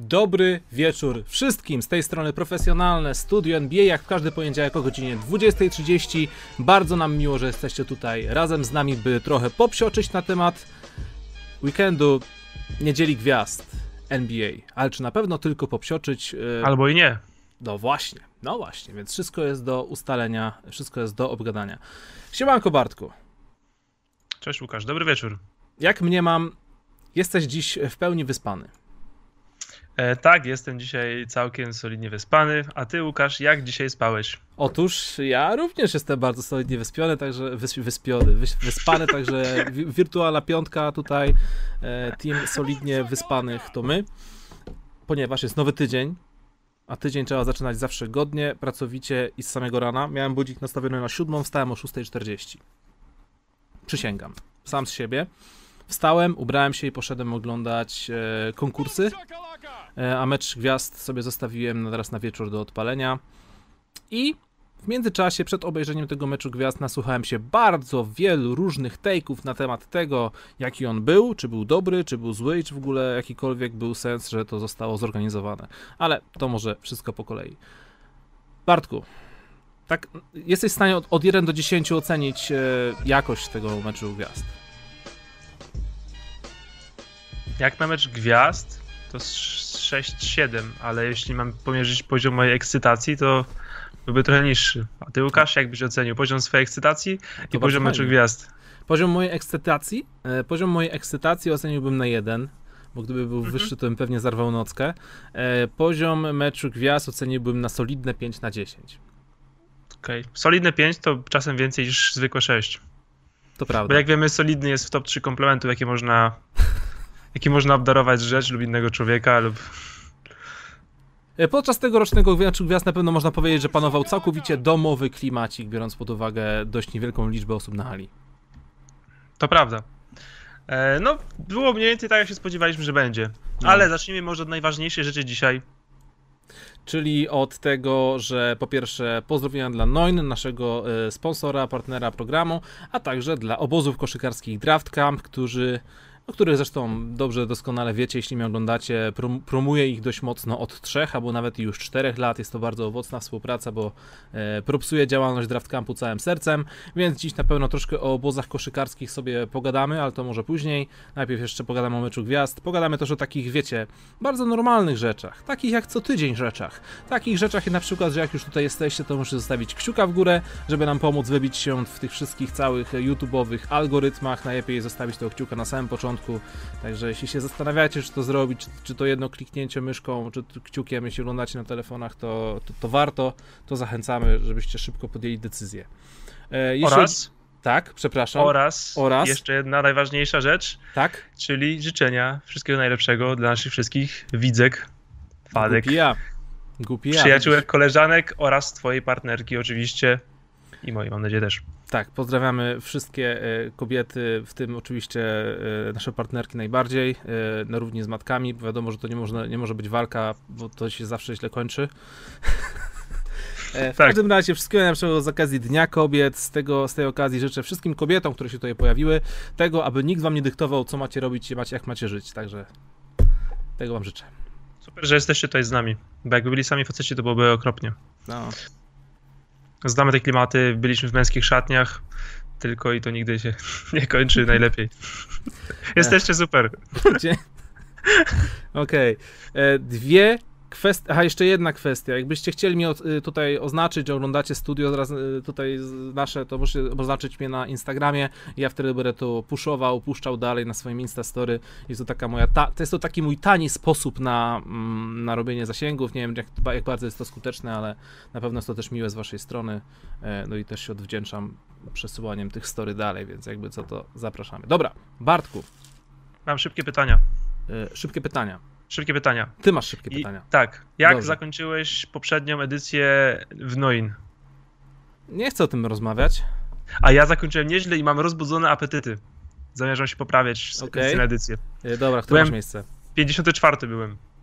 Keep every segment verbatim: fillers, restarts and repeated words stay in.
Dobry wieczór wszystkim, z tej strony profesjonalne Studio N B A, jak w każdy poniedziałek o godzinie dwudziestej trzydzieści. Bardzo nam miło, że jesteście tutaj razem z nami, by trochę popsioczyć na temat weekendu Niedzieli Gwiazd N B A. Ale czy na pewno tylko popsioczyć? Yy... Albo i nie. No właśnie, no właśnie, więc wszystko jest do ustalenia, wszystko jest do obgadania. Siemanko Bartku. Cześć Łukasz, dobry wieczór. Jak mniemam, jesteś dziś w pełni wyspany. E, tak, jestem dzisiaj całkiem solidnie wyspany, a ty Łukasz, jak dzisiaj spałeś? Otóż ja również jestem bardzo solidnie wyspiony, także wys, wyspiony, wys, wyspany, także wi, wirtualna piątka tutaj, e, team solidnie wyspanych to my, ponieważ jest nowy tydzień, a tydzień trzeba zaczynać zawsze godnie, pracowicie i z samego rana. Miałem budzik nastawiony na siódmą, wstałem o szósta czterdzieści. Przysięgam, sam z siebie. Wstałem, ubrałem się i poszedłem oglądać e, konkursy, e, a mecz gwiazd sobie zostawiłem na, teraz na wieczór do odpalenia. I w międzyczasie, przed obejrzeniem tego meczu gwiazd, nasłuchałem się bardzo wielu różnych take'ów na temat tego, jaki on był, czy był dobry, czy był zły i czy w ogóle jakikolwiek był sens, że to zostało zorganizowane. Ale to może wszystko po kolei. Bartku, tak, jesteś w stanie od, od jeden do dziesięciu ocenić e, jakość tego meczu gwiazd? Jak na mecz gwiazd, to sześć siedem, ale jeśli mam pomierzyć poziom mojej ekscytacji, to byłby trochę niższy. A ty Łukasz, jak byś ocenił poziom swojej ekscytacji i poziom meczu gwiazd? Poziom mojej ekscytacji? E, poziom mojej ekscytacji oceniłbym na jeden, bo gdyby był mhm. wyższy, to bym pewnie zarwał nockę. E, poziom meczu gwiazd oceniłbym na solidne pięć na dziesięć. Okej, okay. Solidne pięć to czasem więcej niż zwykłe sześć. To prawda. Bo jak wiemy, solidny jest w top trzy komplementów, jakie można... jaki można obdarować rzecz lub innego człowieka, lub... Podczas tegorocznego meczu gwiazd na pewno można powiedzieć, że panował całkowicie domowy klimacik, biorąc pod uwagę dość niewielką liczbę osób na hali. To prawda. E, no, było mniej więcej tak, jak się spodziewaliśmy, że będzie. No. Ale zacznijmy może od najważniejszej rzeczy dzisiaj. Czyli od tego, że po pierwsze pozdrowienia dla Noin, naszego y, sponsora, partnera programu, a także dla obozów koszykarskich Draft Camp, którzy... No, które zresztą dobrze, doskonale wiecie, jeśli mnie oglądacie, prom promuję ich dość mocno od trzech, albo nawet już czterech lat. Jest to bardzo owocna współpraca, bo e, propsuje działalność Draft Campu całym sercem, więc dziś na pewno troszkę o obozach koszykarskich sobie pogadamy, ale to może później. Najpierw jeszcze pogadamy o meczu gwiazd, pogadamy też o takich, wiecie, bardzo normalnych rzeczach, takich jak co tydzień rzeczach. Takich rzeczach jak na przykład, że jak już tutaj jesteście, to muszę zostawić kciuka w górę, żeby nam pomóc wybić się w tych wszystkich całych YouTube'owych algorytmach. Najlepiej zostawić tego kciuka na samym początku. Także jeśli się zastanawiacie, czy to zrobić, czy, czy to jedno kliknięcie myszką, czy kciukiem, jeśli oglądacie na telefonach, to, to, to warto, to zachęcamy, żebyście szybko podjęli decyzję. E, jeśli... Oraz? Tak, przepraszam. Oraz, Oraz jeszcze jedna najważniejsza rzecz, tak? Czyli życzenia wszystkiego najlepszego dla naszych wszystkich widzek, fanek, Głupi ja. Głupi ja. przyjaciółek, koleżanek oraz twojej partnerki oczywiście i mojej, mam nadzieję też. Tak, pozdrawiamy wszystkie e, kobiety, w tym oczywiście e, nasze partnerki najbardziej, e, no równie z matkami, bo wiadomo, że to nie, można, nie może być walka, bo to się zawsze źle kończy. e, w tak. każdym razie wszystkiego najlepszego z okazji Dnia Kobiet, z, tego, z tej okazji życzę wszystkim kobietom, które się tutaj pojawiły, tego, aby nikt wam nie dyktował, co macie robić i macie, jak macie żyć, także tego wam życzę. Super, że jesteście tutaj z nami, bo jakby byli sami faceci, to byłoby okropnie. No. Znamy te klimaty, byliśmy w męskich szatniach, tylko i to nigdy się nie kończy najlepiej. Jesteście super. Okej. Okay. Dwie kwestie, aha, jeszcze jedna kwestia. Jakbyście chcieli mnie tutaj oznaczyć, że oglądacie studio zaraz tutaj nasze, to możecie oznaczyć mnie na Instagramie. Ja wtedy będę to puszował, puszczał dalej na swoim Instastory. Jest to taka moja, ta, to jest to taki mój tani sposób na, na robienie zasięgów. Nie wiem, jak, jak bardzo jest to skuteczne, ale na pewno jest to też miłe z waszej strony. No i też się odwdzięczam przesyłaniem tych story dalej, więc jakby co, to zapraszamy. Dobra, Bartku. Mam szybkie pytania. Szybkie pytania. Szybkie pytania. Ty masz szybkie I, pytania. Tak. Jak Dobrze. Zakończyłeś poprzednią edycję w Noin? Nie chcę o tym rozmawiać. A ja zakończyłem nieźle i mam rozbudzone apetyty. Zamierzam się poprawiać z okay. edycji na edycję. Dobra, które masz miejsce? pięćdziesiąty czwarty byłem.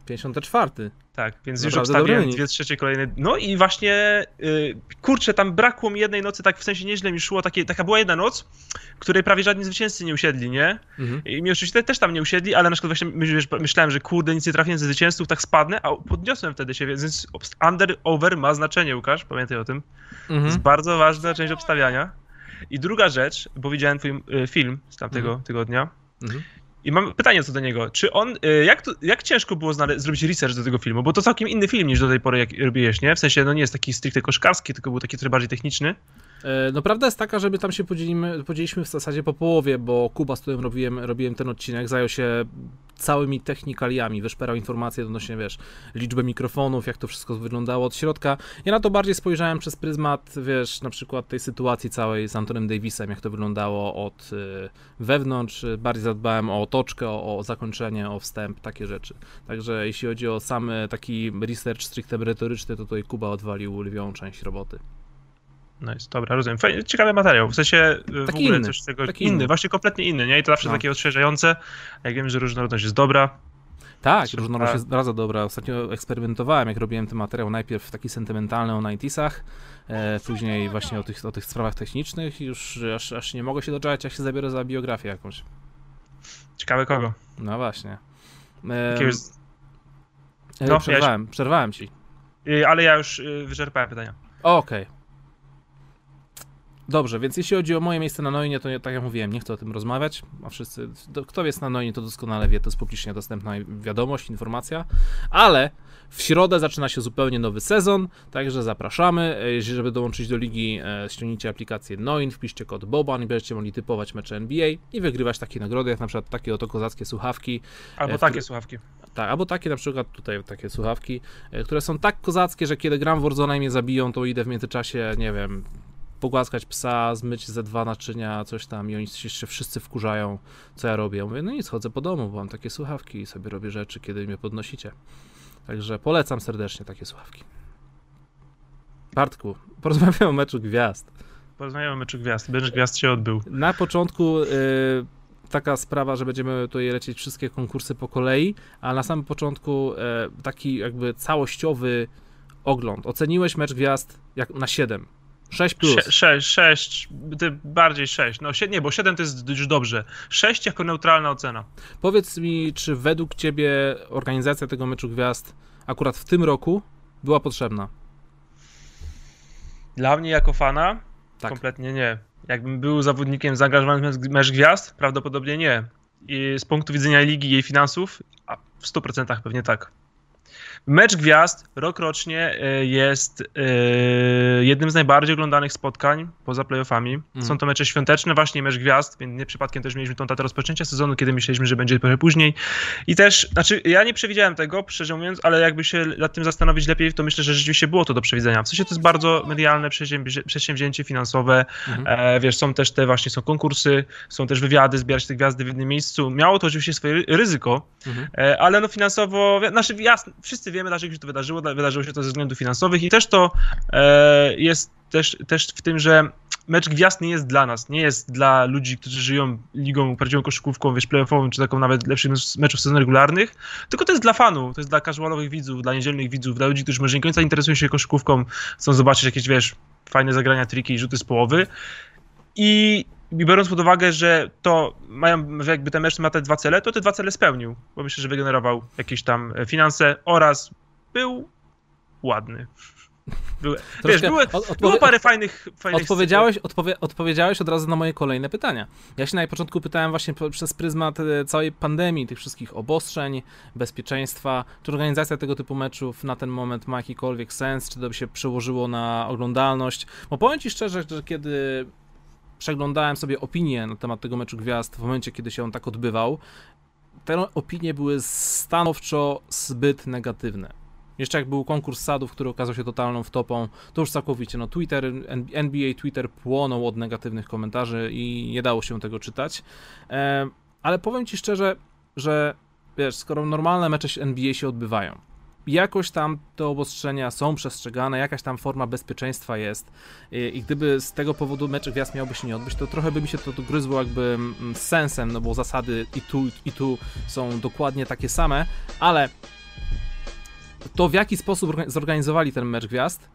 pięćdziesiąty czwarty. Tak, więc Naprawdę już obstawiłem dwie trzecie kolejne. No i właśnie, yy, kurczę, tam brakło mi jednej nocy, tak w sensie nieźle mi szło, takie, taka była jedna noc, której prawie żadni zwycięzcy nie usiedli, nie? Mhm. I mi oczywiście też tam nie usiedli, ale na przykład właśnie wiesz, myślałem, że kurde, nic nie trafiłem ze zwycięzców, tak spadnę, a podniosłem wtedy się, więc under, over ma znaczenie, Łukasz, pamiętaj o tym. Mhm. To jest bardzo ważna część obstawiania. I druga rzecz, bo widziałem twój y, film z tamtego mhm. tygodnia, mhm. I mam pytanie co do niego. Czy on, jak, to, jak ciężko było znale- zrobić research do tego filmu? Bo to całkiem inny film niż do tej pory, jak robiłeś, nie? W sensie, no nie jest taki stricte koszkarski, tylko był taki trochę bardziej techniczny. No prawda jest taka, że my tam się podzielimy, podzieliliśmy w zasadzie po połowie, bo Kuba, z którym robiłem, robiłem ten odcinek, zajął się całymi technikaliami, wyszperał informacje odnośnie, wiesz, liczby mikrofonów, jak to wszystko wyglądało od środka. Ja na to bardziej spojrzałem przez pryzmat, wiesz, na przykład tej sytuacji całej z Antonem Davisem, jak to wyglądało od y, wewnątrz, bardziej zadbałem o otoczkę, o, o zakończenie, o wstęp, takie rzeczy. Także jeśli chodzi o sam taki research stricte merytoryczny, to tutaj Kuba odwalił lwią część roboty. No jest, dobra, rozumiem. Fajny, ciekawy materiał, w sensie w taki ogóle inny, coś tego, taki inny, inny, właśnie kompletnie inny, nie? I to zawsze no. takie odświeżające, jak wiem, że różnorodność jest dobra. Tak, różnorodność jest bardzo dobra. Ostatnio eksperymentowałem, jak robiłem ten materiał, najpierw taki sentymentalny o dziewięćdziesiątych, e, później właśnie o tych, o tych sprawach technicznych i już aż, aż nie mogę się doczekać, jak się zabiorę za biografię jakąś. Ciekawe kogo? No właśnie. E, Jakiegoś... no, przerwałem, ja przerwałem ci. Ale ja już wyczerpałem pytania. Okej. Okay. Dobrze, więc jeśli chodzi o moje miejsce na Noinie, to tak jak mówiłem, nie chcę o tym rozmawiać, a wszyscy, kto jest na Noinie, to doskonale wie, to jest publicznie dostępna wiadomość, informacja, ale w środę zaczyna się zupełnie nowy sezon, także zapraszamy, żeby dołączyć do ligi, ściągnijcie aplikację Noin, wpiszcie kod Boban i będziecie mogli typować mecze N B A i wygrywać takie nagrody, jak na przykład takie oto kozackie słuchawki. Albo takie słuchawki. Tak, albo takie na przykład tutaj takie słuchawki, które są tak kozackie, że kiedy gram w Warzone i mnie zabiją, to idę w międzyczasie, nie wiem, pogłaskać psa, zmyć ze dwa naczynia, coś tam i oni się wszyscy wkurzają, co ja robię. Ja mówię, no nic, chodzę po domu, bo mam takie słuchawki i sobie robię rzeczy, kiedy mnie podnosicie. Także polecam serdecznie takie słuchawki. Bartku, porozmawiamy o meczu gwiazd. Porozmawiamy o meczu gwiazd. Mecz gwiazd się odbył. Na początku y, taka sprawa, że będziemy tutaj lecieć wszystkie konkursy po kolei, a na samym początku y, taki jakby całościowy ogląd. Oceniłeś mecz gwiazd jak na siedem. sześć plus. sześć, sześć, bardziej sześć. No nie, bo siedem to jest już dobrze. sześć jako neutralna ocena. Powiedz mi, czy według ciebie organizacja tego meczu gwiazd akurat w tym roku była potrzebna? Dla mnie jako fana? Tak. Kompletnie nie. Jakbym był zawodnikiem zaangażowanym w mecz gwiazd? Prawdopodobnie nie. I z punktu widzenia ligi i jej finansów? A w stu procentach pewnie tak. Mecz gwiazd rokrocznie jest jednym z najbardziej oglądanych spotkań poza playoffami. Mm. Są to mecze świąteczne, właśnie mecz gwiazd, więc nie przypadkiem też mieliśmy tą datę rozpoczęcia sezonu, kiedy myśleliśmy, że będzie trochę później. I też, znaczy ja nie przewidziałem tego, szczerze mówiąc, ale jakby się nad tym zastanowić lepiej, to myślę, że rzeczywiście było to do przewidzenia. W sensie to jest bardzo medialne przedsięwzięcie, przedsięwzięcie finansowe. Mm. E, wiesz, są też te właśnie, są konkursy, są też wywiady, zbierać te gwiazdy w jednym miejscu. Miało to oczywiście swoje ryzyko, mm. e, ale no finansowo, znaczy jasne, wszyscy wiemy, dlaczego się to wydarzyło, wydarzyło się to ze względów finansowych i też to e, jest też, też w tym, że mecz gwiazd nie jest dla nas, nie jest dla ludzi, którzy żyją ligą, prawdziwą koszykówką, wiesz, playoffową, czy taką nawet lepszych meczów sezonów regularnych, tylko to jest dla fanów, to jest dla casualowych widzów, dla niedzielnych widzów, dla ludzi, którzy może nie końca interesują się koszykówką, chcą zobaczyć jakieś, wiesz, fajne zagrania, triki i rzuty z połowy. I I biorąc pod uwagę, że to mają, że jakby ten mecz ma te dwa cele, to te dwa cele spełnił, bo myślę, że wygenerował jakieś tam finanse oraz był ładny. Był, wiesz, było, odpowie- było parę fajnych, fajnych odpowiedziałeś, odpowie- odpowiedziałeś od razu na moje kolejne pytania. Ja się na początku pytałem właśnie po, przez pryzmat całej pandemii, tych wszystkich obostrzeń, bezpieczeństwa, czy organizacja tego typu meczów na ten moment ma jakikolwiek sens, czy to by się przełożyło na oglądalność. Bo powiem ci szczerze, że kiedy przeglądałem sobie opinie na temat tego meczu gwiazd w momencie, kiedy się on tak odbywał, te opinie były stanowczo zbyt negatywne. Jeszcze jak był konkurs sadów, który okazał się totalną wtopą, to już całkowicie, no Twitter, N B A Twitter płonął od negatywnych komentarzy i nie dało się tego czytać. E, ale powiem ci szczerze, że wiesz, skoro normalne mecze N B A się odbywają, jakoś tam te obostrzenia są przestrzegane, jakaś tam forma bezpieczeństwa jest i, i gdyby z tego powodu mecz gwiazd miałby się nie odbyć, to trochę by mi się to gryzło jakby z sensem, no bo zasady i tu, i tu są dokładnie takie same, ale to w jaki sposób zorganizowali ten mecz gwiazd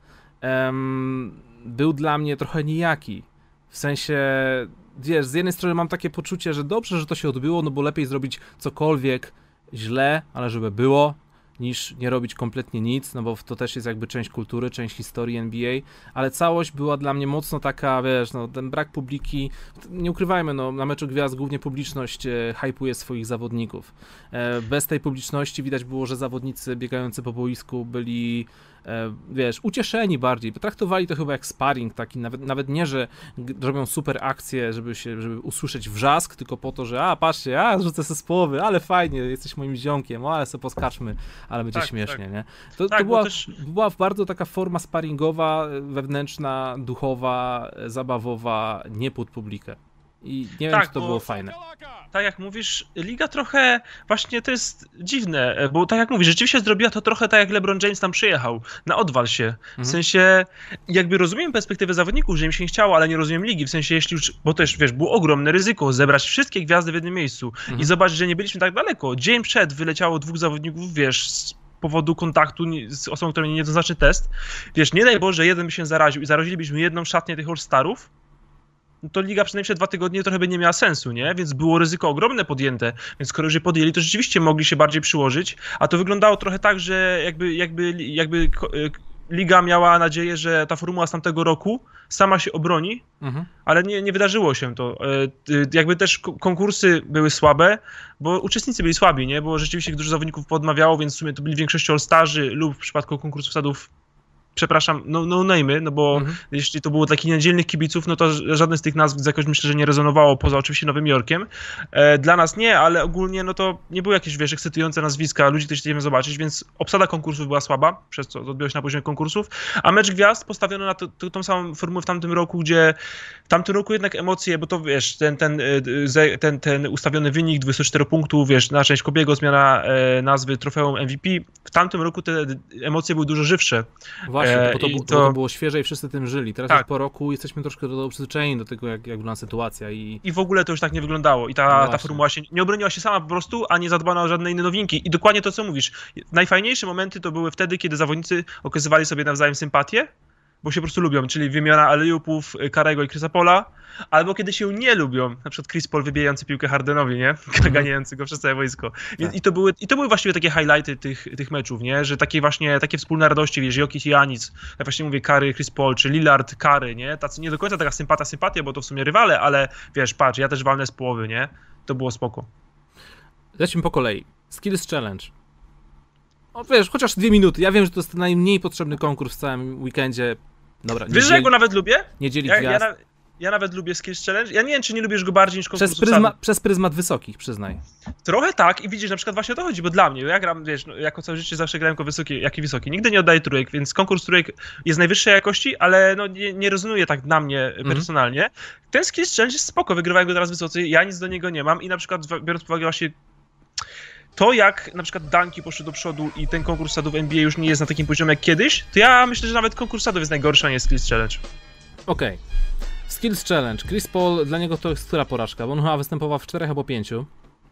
um, był dla mnie trochę nijaki. W sensie, wiesz, z jednej strony mam takie poczucie, że dobrze, że to się odbyło, no bo lepiej zrobić cokolwiek źle, ale żeby było, niż nie robić kompletnie nic, no bo to też jest jakby część kultury, część historii N B A, ale całość była dla mnie mocno taka, wiesz, no ten brak publiki, nie ukrywajmy, no na meczu gwiazd głównie publiczność e, hypuje swoich zawodników. E, bez tej publiczności widać było, że zawodnicy biegający po boisku byli, e, wiesz, ucieszeni bardziej, traktowali to chyba jak sparring taki, nawet, nawet nie, że robią super akcje, żeby się, żeby usłyszeć wrzask, tylko po to, że a, patrzcie, a, rzucę se z połowy, ale fajnie, jesteś moim ziomkiem, o, ale se poskaczmy, ale będzie tak, śmiesznie, tak. nie? To, tak, to była, też... była bardzo taka forma sparingowa, wewnętrzna, duchowa, zabawowa, nie pod publikę. I nie tak, wiem, czy to bo, było fajne. Tak jak mówisz, liga trochę, właśnie to jest dziwne, bo tak jak mówisz, rzeczywiście zrobiła to trochę tak jak LeBron James tam przyjechał, na odwal się. Mhm. W sensie, jakby rozumiem perspektywę zawodników, że im się nie chciało, ale nie rozumiem ligi, w sensie jeśli już, bo też wiesz, było ogromne ryzyko zebrać wszystkie gwiazdy w jednym miejscu mhm. i zobaczyć, że nie byliśmy tak daleko. Dzień przed wyleciało dwóch zawodników, wiesz, z powodu kontaktu z osobą, która nie jednoznaczny test. Wiesz, nie daj Boże, jeden by się zaraził i zarazilibyśmy jedną szatnię tych All-Starów, no to liga przynajmniej przez dwa tygodnie trochę by nie miała sensu, nie? Więc było ryzyko ogromne podjęte, więc skoro już je podjęli, to rzeczywiście mogli się bardziej przyłożyć, a to wyglądało trochę tak, że jakby, jakby, jakby liga miała nadzieję, że ta formuła z tamtego roku sama się obroni, mhm. ale nie, nie wydarzyło się to. Jakby też konkursy były słabe, bo uczestnicy byli słabi, nie? Bo rzeczywiście dużo zawodników podmawiało, więc w sumie to byli w większości All-Starzy lub w przypadku konkursów sadów, przepraszam, no, no name'y, no bo mhm. jeśli to było takich niedzielnych kibiców, no to żadne z tych nazw jakoś myślę, że nie rezonowało, poza oczywiście Nowym Jorkiem. E, dla nas nie, ale ogólnie no to nie były jakieś, wiesz, ekscytujące nazwiska, ludzi, którzy chcieli zobaczyć, więc obsada konkursów była słaba, przez co odbyło się na poziomie konkursów, a mecz gwiazd postawiono na to, to, tą samą formułę w tamtym roku, gdzie w tamtym roku jednak emocje, bo to wiesz, ten, ten, ten, ten ustawiony wynik dwudziestu czterech punktów, wiesz, na część Kobiego, zmiana e, nazwy trofeum M V P, w tamtym roku te emocje były dużo żywsze. Właśnie, bo to, to... Bo to było świeże i wszyscy tym żyli. Teraz tak. już po roku jesteśmy troszkę do, do przyzwyczajeni do tego, jak, jak wygląda sytuacja. I... I w ogóle to już tak nie wyglądało. I ta, no ta formuła się nie obroniła się sama po prostu, a nie zadbano o żadne inne nowinki. I dokładnie to, co mówisz. Najfajniejsze momenty to były wtedy, kiedy zawodnicy okazywali sobie nawzajem sympatię, bo się po prostu lubią, czyli wymiana alley-oopów Curry'ego i Chrisa Paula, albo kiedy się nie lubią, na przykład Chris Paul wybijający piłkę Hardenowi, nie? Ganiający go przez całe wojsko. Tak. I, to były, I to były właściwie takie highlighty tych, tych meczów, nie? Że takie właśnie, takie wspólne radości, wiesz, Jokic i Janis, ja właśnie mówię Curry, Chris Paul, czy Lillard, Curry, nie? Tacy nie do końca taka sympatia, sympatia, bo to w sumie rywale, ale wiesz, patrz, ja też walnę z połowy, nie? To było spoko. Lecimy po kolei. Skills Challenge. O, wiesz, chociaż dwie minuty. Ja wiem, że to jest najmniej potrzebny konkurs w całym weekendzie. Dobra, wiesz, że ja go nawet lubię? Nie dzielić ja, gwiazd. Ja, na, ja nawet lubię Skills Challenge. Ja nie wiem, czy nie lubisz go bardziej niż konkursów przez, pryzma, przez pryzmat wysokich, przyznaj. Trochę tak i widzisz, na przykład właśnie o to chodzi, bo dla mnie, ja gram, wiesz, no, jako całe życie zawsze grałem jako wysoki, jak i wysoki. Nigdy nie oddaję trójek, więc konkurs trójek jest najwyższej jakości, ale no nie, nie rezonuje tak na mnie mhm. personalnie. Ten Skills Challenge jest spoko, wygrywają go teraz wysocy, ja nic do niego nie mam i na przykład biorąc pod uwagę właśnie to, jak na przykład Dunki poszły do przodu i ten konkurs sadów N B A już nie jest na takim poziomie jak kiedyś, to ja myślę, że nawet konkurs sadów jest najgorszy, a nie Skills Challenge. Okej. Okay. Skills Challenge. Chris Paul, dla niego to jest która porażka? Bo on chyba występował w czterech albo pięciu.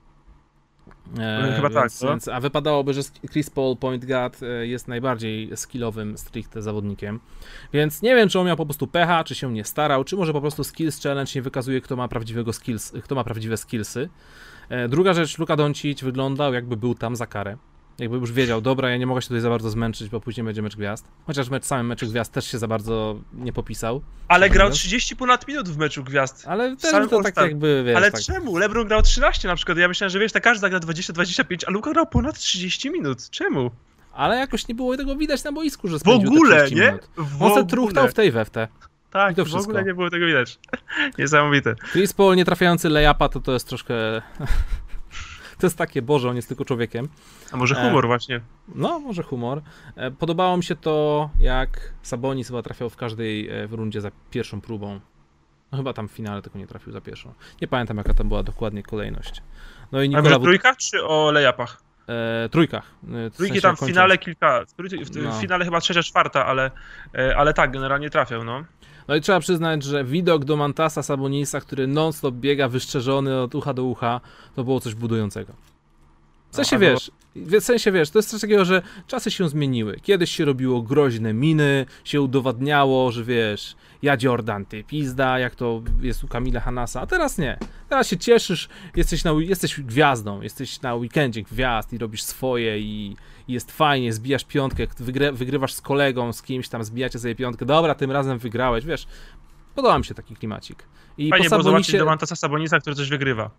E, chyba więc, tak. Więc, a wypadałoby, że Chris Paul, point guard, jest najbardziej skillowym stricte zawodnikiem. Więc nie wiem, czy on miał po prostu pecha, czy się nie starał, czy może po prostu Skills Challenge nie wykazuje, kto ma prawdziwego skills, kto ma prawdziwe skillsy. Druga rzecz, Luka Doncic wyglądał, jakby był tam za karę. Jakby już wiedział, dobra, ja nie mogę się tutaj za bardzo zmęczyć, bo później będzie mecz gwiazd. Chociaż mecz, samym meczu gwiazd też się za bardzo nie popisał. Ale grał mówiąc. trzydzieści ponad minut w meczu gwiazd. Ale też to tak jakby, wiesz... Ale tak... czemu? LeBron grał trzynaście na przykład. Ja myślałem, że wiesz, ta każda gra dwadzieścia dwadzieścia pięć, a Luka grał ponad trzydzieści minut. Czemu? Ale jakoś nie było tego widać na boisku, że spędził w ogóle, te trzydzieści nie? minut. On se truchtał w tej we w te. Tak, to w ogóle nie było tego widać. Niesamowite. Chris Paul nie trafiający layupa, to to jest troszkę... To jest takie, Boże, on jest tylko człowiekiem. A może humor e, właśnie. No, może humor. E, podobało mi się to, jak Sabonis chyba trafiał w każdej e, w rundzie za pierwszą próbą. No chyba tam w finale tylko nie trafił za pierwszą. Nie pamiętam, jaka tam była dokładnie kolejność. No i Nikola... A w trójkach czy o layupach? E, trójkach. E, w Trójki sensie tam w finale kilka, w, w, no. w finale chyba trzecia, czwarta, ale, e, ale tak, generalnie trafiał, no. No i trzeba przyznać, że widok Domantasa Sabonisa, który non-stop biega wyszczerzony od ucha do ucha, to było coś budującego. W sensie, no, wiesz, w sensie, wiesz, to jest coś takiego, że czasy się zmieniły. Kiedyś się robiło groźne miny, się udowadniało, że wiesz, ja Jordan, ty pizda, jak to jest u Kamila Hanasa, a teraz nie. Teraz się cieszysz, jesteś, na, jesteś gwiazdą, jesteś na weekendzie gwiazd i robisz swoje i, i jest fajnie, zbijasz piątkę, wygry, wygrywasz z kolegą, z kimś tam, zbijacie sobie piątkę, dobra, tym razem wygrałeś, wiesz, podoba mi się taki klimacik. I fajnie po było zobaczyć Sabonisie... Domantasa Sabonisa, który coś wygrywa.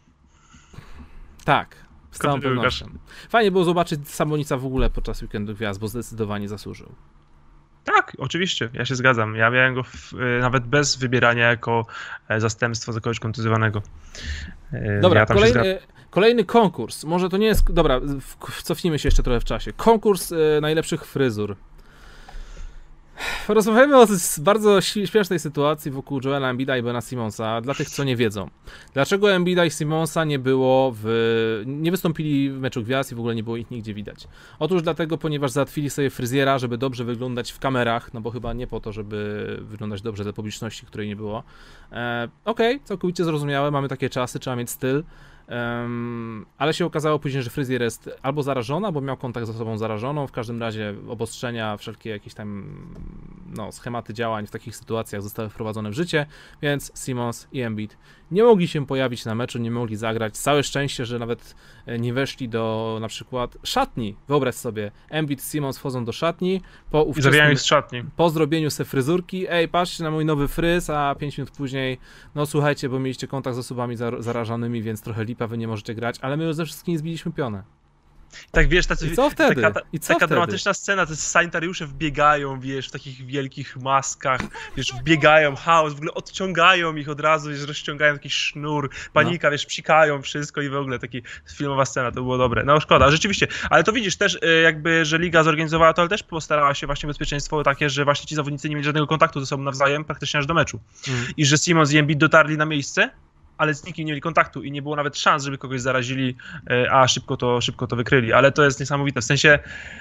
Tak, z całą pewnością. Fajnie było zobaczyć Sabonica w ogóle podczas Weekendu Gwiazd, bo zdecydowanie zasłużył. Tak, oczywiście, ja się zgadzam. Ja miałem go w, nawet bez wybierania jako zastępstwo za kogoś kontuzjowanego. Dobra, ja kolejny, kolejny konkurs. Może to nie jest... Dobra, cofnijmy się jeszcze trochę w czasie. Konkurs e, najlepszych fryzur. Rozmawiamy o bardzo śmiesznej sytuacji wokół Joela Embida i Bena Simmonsa. Dla tych, co nie wiedzą. Dlaczego Embida i Simmonsa nie było w... nie wystąpili w meczu gwiazd i w ogóle nie było ich nigdzie widać? Otóż dlatego, ponieważ załatwili sobie fryzjera, żeby dobrze wyglądać w kamerach, no bo chyba nie po to, żeby wyglądać dobrze dla publiczności, której nie było. E, Okej, okay, całkowicie zrozumiałe, mamy takie czasy, trzeba mieć styl. Um, ale się okazało później, że fryzjer jest albo zarażona, bo miał kontakt z osobą zarażoną, w każdym razie obostrzenia, wszelkie jakieś tam no, schematy działań w takich sytuacjach zostały wprowadzone w życie, więc Simmons i Embiid nie mogli się pojawić na meczu, nie mogli zagrać. Całe szczęście, że nawet nie weszli do na przykład szatni. Wyobraź sobie, Embiid, Simmons wchodzą do szatni po ówczesnym, z szatni. po zrobieniu se fryzurki, ej, patrzcie na mój nowy fryz, a pięć minut później, no słuchajcie, bo mieliście kontakt z osobami zarażonymi, więc trochę lipa, wy nie możecie grać, ale my już ze wszystkimi zbiliśmy pionę. Tak, wiesz, tacy, I co wtedy? taka, I co taka wtedy? dramatyczna scena, to sanitariusze wbiegają, wiesz, w takich wielkich maskach, wiesz, wbiegają, chaos, w ogóle odciągają ich od razu, wiesz, rozciągają jakiś sznur, panika, no. Wiesz, psikają wszystko i w ogóle taki filmowa scena, to było dobre. No szkoda, rzeczywiście, ale to widzisz też jakby, że liga zorganizowała to, ale też postarała się właśnie bezpieczeństwo takie, że właśnie ci zawodnicy nie mieli żadnego kontaktu ze sobą nawzajem praktycznie aż do meczu. Mm. I że Simmons i Embiid dotarli na miejsce, ale z nikim nie mieli kontaktu i nie było nawet szans, żeby kogoś zarazili, a szybko to, szybko to wykryli. Ale to jest niesamowite, w sensie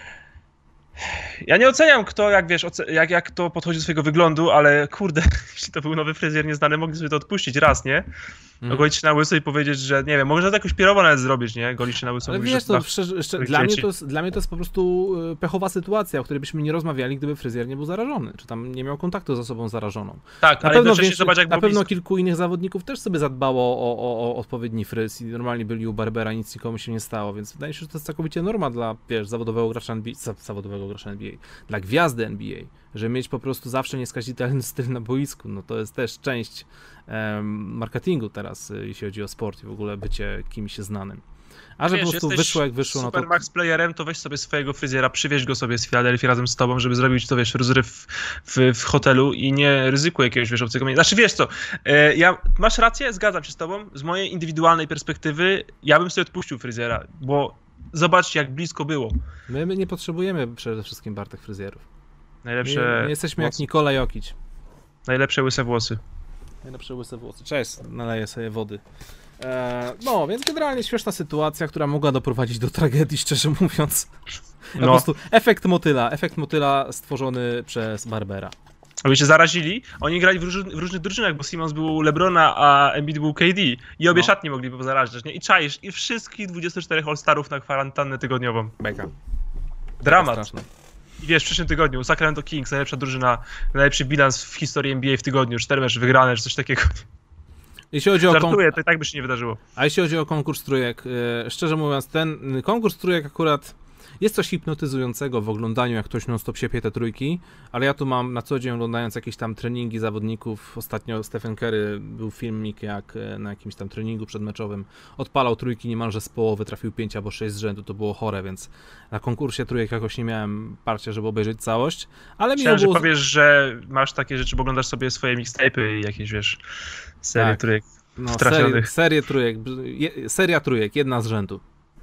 ja nie oceniam kto, jak wiesz, jak, jak to podchodzi do swojego wyglądu, ale kurde, jeśli to był nowy fryzjer nieznany, mogli sobie to odpuścić raz, nie? Mm. Ogolić się na łyso i powiedzieć, że nie wiem, może to jakoś pierowo nawet zrobić, nie? Golić się na łyso. Ale mówisz, wiesz, że to szczerze, szczerze, dla, mnie to jest, dla mnie to jest po prostu pechowa sytuacja, o której byśmy nie rozmawiali, gdyby fryzjer nie był zarażony, czy tam nie miał kontaktu z osobą zarażoną. Tak, na ale pewno, wiesz, zobacz, jak na pewno kilku innych zawodników też sobie zadbało o, o, o odpowiedni fryz i normalnie byli u barbera, nic nikomu się nie stało, więc wydaje mi się, że to jest całkowicie norma dla, wiesz, zawodowego gracza N B A, zawodowego gracza N B A, dla gwiazdy N B A. Że mieć po prostu zawsze nieskazitelny styl na boisku, no to jest też część um, marketingu teraz, jeśli chodzi o sport i w ogóle bycie kimś znanym. A że wiesz, po prostu wyszło jak wyszło, no to... Supermax playerem, to weź sobie swojego fryzjera, przywieź go sobie z Filadelfii razem z tobą, żeby zrobić to, wiesz, fryzury w, w, w hotelu i nie ryzykuj jakiegoś, wiesz, obcego miejsca. Znaczy, wiesz co, e, ja, masz rację, zgadzam się z tobą, z mojej indywidualnej perspektywy ja bym sobie odpuścił fryzjera, bo zobaczcie, jak blisko było. My, my nie potrzebujemy przede wszystkim, Bartek, fryzjerów. Najlepsze... My, my jesteśmy jak Nikola Jokić. Najlepsze łyse włosy. Najlepsze łyse włosy. Cześć, naleję sobie wody. Eee, no, więc generalnie śmieszna sytuacja, która mogła doprowadzić do tragedii, szczerze mówiąc. No. Po prostu efekt motyla, efekt motyla stworzony przez Barbera. Aby się zarazili, oni grali w, róż, w różnych drużynach, bo Simmons był u LeBrona, a Embiid był K D i obie no. szatnie mogli zarażać, nie? I czaisz, i wszystkich dwudziestu czterech All-Starów na kwarantannę tygodniową. Beka. Dramat. I wiesz, w przyszłym tygodniu Sacramento Kings, najlepsza drużyna, najlepszy bilans w historii N B A w tygodniu, cztery mecze wygrane, czy coś takiego. Jeśli chodzi o Żartuję, to i tak by się nie wydarzyło. A jeśli chodzi o konkurs trójek, yy, szczerze mówiąc, ten konkurs trójek akurat jest coś hipnotyzującego w oglądaniu, jak ktoś non-stop siepie te trójki, ale ja tu mam na co dzień, oglądając jakieś tam treningi zawodników, ostatnio Stephen Curry, był filmik, jak na jakimś tam treningu przedmeczowym odpalał trójki niemalże z połowy, trafił pięć albo sześć z rzędu, to było chore, więc na konkursie trójek jakoś nie miałem parcia, żeby obejrzeć całość, ale Myślałem, było... że powiesz, że masz takie rzeczy, bo oglądasz sobie swoje mixtape'y i jakieś, wiesz, serie tak. trójek no, serie, serie trójek, je, seria trójek, jedna z rzędu.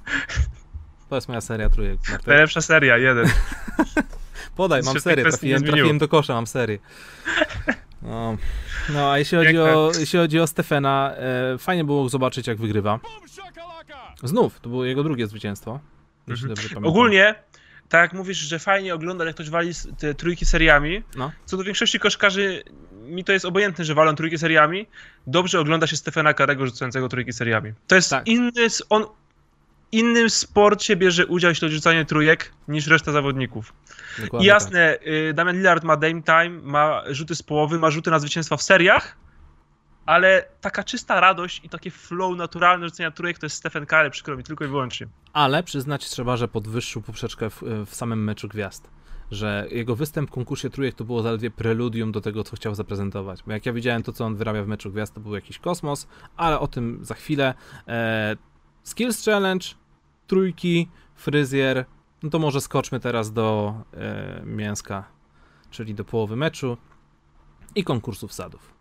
To jest moja seria trójek. Najlepsza seria, jeden. Podaj, mam serię, trafiłem, trafiłem do kosza, mam serię. No, no a jeśli chodzi o, jeśli chodzi o Stephena, e, fajnie było zobaczyć, jak wygrywa. Znów, to było jego drugie zwycięstwo. Mhm. Ogólnie, tak jak mówisz, że fajnie oglądać, jak ktoś wali te trójki seriami, no. Co do większości koszkarzy, mi to jest obojętne, że walą trójki seriami, dobrze ogląda się Stephena Curry'ego rzucającego trójki seriami. To jest tak. inny, on innym sporcie bierze udział, jeśli chodzi o rzucanie trójek, niż reszta zawodników. Dokładnie I jasne, tak. Damian Lillard ma Dame Time, ma rzuty z połowy, ma rzuty na zwycięstwa w seriach, ale taka czysta radość i takie flow naturalne rzucenia trójek to jest Stephen Curry, przykro mi, tylko i wyłącznie. Ale przyznać trzeba, że podwyższył poprzeczkę w, w samym meczu gwiazd. Że jego występ w konkursie trójek to było zaledwie preludium do tego, co chciał zaprezentować. Bo jak ja widziałem to, co on wyrabia w meczu gwiazd, to był jakiś kosmos, ale o tym za chwilę. E, Skills Challenge, trójki, fryzjer, no to może skoczmy teraz do e, mięska, czyli do połowy meczu i konkursu wsadów.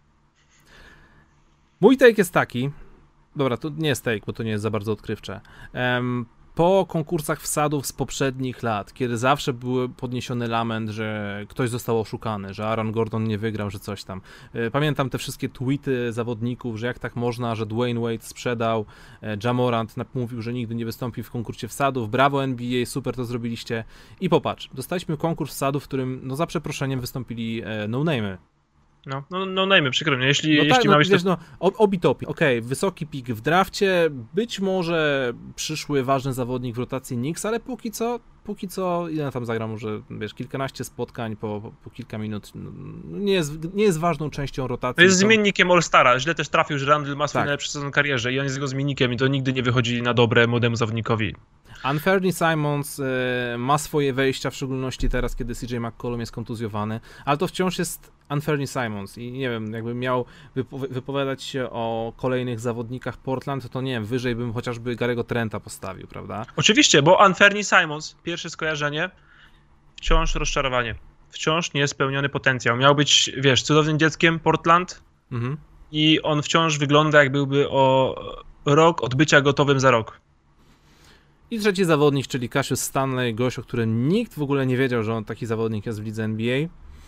Mój take jest taki, dobra, to nie jest take, bo to nie jest za bardzo odkrywcze. Um, po konkursach wsadów z poprzednich lat, kiedy zawsze był podniesiony lament, że ktoś został oszukany, że Aaron Gordon nie wygrał, że coś tam. Pamiętam te wszystkie tweety zawodników, że jak tak można, że Dwayne Wade sprzedał, Ja Morant mówił, że nigdy nie wystąpi w konkursie wsadów, brawo N B A, super to zrobiliście. I popatrz, dostaliśmy konkurs wsadów, w którym, no za przeproszeniem, wystąpili no-name'y. No, no, no najmniej, przykro mnie, jeśli, no jeśli tak, ma no, być wiesz, to... no, obi-topi, okej, okay, wysoki pik w drafcie, być może przyszły ważny zawodnik w rotacji Knicks, ale póki co, póki co, ile tam zagra, może, wiesz, kilkanaście spotkań po, po, po kilka minut, no, nie, jest, nie jest ważną częścią rotacji. Jest to... zmiennikiem All-Stara, źle też trafił, że Randle ma swój tak. najlepszy sezon w karierze i on jest jego zmiennikiem i to nigdy nie wychodzi na dobre młodemu zawodnikowi. Anthony Simons y, ma swoje wejścia, w szczególności teraz, kiedy C J McCollum jest kontuzjowany, ale to wciąż jest Anthony Simons i nie wiem, jakbym miał wypo- wypowiadać się o kolejnych zawodnikach Portland, to nie wiem, wyżej bym chociażby Gary'ego Trenta postawił, prawda? Oczywiście, bo Anthony Simons, pierwsze skojarzenie, wciąż rozczarowanie, wciąż niespełniony potencjał. Miał być, wiesz, cudownym dzieckiem Portland mhm. i on wciąż wygląda, jak byłby o rok od bycia gotowym za rok. I trzeci zawodnik, czyli Cassius Stanley, gość, o którym nikt w ogóle nie wiedział, że on taki zawodnik jest w lidze N B A.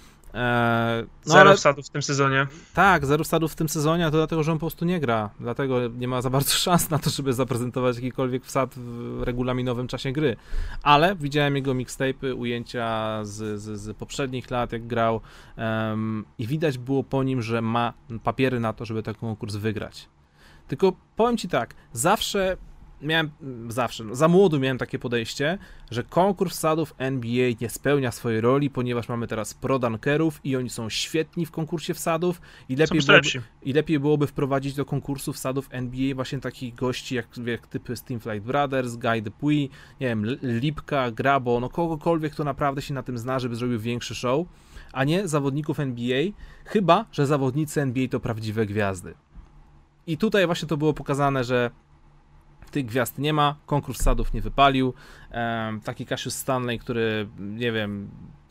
Eee, no zero ale... wsadów w tym sezonie. Tak, zero wsadów w tym sezonie, a to dlatego, że on po prostu nie gra. Dlatego nie ma za bardzo szans na to, żeby zaprezentować jakikolwiek wsad w regulaminowym czasie gry. Ale widziałem jego mixtape'y, ujęcia z, z, z poprzednich lat, jak grał um, i widać było po nim, że ma papiery na to, żeby ten konkurs wygrać. Tylko powiem ci tak, zawsze miałem, zawsze, no, za młodu miałem takie podejście, że konkurs wsadów N B A nie spełnia swojej roli, ponieważ mamy teraz pro-dunkerów i oni są świetni w konkursie wsadów i lepiej, byłoby, i lepiej byłoby wprowadzić do konkursu wsadów N B A właśnie takich gości jak, jak typy Steam Flight Brothers, Guy Dupuis, nie wiem, Lipka, Grabo, no kogokolwiek, kto naprawdę się na tym zna, żeby zrobił większy show, a nie zawodników N B A, chyba że zawodnicy N B A to prawdziwe gwiazdy. I tutaj właśnie to było pokazane, że tych gwiazd nie ma, konkurs wsadów nie wypalił, um, taki Cassius Stanley, który, nie wiem,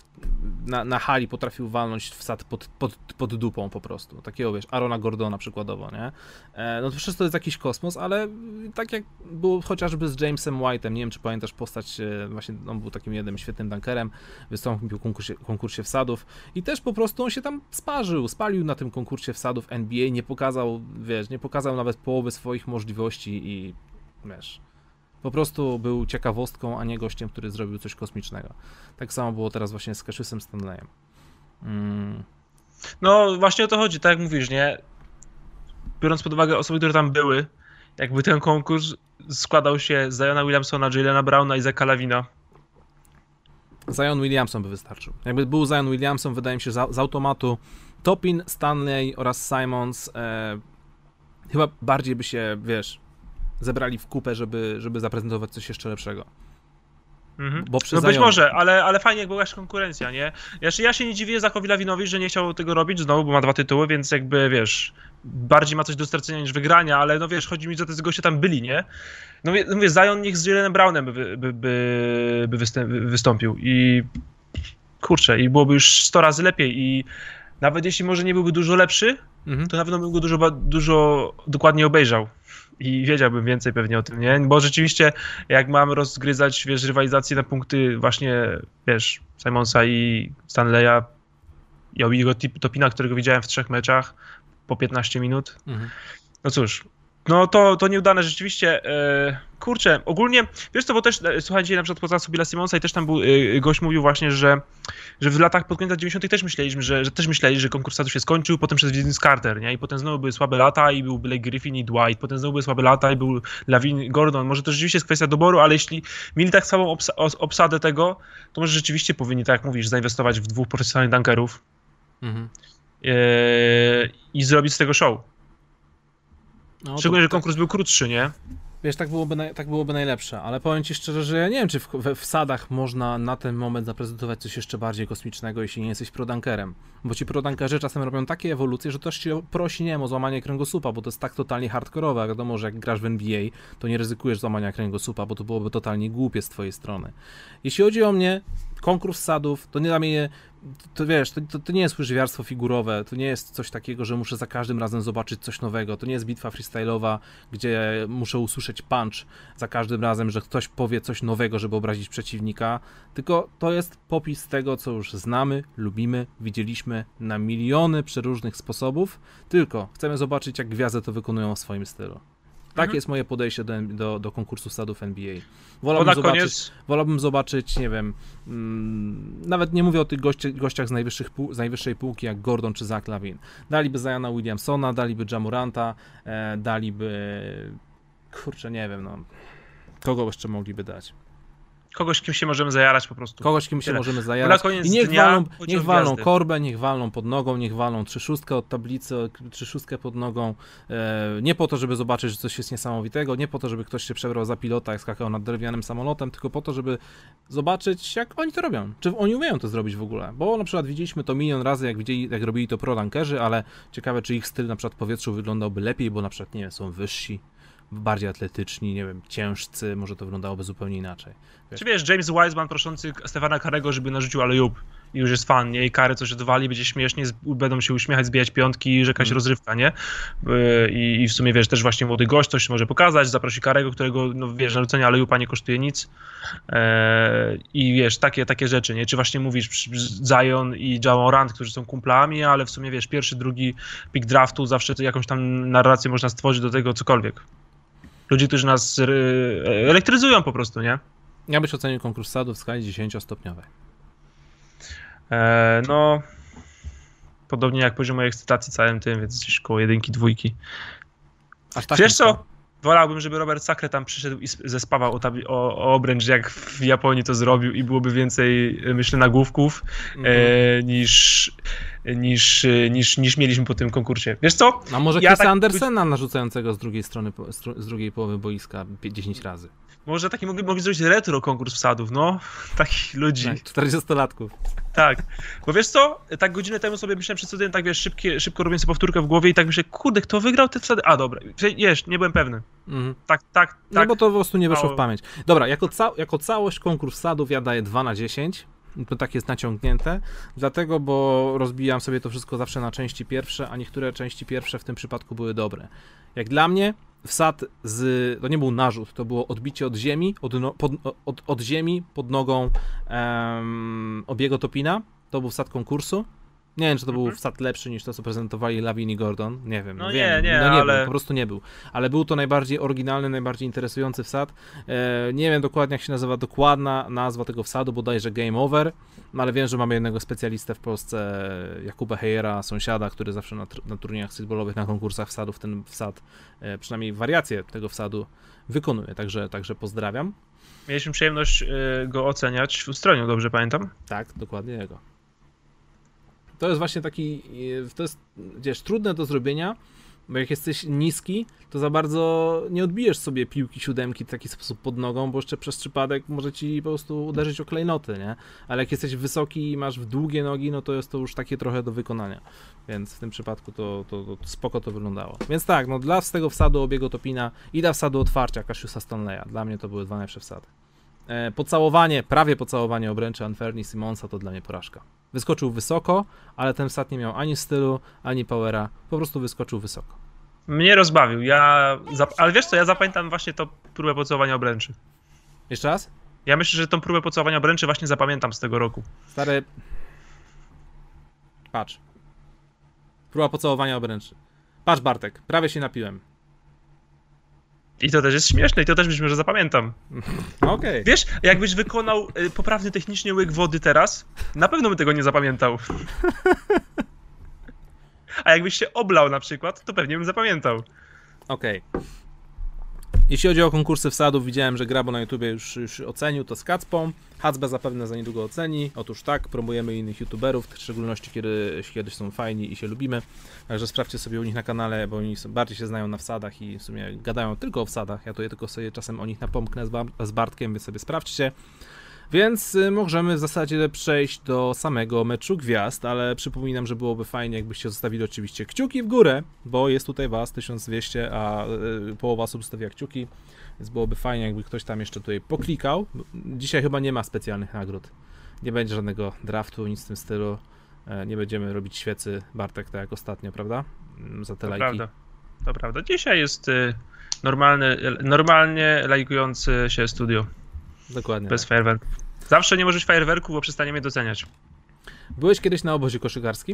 na, na hali potrafił walnąć wsad pod, pod, pod dupą po prostu, takiego, wiesz, Aarona Gordona przykładowo, nie? E, no to wszystko to jest jakiś kosmos, ale tak jak było chociażby z Jamesem White'em, nie wiem, czy pamiętasz postać, właśnie on był takim jednym świetnym dunkerem, wystąpił w konkursie, konkursie wsadów i też po prostu on się tam sparzył, spalił na tym konkursie wsadów N B A, nie pokazał, wiesz, nie pokazał nawet połowy swoich możliwości i wiesz, po prostu był ciekawostką, a nie gościem, który zrobił coś kosmicznego. Tak samo było teraz właśnie z Cassiusem Stanleyem. Mm. No właśnie o to chodzi, tak jak mówisz, nie? Biorąc pod uwagę osoby, które tam były, jakby ten konkurs składał się z Ziona Williamsona, Jaylena Browna i Zach'a Lavina. Zion Williamson by wystarczył. Jakby był Zion Williamson, wydaje mi się, z, z automatu Toppin, Stanley oraz Simons e, chyba bardziej by się, wiesz, zebrali w kupę, żeby, żeby zaprezentować coś jeszcze lepszego. Mhm. Bo przy no być może, ale, ale fajnie, jak była jakaś konkurencja, nie? Ja, ja się nie dziwię Zachowi Lawinowi, że nie chciał tego robić znowu, bo ma dwa tytuły, więc jakby, wiesz, bardziej ma coś do stracenia niż wygrania, ale no wiesz, chodzi mi, że te goście tam byli, nie? No mówię, Zion niech z Jaylenem Brownem by, by, by, by wystąpił i kurczę, i byłoby już sto razy lepiej i nawet jeśli może nie byłby dużo lepszy, mhm. to na pewno bym go dużo, dużo dokładnie obejrzał. I wiedziałbym więcej pewnie o tym, nie? Bo rzeczywiście, jak mam rozgryzać, wiesz, rywalizację na punkty właśnie, wiesz, Simonsa i Stanleya i jego Topina, którego widziałem w trzech meczach po piętnaście minut, mhm. no cóż, No to, to nieudane rzeczywiście. E, kurczę, ogólnie, wiesz co, bo też, e, słuchajcie, na przykład po czasu Billa Simonsa i też tam był, e, gość mówił właśnie, że, że w latach pod koniec lat dziewięćdziesiątych też myśleliśmy, że, że też myśleli, że konkurs sadów się skończył, potem przez Vince Carter, nie? I potem znowu były słabe lata i był Blake Griffin i Dwight, potem znowu były słabe lata i był Lavin Gordon. Może to rzeczywiście jest kwestia doboru, ale jeśli mieli tak samą obsa obsadę tego, to może rzeczywiście powinni, tak jak mówisz, zainwestować w dwóch profesjonalnych dunkerów mhm. e, i zrobić z tego show. No, szczególnie, że konkurs tak, był krótszy, nie? Wiesz, tak byłoby, na, tak byłoby najlepsze, ale powiem ci szczerze, że ja nie wiem, czy w, w, w sadach można na ten moment zaprezentować coś jeszcze bardziej kosmicznego, jeśli nie jesteś produnkerem. Bo ci produnkerzy czasem robią takie ewolucje, że to się prosi, nie wiem, o złamanie kręgosłupa, bo to jest tak totalnie hardkorowe. Wiadomo, że jak grasz w N B A, to nie ryzykujesz złamania kręgosłupa, bo to byłoby totalnie głupie z twojej strony. Jeśli chodzi o mnie, konkurs sadów, to nie dla mnie... To wiesz, to, to, to nie jest łyżwiarstwo figurowe, to nie jest coś takiego, że muszę za każdym razem zobaczyć coś nowego, to nie jest bitwa freestyle'owa, gdzie muszę usłyszeć punch za każdym razem, że ktoś powie coś nowego, żeby obrazić przeciwnika, tylko to jest popis tego, co już znamy, lubimy, widzieliśmy na miliony przeróżnych sposobów, tylko chcemy zobaczyć, jak gwiazdy to wykonują w swoim stylu. Tak mhm. jest moje podejście do, do, do konkursu sadów N B A. Wolałbym zobaczyć, koniec... wolałbym zobaczyć, nie wiem, mm, nawet nie mówię o tych gości, gościach z, najwyższych pół, z najwyższej półki, jak Gordon czy Zach Lavin. Daliby Ziona Williamsona, daliby Ja Moranta, e, daliby, kurczę, nie wiem, no, kogo jeszcze mogliby dać? Kogoś, kim się możemy zajarać po prostu. Kogoś, kim się Tyle. możemy zajarać. I niech dnia walą, niech walą korbę, niech walą pod nogą, niech walą trzy szóstkę od tablicy, trzy szóstkę pod nogą. E, nie po to, żeby zobaczyć, że coś jest niesamowitego, nie po to, żeby ktoś się przebrał za pilota, jak skakał nad drewnianym samolotem, tylko po to, żeby zobaczyć, jak oni to robią. Czy oni umieją to zrobić w ogóle. Bo na przykład widzieliśmy to milion razy, jak, widzieli, jak robili to pro-dunkerzy, ale ciekawe, czy ich styl na przykład w powietrzu wyglądałby lepiej, bo na przykład, nie wiem, są wyżsi, bardziej atletyczni, nie wiem, ciężcy, może to wyglądałoby zupełnie inaczej. Wiesz? Czy wiesz, James Wiseman proszący Stefana Curry'ego, żeby narzucił alley-oop i już jest fan, nie? I Curry coś odwali, będzie śmiesznie, będą się uśmiechać, zbijać piątki, że jakaś mm. rozrywka, nie? I, I w sumie, wiesz, też właśnie młody gość coś może pokazać, zaprosi Curry'ego, którego, no wiesz, narzucenie alley-oopa nie kosztuje nic. Eee, I wiesz, takie, takie rzeczy, nie? Czy właśnie mówisz Zion i Ja Morant, którzy są kumplami, ale w sumie, wiesz, pierwszy, drugi pick draftu, zawsze to jakąś tam narrację można stworzyć do tego cokolwiek. Ludzi, którzy nas elektryzują po prostu, nie? Ja byś ocenił konkurs sadów w skali dziesięciostopniowej. Eee, no, podobnie jak poziom mojej ekscytacji całym tym, więc gdzieś koło jedynki, dwójki. Aż tak Wiesz co? Wolałbym, żeby Robert Sacre tam przyszedł i zespawał o, o, o obręcz, jak w Japonii to zrobił i byłoby więcej, myślę, nagłówków mm-hmm. e, niż, niż, niż, niż mieliśmy po tym konkursie. Wiesz co? A może ja Chrisa tak... Andersena narzucającego z drugiej strony, z drugiej połowy boiska dziesięć razy. Może taki mogli, mogli zrobić retro konkurs wsadów, no. Takich ludzi. Tak, czterdziestolatków. Tak. Bo wiesz co? Tak godzinę temu sobie myślałem przed studium, tak wiesz, szybkie, szybko robię sobie powtórkę w głowie i tak myślę, kurde, kto wygrał te wsady? A, dobra. Wiesz, nie byłem pewny. Mhm. Tak, tak, tak. No bo to po prostu nie weszło w pamięć. Dobra, jako, ca jako całość konkurs wsadów ja daję dwa na dziesięć. To tak jest naciągnięte, dlatego, bo rozbijam sobie to wszystko zawsze na części pierwsze, a niektóre części pierwsze w tym przypadku były dobre. Jak dla mnie wsad z, to nie był narzut, to było odbicie od ziemi, od, no, pod, od, od ziemi pod nogą um, Obiego Topina, to był wsad konkursu. Nie wiem, czy to był wsad lepszy niż to, co prezentowali Lavin i Gordon. Nie wiem. No wiem. nie, nie, no nie ale... był, po prostu nie był. Ale był to najbardziej oryginalny, najbardziej interesujący wsad. E, nie wiem dokładnie, jak się nazywa dokładna nazwa tego wsadu, bodajże Game Over, no ale wiem, że mamy jednego specjalistę w Polsce, Jakuba Hejera, sąsiada, który zawsze na, na turniejach streetballowych, na konkursach wsadów ten wsad, e, przynajmniej wariację tego wsadu wykonuje, także, także pozdrawiam. Mieliśmy przyjemność y, go oceniać w Ustroniu, dobrze pamiętam? Tak, dokładnie jego. To jest właśnie taki, to jest, wiesz, trudne do zrobienia, bo jak jesteś niski, to za bardzo nie odbijesz sobie piłki siódemki w taki sposób pod nogą, bo jeszcze przez przypadek może ci po prostu uderzyć o klejnoty, nie? Ale jak jesteś wysoki i masz w długie nogi, no to jest to już takie trochę do wykonania, więc w tym przypadku to, to, to spoko to wyglądało. Więc tak, no dla z tego wsadu Obiego Topina i dla wsadu otwarcia Cassiusa Stanleya, dla mnie to były dwa najlepsze wsady. E, pocałowanie, prawie pocałowanie obręczy Anferni Simonsa to dla mnie porażka. Wyskoczył wysoko, ale ten wsad nie miał ani stylu, ani powera, po prostu wyskoczył wysoko. Mnie rozbawił, ja, ale wiesz co, ja zapamiętam właśnie to próbę pocałowania obręczy. Jeszcze raz? Ja myślę, że tą próbę pocałowania obręczy właśnie zapamiętam z tego roku. Stary... Patrz. Próba pocałowania obręczy. Patrz, Bartek, prawie się napiłem. I to też jest śmieszne i to też być może zapamiętam. Okej. Okay. Wiesz, jakbyś wykonał y, poprawny technicznie łyk wody teraz, na pewno bym tego nie zapamiętał. A jakbyś się oblał na przykład, to pewnie bym zapamiętał. Okej. Okay. Jeśli chodzi o konkursy wsadów, widziałem, że Grabo na YouTubie już, już ocenił to z Kacpą. Hacbe zapewne za niedługo oceni. Otóż tak, promujemy innych YouTuberów, w szczególności kiedy kiedyś są fajni i się lubimy. Także sprawdźcie sobie u nich na kanale, bo oni bardziej się znają na wsadach i w sumie gadają tylko o wsadach. Ja tutaj tylko sobie czasem o nich napomknę z, Bar z Bartkiem, więc sobie sprawdźcie. Więc możemy w zasadzie przejść do samego meczu gwiazd, ale przypominam, że byłoby fajnie, jakbyście zostawili oczywiście kciuki w górę, bo jest tutaj was tysiąc dwieście, a połowa osób zostawia kciuki, więc byłoby fajnie, jakby ktoś tam jeszcze tutaj poklikał. Dzisiaj chyba nie ma specjalnych nagród, nie będzie żadnego draftu, nic w tym stylu, nie będziemy robić świecy, Bartek, tak jak ostatnio, prawda? Za te to lajki. Prawda. To prawda, dzisiaj jest y, normalny, normalnie lajkujący się studio. Dokładnie. Bez tak. fajerwerków. Zawsze nie możesz fajerwerków, bo przestanie mnie doceniać. Byłeś kiedyś na obozie koszykarskim?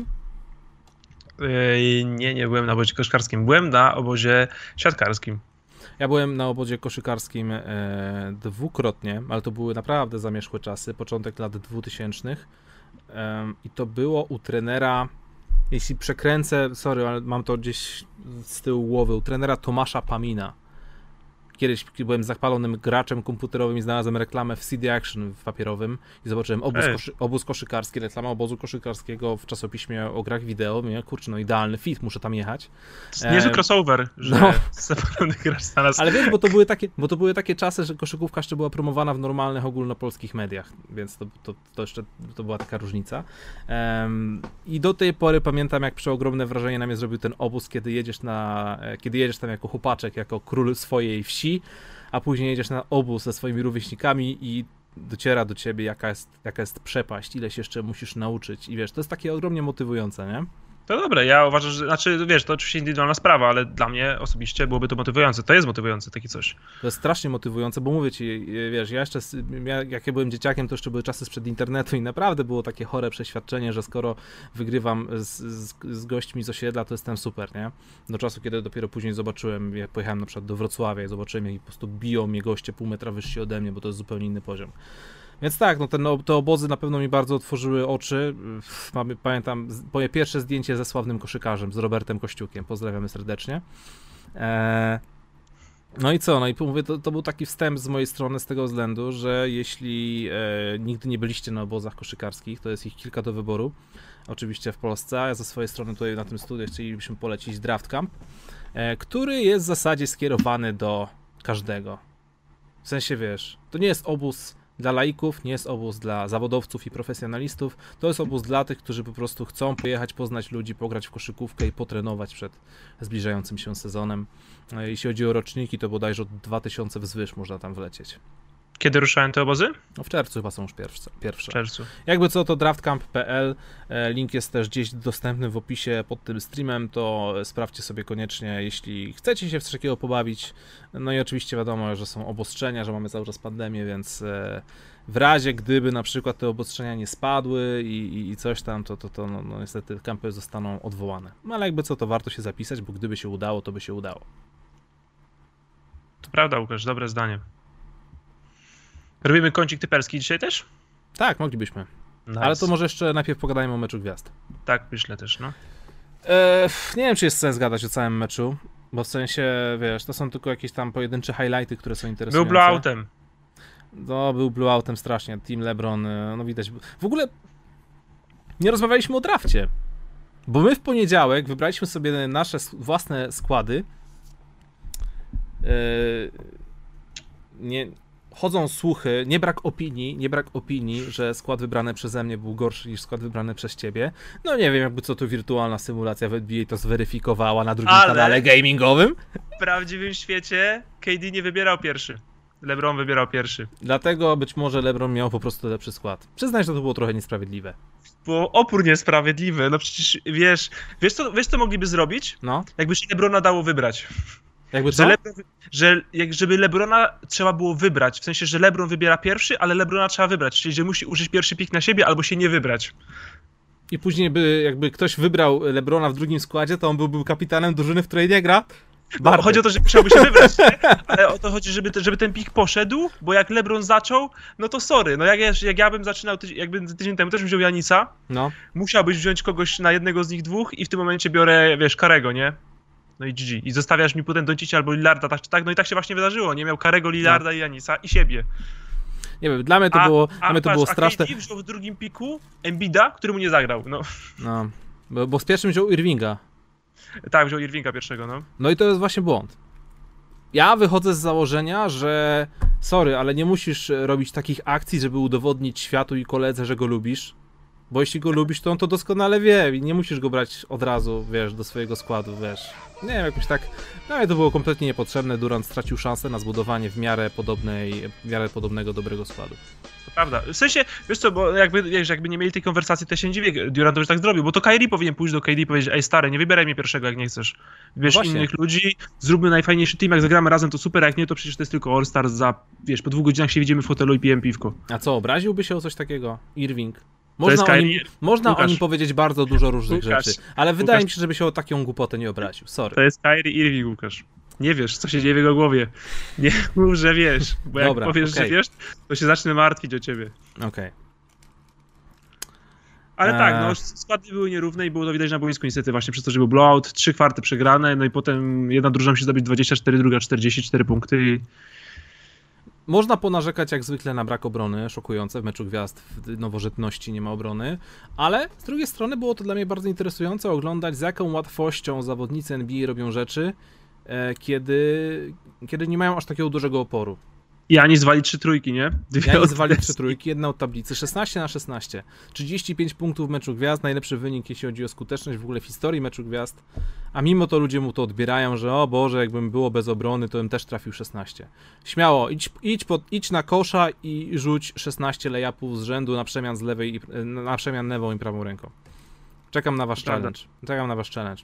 Yy, nie, nie byłem na obozie koszykarskim. Byłem na obozie siatkarskim. Ja byłem na obozie koszykarskim e, dwukrotnie, ale to były naprawdę zamierzchłe czasy, początek lat dwutysięcznych. E, I to było u trenera, jeśli przekręcę, sorry, ale mam to gdzieś z tyłu głowy, u trenera Tomasza Pamina. Kiedyś byłem zapalonym graczem komputerowym i znalazłem reklamę w C D Action w papierowym i zobaczyłem obóz, koszy, obóz koszykarski, reklama obozu koszykarskiego w czasopiśmie o grach wideo. Mówię, kurczę, no idealny fit, muszę tam jechać. Niezły crossover, że no. zapalony gracz znalazł. Ale wiesz, bo to były takie, bo to były takie czasy, że koszykówka jeszcze była promowana w normalnych, ogólnopolskich mediach, więc to, to, to jeszcze to była taka różnica. Um, I do tej pory pamiętam, jak przeogromne wrażenie na mnie zrobił ten obóz, kiedy jedziesz na, kiedy jedziesz tam jako chłopaczek, jako król swojej wsi, a później jedziesz na obóz ze swoimi rówieśnikami i dociera do ciebie, jaka jest, jaka jest przepaść, ile się jeszcze musisz nauczyć. I wiesz, to jest takie ogromnie motywujące, nie? To dobre, ja uważam, że, znaczy wiesz, to oczywiście indywidualna sprawa, ale dla mnie osobiście byłoby to motywujące. To jest motywujące, takie coś. To jest strasznie motywujące, bo mówię ci, wiesz, ja jeszcze, ja, jak ja byłem dzieciakiem, to jeszcze były czasy sprzed internetu i naprawdę było takie chore przeświadczenie, że skoro wygrywam z, z, z gośćmi z osiedla, to jestem super, nie? Do czasu, kiedy dopiero później zobaczyłem, jak pojechałem na przykład do Wrocławia i zobaczyłem, jak po prostu biją mnie goście pół metra wyżsi ode mnie, bo to jest zupełnie inny poziom. Więc tak, no te, no, te obozy na pewno mi bardzo otworzyły oczy. Mamy, pamiętam moje pierwsze zdjęcie ze sławnym koszykarzem, z Robertem Kościukiem. Pozdrawiamy serdecznie. Eee, no i co? No i mówię, to, to był taki wstęp z mojej strony z tego względu, że jeśli e, nigdy nie byliście na obozach koszykarskich, to jest ich kilka do wyboru, oczywiście w Polsce, a ja ze swojej strony tutaj na tym studiu chcielibyśmy polecić Draft Camp, e, który jest w zasadzie skierowany do każdego. W sensie, wiesz, to nie jest obóz dla laików, nie jest obóz dla zawodowców i profesjonalistów, to jest obóz dla tych, którzy po prostu chcą pojechać, poznać ludzi, pograć w koszykówkę i potrenować przed zbliżającym się sezonem. Jeśli chodzi o roczniki, to bodajże od dwa tysiące wzwyż można tam wlecieć. Kiedy ruszają te obozy? No w czerwcu chyba są już pierwsze. pierwsze. W czerwcu. Jakby co, to draftcamp kropka p l, link jest też gdzieś dostępny w opisie pod tym streamem, to sprawdźcie sobie koniecznie, jeśli chcecie się w coś takiego pobawić. No i oczywiście wiadomo, że są obostrzenia, że mamy cały czas pandemię, więc w razie gdyby na przykład te obostrzenia nie spadły i, i, i coś tam, to, to, to no, no niestety kampy zostaną odwołane. No ale jakby co, to warto się zapisać, bo gdyby się udało, to by się udało. To prawda, Łukasz, dobre zdanie. Robimy kącik typerski dzisiaj też? Tak, moglibyśmy. Nice. Ale to może jeszcze najpierw pogadajmy o meczu gwiazd. Tak, myślę też, no. Eee, nie wiem, czy jest sens gadać o całym meczu, bo w sensie, wiesz, to są tylko jakieś tam pojedyncze highlighty, które są interesujące. Był blowoutem. No, był blowoutem strasznie. Team LeBron, no widać. W ogóle nie rozmawialiśmy o drafcie, bo my w poniedziałek wybraliśmy sobie nasze własne składy. Eee, nie... Chodzą słuchy, nie brak opinii, nie brak opinii, że skład wybrany przeze mnie był gorszy niż skład wybrany przez ciebie. No nie wiem, jakby co tu wirtualna symulacja w N B A to zweryfikowała na drugim Ale kanale gamingowym. W prawdziwym świecie K D nie wybierał pierwszy. LeBron wybierał pierwszy. Dlatego być może LeBron miał po prostu lepszy skład. Przyznaj, że to było trochę niesprawiedliwe. Było opór niesprawiedliwy, no przecież wiesz, wiesz co, wiesz co mogliby zrobić? No. Jakby się LeBrona dało wybrać. Jakby Że, co? Lebron, że jak, żeby LeBrona trzeba było wybrać, w sensie, że LeBron wybiera pierwszy, ale LeBrona trzeba wybrać, czyli że musi użyć pierwszy pik na siebie albo się nie wybrać. I później by jakby ktoś wybrał LeBrona w drugim składzie, to on byłby kapitanem drużyny, w której nie gra. No, chodzi o to, że musiałby się wybrać, nie? Ale o to chodzi, żeby, te, żeby ten pik poszedł, bo jak LeBron zaczął, no to sorry, no jak ja, jak ja bym zaczynał, tydzień, jakby tydzień temu też bym wziął Janisa, no. musiałbyś wziąć kogoś na jednego z nich dwóch i w tym momencie biorę, wiesz, Karego, nie? No i G G. I zostawiasz mi potem Doncicia albo Lillarda, tak czy tak, no i tak się właśnie wydarzyło, nie? Miał Karego, Lillarda no. i Janisa i siebie. Nie wiem, dla mnie to a, było, a, dla mnie to patrz, było a straszne. K D wziął w drugim piku Embida, który mu nie zagrał, no. No, bo, bo z pierwszym wziął Irvinga. Tak, wziął Irvinga pierwszego, no. No i to jest właśnie błąd. Ja wychodzę z założenia, że sorry, ale nie musisz robić takich akcji, żeby udowodnić światu i koledze, że go lubisz. Bo jeśli go lubisz, to on to doskonale wie i nie musisz go brać od razu, wiesz, do swojego składu, wiesz. Nie wiem, jakoś tak, no to było kompletnie niepotrzebne. Durant stracił szansę na zbudowanie w miarę podobnej, w miarę podobnego dobrego składu. To prawda. W sensie, wiesz co, bo jakby, wiesz, jakby nie mieli tej konwersacji, to się nie dziwię, Durant to już tak zrobił, bo to Kyrie powinien pójść do K D i powiedzieć, ej stary, nie wybieraj mnie pierwszego, jak nie chcesz. Wiesz, no innych ludzi, zróbmy najfajniejszy team, jak zagramy razem, to super, jak nie, to przecież to jest tylko All-Star za, wiesz, po dwóch godzinach się widzimy w hotelu i pijemy piwko. A co, obraziłby się o coś takiego? Irving? Można, o nim, można o nim powiedzieć bardzo dużo różnych Łukasz. rzeczy, ale Łukasz. wydaje mi się, żeby się o taką głupotę nie obraził, sorry. To jest Kyrie Irving, Łukasz. Nie wiesz, co się dzieje w jego głowie. Nie mów, że wiesz, bo jak Dobra, powiesz, okay. że wiesz, to się zacznę martwić o ciebie. Okej. Okay. Ale eee. tak, no składy były nierówne i było to widać na boisku niestety właśnie przez to, że był blowout, trzy kwarty przegrane, no i potem jedna drużyna musi zdobyć dwadzieścia cztery, druga czterdzieści cztery punkty i... Można ponarzekać jak zwykle na brak obrony, szokujące, w meczu gwiazd w nowożytności nie ma obrony, ale z drugiej strony było to dla mnie bardzo interesujące oglądać, z jaką łatwością zawodnicy N B A robią rzeczy, e, kiedy, kiedy nie mają aż takiego dużego oporu. Janis wali trzy trójki, nie? Dwie Janis wali trzy trójki, jedna od tablicy, szesnaście na szesnaście. trzydzieści pięć punktów w meczu gwiazd, najlepszy wynik, jeśli chodzi o skuteczność w ogóle w historii meczu gwiazd. A mimo to ludzie mu to odbierają, że o Boże, jakbym było bez obrony, to bym też trafił szesnaście. Śmiało, idź, idź, pod, idź na kosza i rzuć szesnaście layupów z rzędu na przemian z lewej, i, na przemian lewą i prawą ręką. Czekam na wasz Prawda. challenge. Czekam na wasz challenge.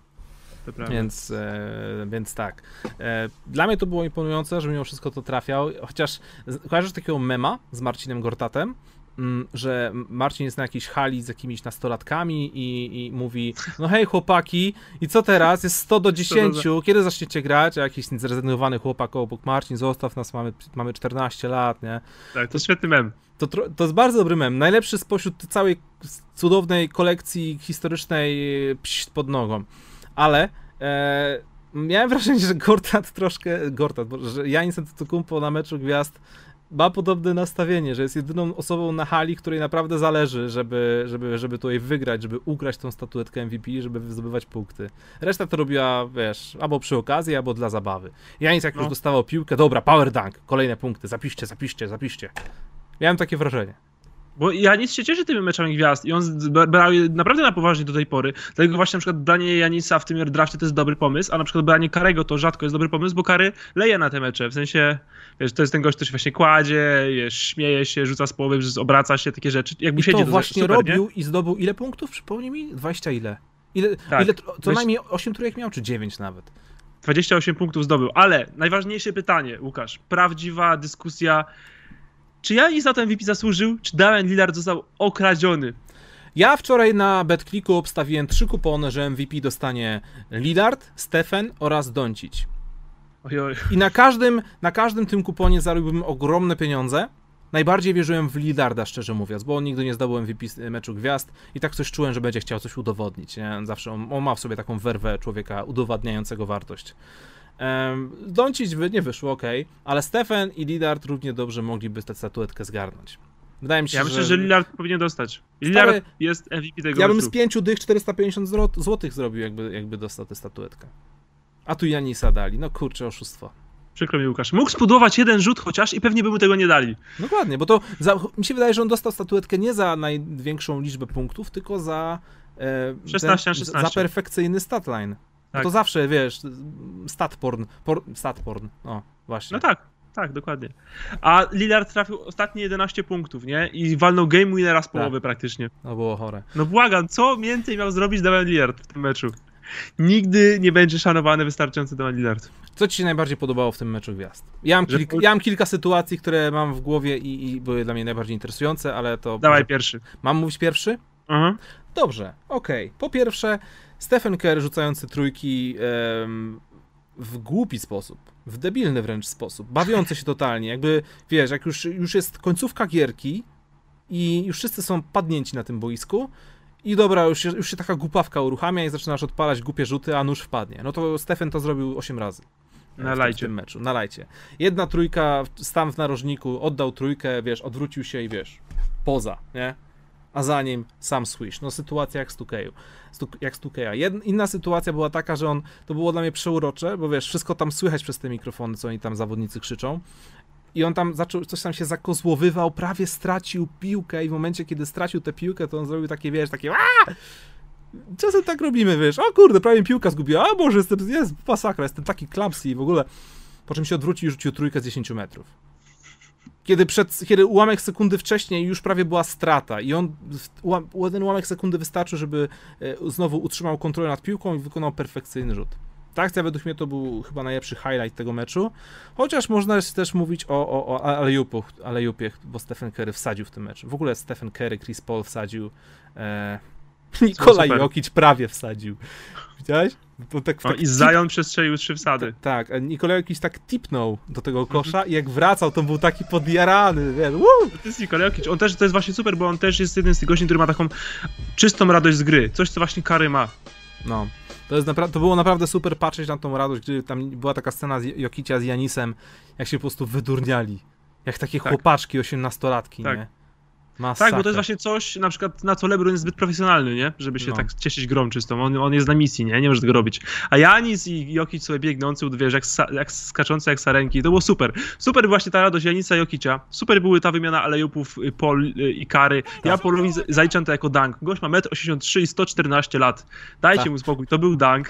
Więc, e, więc tak. E, dla mnie to było imponujące, że mimo wszystko to trafiał, chociaż kojarzysz takiego mema z Marcinem Gortatem, m, że Marcin jest na jakiejś hali z jakimiś nastolatkami i, i mówi, no hej chłopaki, i co teraz? Jest sto do dziesięciu, kiedy zaczniecie grać? A jakiś zrezygnowany chłopak obok, Marcin, zostaw nas, mamy, mamy czternaście lat, nie? Tak, to świetny mem. To, to jest bardzo dobry mem, najlepszy spośród całej cudownej kolekcji historycznej pść pod nogą. Ale e, miałem wrażenie, że Gortat troszkę, Gortat, że Giannis Antetokounmpo na meczu gwiazd ma podobne nastawienie, że jest jedyną osobą na hali, której naprawdę zależy, żeby, żeby, żeby tutaj wygrać, żeby ugrać tą statuetkę M V P, żeby zdobywać punkty. Reszta to robiła, wiesz, albo przy okazji, albo dla zabawy. Giannis jak no. już dostawał piłkę, dobra, power dunk, kolejne punkty, zapiszcie, zapiszcie, zapiszcie. Miałem takie wrażenie. Bo Janis się cieszy tymi meczami gwiazd i on brał je naprawdę na poważnie do tej pory. Dlatego właśnie na przykład branie Janisa w tym drafcie to jest dobry pomysł, a na przykład branie Karego to rzadko jest dobry pomysł, bo Kary leje na te mecze. W sensie, wiesz, to jest ten gość, który się właśnie kładzie, wiesz, śmieje się, rzuca z połowy, obraca się, takie rzeczy. Jak mu I siedzi, to to właśnie super, robił nie? I zdobył ile punktów? Przypomnij mi? dwadzieścia ile? ile, tak. ile co najmniej osiem trójek miał, czy dziewięć nawet? dwadzieścia osiem punktów zdobył, ale najważniejsze pytanie, Łukasz, prawdziwa dyskusja. Czy Janis na ten M V P zasłużył, czy Damian Lillard został okradziony? Ja wczoraj na BetClicku obstawiłem trzy kupony, że M V P dostanie Lillard, Stephen oraz Doncic. Oj, oj. I na każdym, na każdym tym kuponie zarobiłbym ogromne pieniądze. Najbardziej wierzyłem w Lillarda, szczerze mówiąc, bo on nigdy nie zdobył M V P meczu gwiazd i tak coś czułem, że będzie chciał coś udowodnić. Nie? Zawsze on, on ma w sobie taką werwę człowieka udowadniającego wartość. Um, Doncic nie wyszło, ok, ale Stephen i Lillard równie dobrze mogliby tę statuetkę zgarnąć. Wydaje mi się, ja że... myślę, że Lillard powinien dostać. Lillard Stary... jest M V P tego Ja bym meczu. z pięciu dych czterysta pięćdziesiąt złotych zrobił, jakby, jakby dostał tę statuetkę. A tu Janisa dali, no kurczę, oszustwo. Przykro mi, Łukasz. Mógł zbudować jeden rzut chociaż i pewnie by mu tego nie dali. Dokładnie, bo to za, mi się wydaje, że on dostał statuetkę nie za największą liczbę punktów, tylko za e, szesnaście na szesnaście. Za perfekcyjny statline. Tak. To zawsze, wiesz, statporn, por, statporn, o, właśnie. No tak, tak, dokładnie. A Lillard trafił ostatnie jedenaście punktów, nie? I walnął game winnera z połowy tak. praktycznie. No było chore. No błagam, co więcej miał zrobić Damian Lillard w tym meczu? Nigdy nie będzie szanowany wystarczający Damian Lillard. Co ci się najbardziej podobało w tym meczu gwiazd? Ja mam, kilk, ja mam kilka sytuacji, które mam w głowie i, i były dla mnie najbardziej interesujące, ale to... Dawaj może... pierwszy. Mam mówić pierwszy? Mhm. Dobrze, okej. Okay. Po pierwsze, Stephen Curry rzucający trójki um, w głupi sposób, w debilny wręcz sposób, bawiący się totalnie, jakby, wiesz, jak już, już jest końcówka gierki i już wszyscy są padnięci na tym boisku i dobra, już się, już się taka głupawka uruchamia i zaczynasz odpalać głupie rzuty, a nóż wpadnie. No to Stefan to zrobił osiem razy. Na w, lajcie. w tym meczu, na lajcie. Jedna trójka, stan w narożniku, oddał trójkę, wiesz, odwrócił się i wiesz, poza, nie? A za nim sam swish. No sytuacja jak z Tukeju. Jak z Tukeja. Inna sytuacja była taka, że on, to było dla mnie przeurocze, bo wiesz, wszystko tam słychać przez te mikrofony, co oni tam zawodnicy krzyczą. I on tam zaczął, coś tam się zakozłowywał, prawie stracił piłkę i w momencie, kiedy stracił tę piłkę, to on zrobił takie, wiesz, takie aaa! Czasem tak robimy, wiesz, o kurde, prawie piłka zgubiła, a Boże, jestem, jest masakra, jestem taki clumsy i w ogóle. Po czym się odwrócił i rzucił trójkę z dziesięciu metrów. Kiedy, przed, kiedy ułamek sekundy wcześniej już prawie była strata i on, jeden ułamek sekundy wystarczył, żeby znowu utrzymał kontrolę nad piłką i wykonał perfekcyjny rzut. Ta akcja według mnie to był chyba najlepszy highlight tego meczu, chociaż można też mówić o, o, o alley-oopie, bo Stephen Curry wsadził w tym meczu. W ogóle Stephen Curry, Chris Paul wsadził, e, Nikola Jokic prawie wsadził. Widziałeś? To tak, o, tak I Zion przestrzelił trzy wsady. Tak, a Nikola Jokic tak tipnął do tego kosza i jak wracał, to był taki podjarany, wiesz, woo! To jest Nikola Jokic, on też, to jest właśnie super, bo on też jest jeden z tych gości, który ma taką czystą radość z gry, coś co właśnie Curry ma. No, to, jest napra- to było naprawdę super patrzeć na tą radość, gdzie tam była taka scena z Jokicia z Janisem, jak się po prostu wydurniali, jak takie tak. chłopaczki, osiemnastolatki, tak. nie? Masakra. Tak, bo to jest właśnie coś, na przykład na co LeBron jest zbyt profesjonalny, nie? Żeby się no. tak cieszyć grą czystą. On, on jest na misji, nie? Nie może tego robić. A Janis i Jokic sobie biegnący, wiesz, jak, jak skaczące jak sarenki. To było super. Super właśnie ta radość Janisa i Jokicia. Super były ta wymiana alley-oopów Paul i Curry. Ja Paulowi zaliczam to jako dunk. Gość ma metr osiemdziesiąt trzy i sto czternaście lat. Dajcie tak. mu spokój. To był dunk.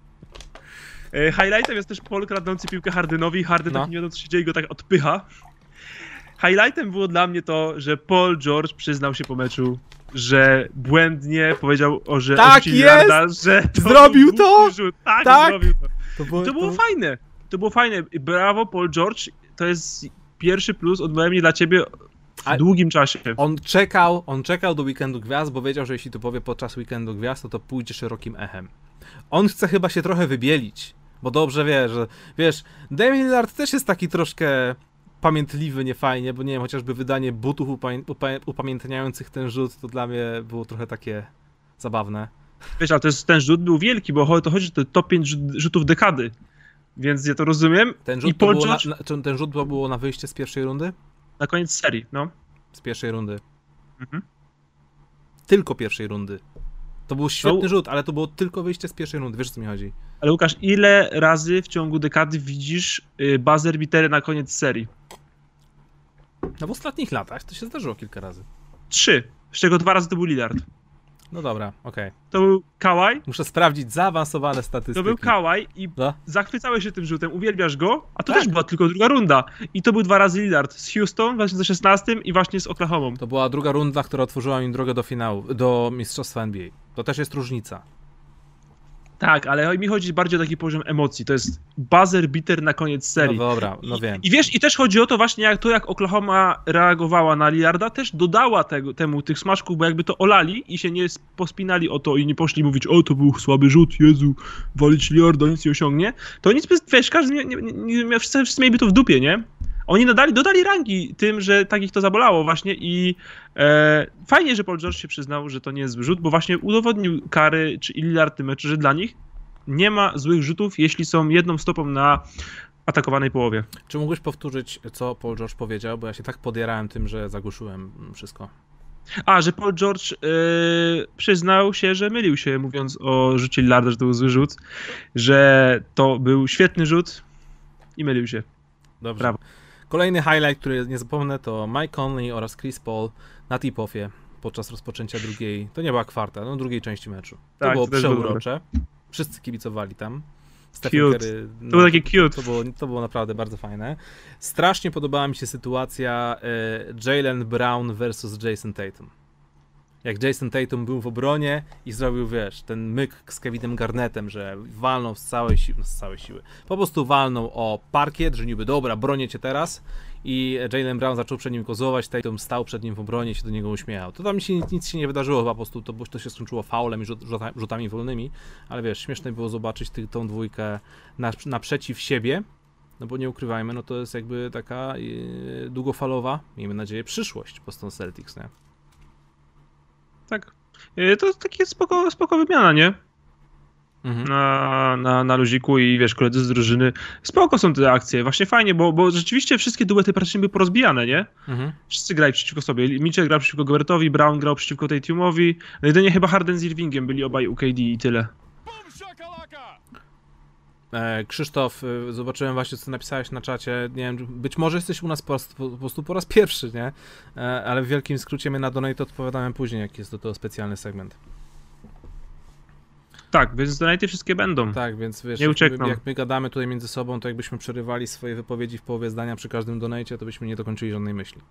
Highlightem jest też Paul kradnący piłkę Hardenowi. Harden no. tak nie wiadomo co się dzieje, go tak odpycha. Highlightem było dla mnie to, że Paul George przyznał się po meczu, że błędnie powiedział o, że tak jest! że to zrobił to! Tak, tak, zrobił to. To było, to było to... fajne. To było fajne. Brawo, Paul George. To jest pierwszy plus od mnie dla ciebie w A długim czasie. On czekał, on czekał do Weekendu Gwiazd, bo wiedział, że jeśli to powie podczas Weekendu Gwiazd, to to pójdzie szerokim echem. On chce chyba się trochę wybielić, bo dobrze wie, że wiesz, Damian Lillard też jest taki troszkę pamiętliwy, niefajnie, bo nie wiem, chociażby wydanie butów upamię upamię upamiętniających ten rzut, to dla mnie było trochę takie zabawne. Wiesz, ale to jest, ten rzut był wielki, bo to chodzi o te top pięć rzutów dekady, więc ja to rozumiem. Ten rzut, I Paul George... na, na, ten rzut było na wyjście z pierwszej rundy? Na koniec serii, no. Z pierwszej rundy. Mhm. Tylko pierwszej rundy. To był świetny no. rzut, ale to było tylko wyjście z pierwszej rundy, wiesz o co mi chodzi. Ale Łukasz, ile razy w ciągu dekady widzisz y, buzzer beatery na koniec serii? No w ostatnich latach to się zdarzyło kilka razy. Trzy, z czego dwa razy to był Lillard. No dobra, okej. Okay. To był Kawhi. Muszę sprawdzić zaawansowane statystyki. To był Kawhi i no? zachwycałeś się tym rzutem, uwielbiasz go, a to tak. też była tylko druga runda. I to był dwa razy Lillard z Houston w dwa tysiące szesnastym i właśnie z Oklahomą. To była druga runda, która otworzyła im drogę do finału, do mistrzostwa N B A. To też jest różnica. Tak, ale mi chodzi bardziej o taki poziom emocji. To jest buzzer beater na koniec serii. No dobra, no wiem. I, i wiesz, i też chodzi o to właśnie, jak to jak Oklahoma reagowała na Lillarda, też dodała tego, temu tych smaczków, bo jakby to olali i się nie pospinali o to i nie poszli mówić, o to był słaby rzut, Jezu, walić Lillarda, nic nie osiągnie. To nic, wiesz, każdy, nie, nie, nie, nie, wszyscy, wszyscy mieliby to w dupie, nie? Oni dodali, dodali rangi tym, że tak ich to zabolało właśnie i e, fajnie, że Paul George się przyznał, że to nie jest zły rzut, bo właśnie udowodnił Curry czy Lillard tym meczu, że dla nich nie ma złych rzutów, jeśli są jedną stopą na atakowanej połowie. Czy mógłbyś powtórzyć, co Paul George powiedział, bo ja się tak podjarałem tym, że zagłuszyłem wszystko. A, że Paul George yy, przyznał się, że mylił się, mówiąc o rzucie Lillarda, że to był zły rzut, że to był świetny rzut i mylił się. Dobrze. Brawo. Kolejny highlight, który nie zapomnę, to Mike Conley oraz Chris Paul na tip-offie podczas rozpoczęcia drugiej, to nie była kwarta, no drugiej części meczu. To tak, było to przeurocze. Wszyscy kibicowali tam. Stephen Curry, no, to było takie cute. To było, to było naprawdę bardzo fajne. Strasznie podobała mi się sytuacja e, Jaylen Brown versus Jason Tatum. Jak Jason Tatum był w obronie i zrobił, wiesz, ten myk z Kevinem Garnettem, że walnął z całej siły, no z całej siły. Po prostu walnął o parkiet, że niby dobra, bronię cię teraz i Jaylen Brown zaczął przed nim kozować, Tatum stał przed nim w obronie i się do niego uśmiechał. To tam się, nic się nie wydarzyło, chyba po prostu to, to się skończyło faulem i rzut, rzutami wolnymi, ale wiesz, śmieszne było zobaczyć ty, tą dwójkę na, naprzeciw siebie, no bo nie ukrywajmy, no to jest jakby taka yy, długofalowa, miejmy nadzieję, przyszłość Boston Celtics, nie? Tak. To takie spoko, spoko wymiana, nie? Mhm. Na, na, na luziku i wiesz, koledzy z drużyny. Spoko są te akcje, właśnie fajnie, bo, bo rzeczywiście wszystkie duety praktycznie były porozbijane, nie? Mhm. Wszyscy grali przeciwko sobie. Mitchell grał przeciwko Gobertowi, Brown grał przeciwko Tatumowi. No jedynie chyba Harden z Irvingiem byli obaj u K D i tyle. E, Krzysztof, e, zobaczyłem właśnie, co napisałeś na czacie. Nie wiem, być może jesteś u nas po, po, po prostu po raz pierwszy, nie? E, ale w wielkim skrócie my na donate odpowiadamy później, jak jest do tego specjalny segment. Tak, więc donate wszystkie będą. Tak, więc wiesz, nie jak my, jak my gadamy tutaj między sobą, to jakbyśmy przerywali swoje wypowiedzi w połowie zdania przy każdym donacie, to byśmy nie dokończyli żadnej myśli.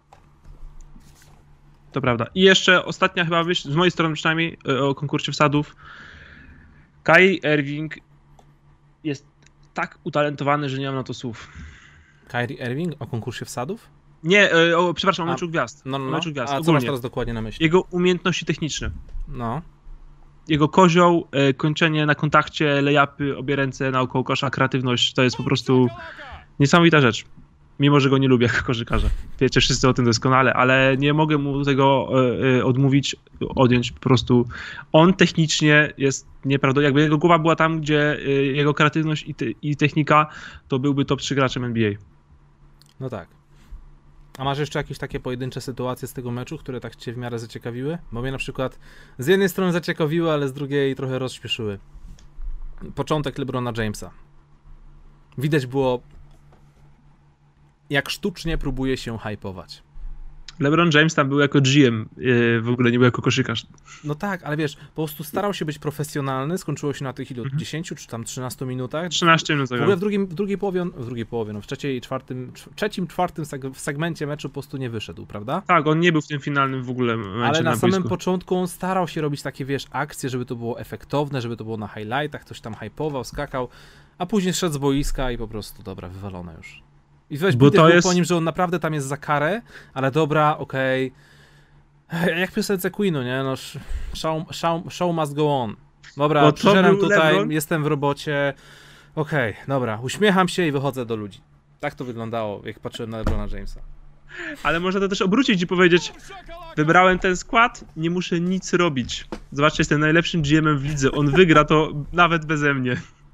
To prawda. I jeszcze ostatnia chyba myśl, z mojej strony przynajmniej, o konkursie wsadów. Kyrie Irving jest tak utalentowany, że nie mam na to słów. Kyrie Irving o konkursie wsadów? Nie, o, przepraszam, o meczu gwiazd. No, no, o meczu gwiazd. A co masz teraz dokładnie na myśli? Jego umiejętności techniczne. No. Jego kozioł, e, kończenie na kontakcie, lay-upy, obie ręce naokoło kosza, kreatywność, to jest po prostu niesamowita rzecz. Mimo, że go nie lubię jako koszykarza. Wiecie wszyscy o tym doskonale, ale nie mogę mu tego e, e, odmówić, odjąć po prostu. On technicznie jest nieprawdopodobny. Jakby jego głowa była tam, gdzie e, jego kreatywność i, te, i technika, to byłby top trzy graczem N B A. No tak. A masz jeszcze jakieś takie pojedyncze sytuacje z tego meczu, które tak cię w miarę zaciekawiły? Bo mnie na przykład z jednej strony zaciekawiły, ale z drugiej trochę rozśpieszyły. Początek LeBrona Jamesa. Widać było, jak sztucznie próbuje się hypować. LeBron James tam był jako G M, yy, w ogóle nie był jako koszykarz. No tak, ale wiesz, po prostu starał się być profesjonalny, skończyło się na tych ilu, mhm. dziesięciu czy tam trzynastu minutach. trzynaście minut. W ogóle w, drugim, w drugiej połowie, w drugiej połowie, no w trzeciej i czwartym, trzecim, czwartym seg- w segmencie meczu po prostu nie wyszedł, prawda? Tak, on nie był w tym finalnym w ogóle meczu. Ale na, na samym boisku. początku on starał się robić takie, wiesz, akcje, żeby to było efektowne, żeby to było na highlightach, ktoś tam hypował, skakał, a później szedł z boiska i po prostu, dobra, wywalone już. I weź, bo to jest po nim, że on naprawdę tam jest za karę, ale dobra, okej. Okay. Jak w piosence Queenu, nie? No, show, show, show must go on. Dobra, przyszedłem tutaj, LeBron? Jestem w robocie. Okej, okay, dobra, uśmiecham się i wychodzę do ludzi. Tak to wyglądało, jak patrzyłem na LeBrona Jamesa. Ale można to też obrócić i powiedzieć, wybrałem ten skład, nie muszę nic robić. Zobaczcie, jestem najlepszym G M-em w lidze, on wygra to nawet beze mnie.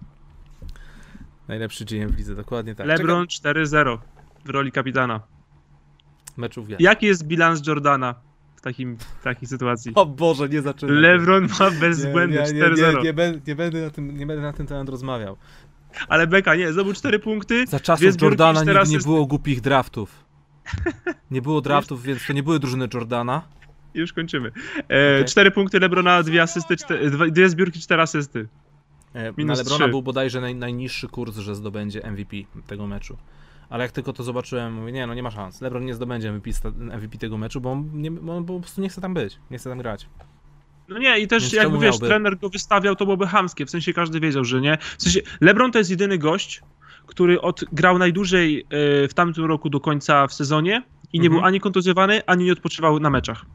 Najlepszy G M w lidze, dokładnie tak. LeBron cztery zero w roli kapitana. Meczów wiele. Jaki jest bilans Jordana w, takim, w takiej sytuacji? O Boże, nie zaczynaj. LeBron ma bezbłędny cztery zero. Nie, nie, nie, nie, będę na tym, nie będę na tym temat rozmawiał. Ale Beka, nie, zdobył cztery punkty. Za czasów Jordana nigdy nie było głupich draftów. Nie było draftów, więc to nie były drużyny Jordana. Już kończymy. E, okay. Cztery punkty LeBrona, dwie asysty, cztery, dwie zbiórki, cztery asysty. Na LeBrona był bodajże naj, najniższy kurs, że zdobędzie M V P tego meczu. Ale jak tylko to zobaczyłem, mówię, nie no, nie ma szans. LeBron nie zdobędzie M V P, M V P tego meczu, bo on, nie, bo on po prostu nie chce tam być, nie chce tam grać. No nie, i też więc jakby wiesz, miałby? Trener go wystawiał, to byłoby chamskie, w sensie każdy wiedział, że nie. W sensie LeBron to jest jedyny gość, który od, grał najdłużej y, w tamtym roku do końca w sezonie i nie mhm. był ani kontuzjowany, ani nie odpoczywał na meczach.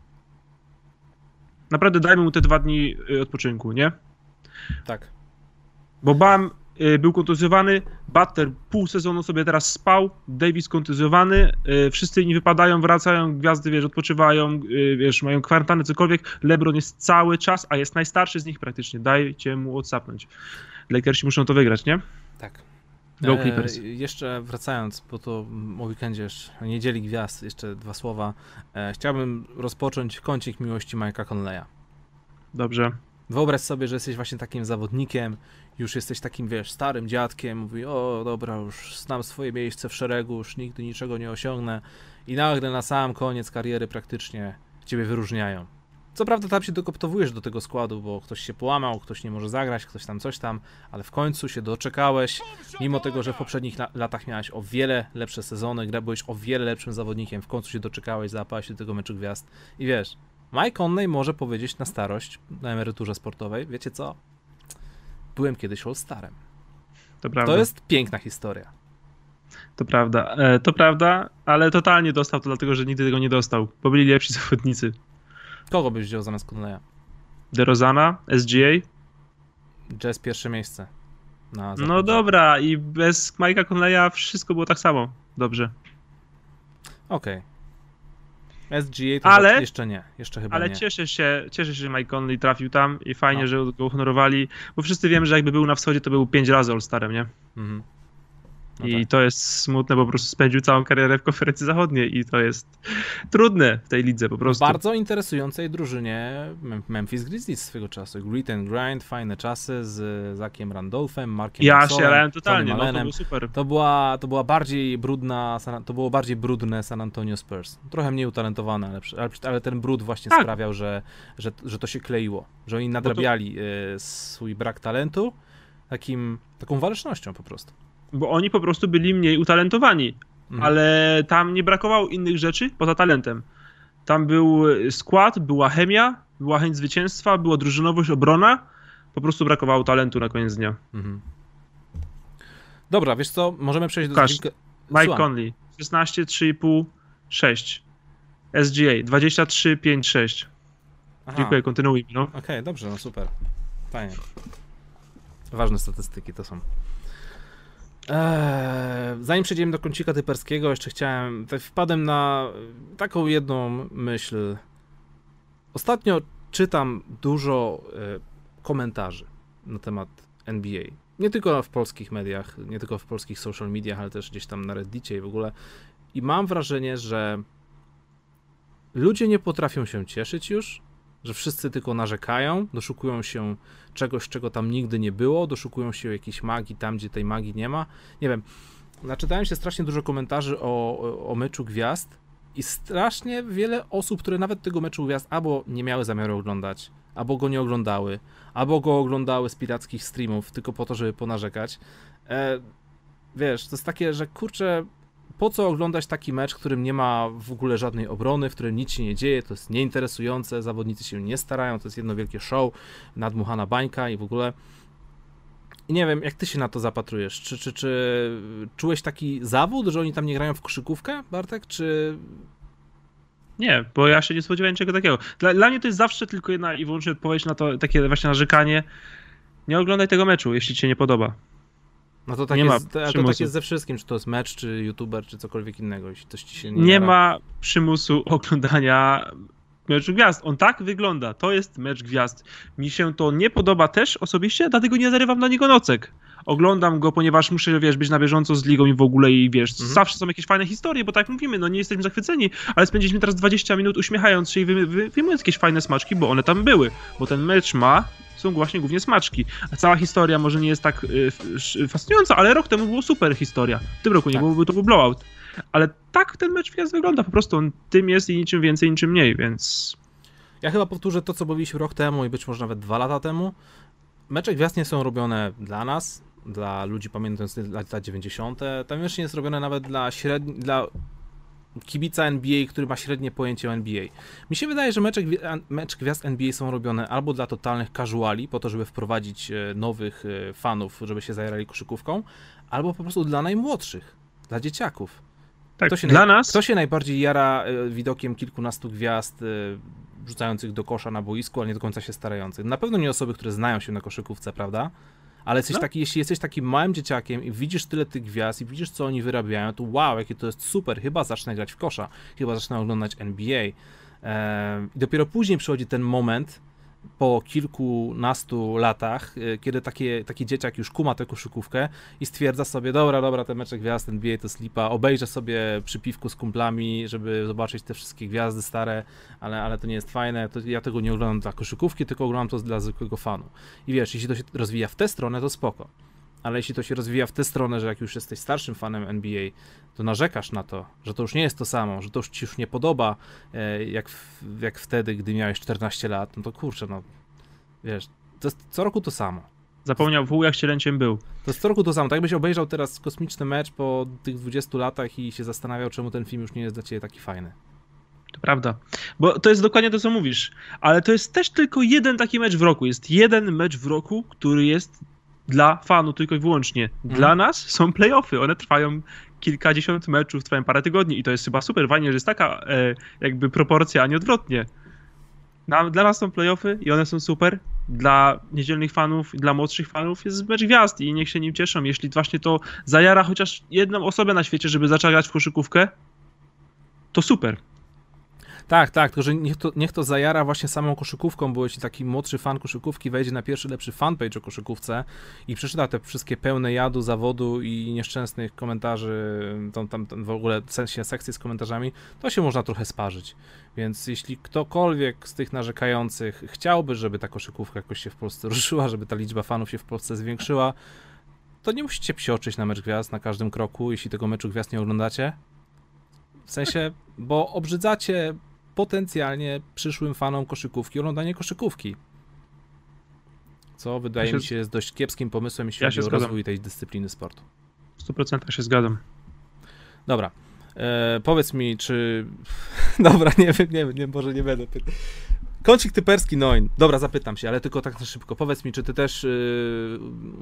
Naprawdę dajmy mu te dwa dni y, odpoczynku, nie? Tak. Bo Bam y, był kontuzjowany, Butler pół sezonu sobie teraz spał, Davis kontuzjowany, y, wszyscy inni wypadają, wracają, gwiazdy, wiesz, odpoczywają, y, wiesz, mają kwarantannę, cokolwiek. LeBron jest cały czas, a jest najstarszy z nich praktycznie. Dajcie mu odsapnąć. Lakersi muszą to wygrać, nie? Tak. Go Clippers. E, jeszcze wracając, bo to o weekendzie, o niedzieli gwiazd, jeszcze dwa słowa. E, chciałbym rozpocząć kącik miłości Mike'a Conleya. Dobrze. Wyobraź sobie, że jesteś właśnie takim zawodnikiem, już jesteś takim, wiesz, starym dziadkiem, mówi, o dobra, już znam swoje miejsce w szeregu, już nigdy niczego nie osiągnę i nagle na sam koniec kariery praktycznie ciebie wyróżniają. Co prawda tam się dokoptowujesz do tego składu, bo ktoś się połamał, ktoś nie może zagrać, ktoś tam coś tam, ale w końcu się doczekałeś, mimo tego, że w poprzednich la- latach miałeś o wiele lepsze sezony, byłeś o wiele lepszym zawodnikiem, w końcu się doczekałeś, załapałeś się do tego meczu gwiazd i wiesz, Mike Conley może powiedzieć na starość, na emeryturze sportowej, wiecie co? Byłem kiedyś All-Starem. To prawda. To jest piękna historia. To prawda, e, to prawda, ale totalnie dostał to dlatego, że nigdy tego nie dostał, bo byli lepsi zawodnicy. Kogo byś wziął zamiast Conleya? DeRozana, S G A? Jazz pierwsze miejsce. Na No dobra, i bez Mike'a Conleya wszystko było tak samo. Dobrze. Okej. Okay. S G A to ale, jeszcze nie, jeszcze chyba ale nie. cieszę się, cieszę się, że Mike Conley trafił tam i fajnie, no. że go uhonorowali, bo wszyscy wiemy, że jakby był na wschodzie, to był pięć razy All-Starem, nie? Mhm. No I tak. To jest smutne, bo po prostu spędził całą karierę w konferencji zachodniej i to jest trudne w tej lidze po prostu. W bardzo interesującej drużynie Memphis Grizzlies swego czasu. Grit and Grind, fajne czasy z Zackiem Randolphem, Markiem Ja Gasolem, strzelałem totalnie, no to było super. To była, to była bardziej brudna, to było bardziej brudne San Antonio Spurs. Trochę mniej utalentowane, ale, ale ten brud właśnie tak. sprawiał, że, że, że to się kleiło. Że oni nadrabiali to... swój brak talentu takim, taką walecznością po prostu. Bo oni po prostu byli mniej utalentowani, mhm. ale tam nie brakowało innych rzeczy poza talentem. Tam był skład, była chemia, była chęć zwycięstwa, była drużynowość, obrona, po prostu brakowało talentu na koniec dnia. Mhm. Dobra, wiesz co, możemy przejść do... Kasz, Mike Słucham. Conley, szesnaście, trzy i pół, sześć. S G A, dwadzieścia trzy, pięć, sześć. Aha. Dziękuję, kontynuuj. No. Okej, okay, dobrze, no super. Fajnie. Ważne statystyki to są. Eee, zanim przejdziemy do kącika typerskiego, jeszcze chciałem, tak wpadłem na taką jedną myśl. Ostatnio czytam dużo e, komentarzy na temat N B A. Nie tylko w polskich mediach, nie tylko w polskich social mediach, ale też gdzieś tam na Reddicie i w ogóle. I mam wrażenie, że ludzie nie potrafią się cieszyć już, że wszyscy tylko narzekają, doszukują się czegoś, czego tam nigdy nie było, doszukują się jakiejś magii tam, gdzie tej magii nie ma. Nie wiem, naczytałem się strasznie dużo komentarzy o, o, o meczu gwiazd i strasznie wiele osób, które nawet tego meczu gwiazd albo nie miały zamiaru oglądać, albo go nie oglądały, albo go oglądały z pirackich streamów tylko po to, żeby ponarzekać. E, wiesz, to jest takie, że kurczę, po co oglądać taki mecz, w którym nie ma w ogóle żadnej obrony, w którym nic się nie dzieje, to jest nieinteresujące, zawodnicy się nie starają, to jest jedno wielkie show, nadmuchana bańka i w ogóle. I nie wiem, jak ty się na to zapatrujesz? Czy, czy, czy czułeś taki zawód, że oni tam nie grają w koszykówkę, Bartek, czy... Nie, bo ja się nie spodziewałem czego takiego. Dla, dla mnie to jest zawsze tylko jedna i wyłącznie odpowiedź na to, takie właśnie narzekanie. Nie oglądaj tego meczu, jeśli ci się nie podoba. No to tak, nie jest, ma to tak jest ze wszystkim, czy to jest mecz, czy youtuber, czy cokolwiek innego, jeśli coś ci się nie Nie ma przymusu oglądania meczu gwiazd. On tak wygląda, to jest mecz gwiazd. Mi się to nie podoba też osobiście, dlatego nie zarywam na niego nocek. Oglądam go, ponieważ muszę, wiesz, być na bieżąco z ligą i w ogóle i wiesz, mhm. zawsze są jakieś fajne historie, bo tak mówimy, no nie jesteśmy zachwyceni, ale spędziliśmy teraz dwadzieścia minut uśmiechając się i wy, wy, wyjmując jakieś fajne smaczki, bo one tam były, bo ten mecz ma są właśnie głównie smaczki. A cała historia może nie jest tak y, fascynująca, ale rok temu było super historia. W tym roku nie tak. byłoby to był blowout. Ale tak ten mecz gwiazd wygląda, po prostu on tym jest i niczym więcej, niczym mniej, więc... Ja chyba powtórzę to, co mówiliśmy rok temu i być może nawet dwa lata temu. Mecze gwiazd nie są robione dla nas, dla ludzi pamiętających lata dziewięćdziesiąte. Tam już nie jest robione nawet dla średni... dla kibica N B A, który ma średnie pojęcie o N B A. Mi się wydaje, że mecze, mecze gwiazd N B A są robione albo dla totalnych casuali, po to, żeby wprowadzić nowych fanów, żeby się zajarali koszykówką, albo po prostu dla najmłodszych, dla dzieciaków. Tak, kto się dla naj... nas... Kto się najbardziej jara widokiem kilkunastu gwiazd rzucających do kosza na boisku, ale nie do końca się starających? Na pewno nie osoby, które znają się na koszykówce, prawda? Ale jesteś no. taki, jeśli jesteś takim małym dzieciakiem i widzisz tyle tych gwiazd i widzisz, co oni wyrabiają, to wow, jakie to jest super, chyba zacznę grać w kosza, chyba zacznę oglądać N B A. Eee, I dopiero później przychodzi ten moment, po kilkunastu latach, kiedy takie, taki dzieciak już kuma tę koszykówkę i stwierdza sobie, dobra, dobra, te mecze gwiazd N B A to slipa, obejrzę sobie przy piwku z kumplami, żeby zobaczyć te wszystkie gwiazdy stare, ale, ale to nie jest fajne, to ja tego nie oglądam dla koszykówki, tylko oglądam to dla zwykłego fanu. I wiesz, jeśli to się rozwija w tę stronę, to spoko. Ale jeśli to się rozwija w tę stronę, że jak już jesteś starszym fanem N B A, to narzekasz na to, że to już nie jest to samo, że to już ci już nie podoba, jak, w, jak wtedy, gdy miałeś czternaście lat, no to kurczę, no wiesz, to jest co roku to samo. Zapomniał wół, jak cielęciem był. To jest co roku to samo. Tak jakbyś obejrzał teraz kosmiczny mecz po tych dwudziestu latach i się zastanawiał, czemu ten film już nie jest dla ciebie taki fajny. To prawda, bo to jest dokładnie to, co mówisz, ale to jest też tylko jeden taki mecz w roku. Jest jeden mecz w roku, który jest dla fanu tylko i wyłącznie. Dla mm. nas są playoffy, one trwają kilkadziesiąt meczów, trwają parę tygodni i to jest chyba super fajnie, że jest taka e, jakby proporcja, a nie odwrotnie. Na, dla nas są playoffy i one są super. Dla niedzielnych fanów, dla młodszych fanów jest mecz gwiazd i niech się nim cieszą. Jeśli właśnie to zajara chociaż jedną osobę na świecie, żeby zacząć grać w koszykówkę, to super. Tak, tak, tylko że niech to, niech to zajara właśnie samą koszykówką, bo jeśli taki młodszy fan koszykówki wejdzie na pierwszy lepszy fanpage o koszykówce i przeczyta te wszystkie pełne jadu, zawodu i nieszczęsnych komentarzy, tam, tam, tam w ogóle w sensie sekcje z komentarzami, to się można trochę sparzyć. Więc jeśli ktokolwiek z tych narzekających chciałby, żeby ta koszykówka jakoś się w Polsce ruszyła, żeby ta liczba fanów się w Polsce zwiększyła, to nie musicie psioczyć na mecz gwiazd na każdym kroku, jeśli tego meczu gwiazd nie oglądacie. W sensie, bo obrzydzacie potencjalnie przyszłym fanom koszykówki oglądanie koszykówki. Co wydaje ja się... mi się jest dość kiepskim pomysłem, jeśli chodzi ja o zgadzam. rozwój tej dyscypliny sportu. W stu procentach się zgadzam. Dobra. E, powiedz mi, czy... Dobra, nie wiem, nie wiem, nie, może nie będę pytał. Kącik typerski Noin. Dobra, zapytam się, ale tylko tak na szybko. Powiedz mi, czy ty też yy,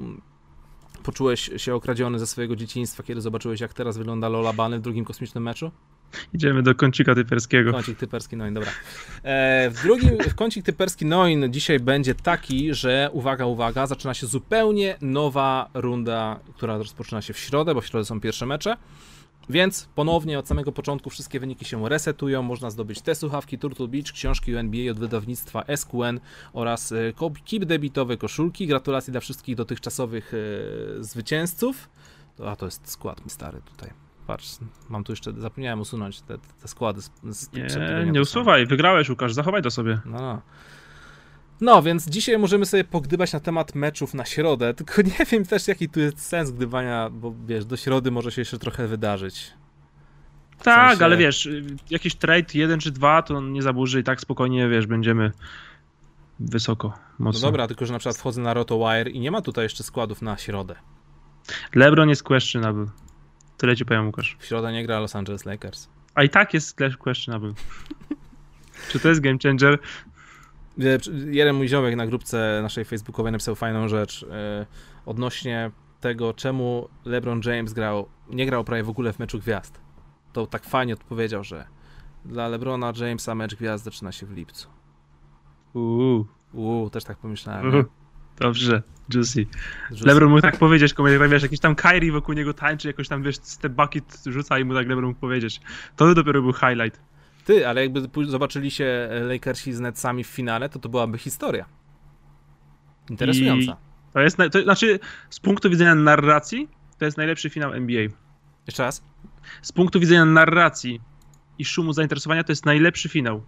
poczułeś się okradziony ze swojego dzieciństwa, kiedy zobaczyłeś, jak teraz wygląda Lola Bunny w drugim kosmicznym meczu? Idziemy do kącika typerskiego. Kącik typerski Noin, dobra. E, w drugim, w kącik typerski Noin dzisiaj będzie taki, że uwaga, uwaga, zaczyna się zupełnie nowa runda, która rozpoczyna się w środę, bo w środę są pierwsze mecze. Więc ponownie od samego początku wszystkie wyniki się resetują, można zdobyć te słuchawki Turtle Beach, książki o N B A od wydawnictwa S Q N oraz kit debitowe, koszulki. Gratulacje dla wszystkich dotychczasowych e, zwycięzców. A to jest skład mi stary tutaj. Patrz, mam tu jeszcze, zapomniałem usunąć te, te składy. Z, z nie, nie usuwaj, wygrałeś Łukasz, zachowaj to sobie. No, no. No, więc dzisiaj możemy sobie pogdybać na temat meczów na środę, tylko nie wiem też, jaki tu jest sens gdybania, bo wiesz, do środy może się jeszcze trochę wydarzyć. W tak, sensie... ale wiesz, jakiś trade jeden czy dwa to nie zaburzy i tak spokojnie, wiesz, będziemy wysoko, mocno. No dobra, tylko że na przykład wchodzę na RotoWire i nie ma tutaj jeszcze składów na środę. LeBron jest questionable. Tyle ci powiem, Łukasz. W środę nie gra Los Angeles Lakers. A i tak jest questionable. Czy to jest game changer? Jeden mój ziomek na grupce naszej facebookowej napisał fajną rzecz e, odnośnie tego, czemu LeBron James grał, nie grał prawie w ogóle w meczu gwiazd. To tak fajnie odpowiedział, że dla LeBrona Jamesa mecz gwiazd zaczyna się w lipcu. Uuu. Uuu, też tak pomyślałem. Uuu. Dobrze, juicy. juicy. LeBron mógł tak powiedzieć, komuś, wiesz, jakiś tam Kyrie wokół niego tańczy, jakoś tam, wiesz, step bucket rzuca i mu tak LeBron mógł powiedzieć. To dopiero był highlight. Ty, ale jakby zobaczyli się Lakersi z Netsami w finale, to to byłaby historia. Interesująca. I to jest, to znaczy, z punktu widzenia narracji, to jest najlepszy finał N B A. Jeszcze raz? Z punktu widzenia narracji i szumu zainteresowania, to jest najlepszy finał.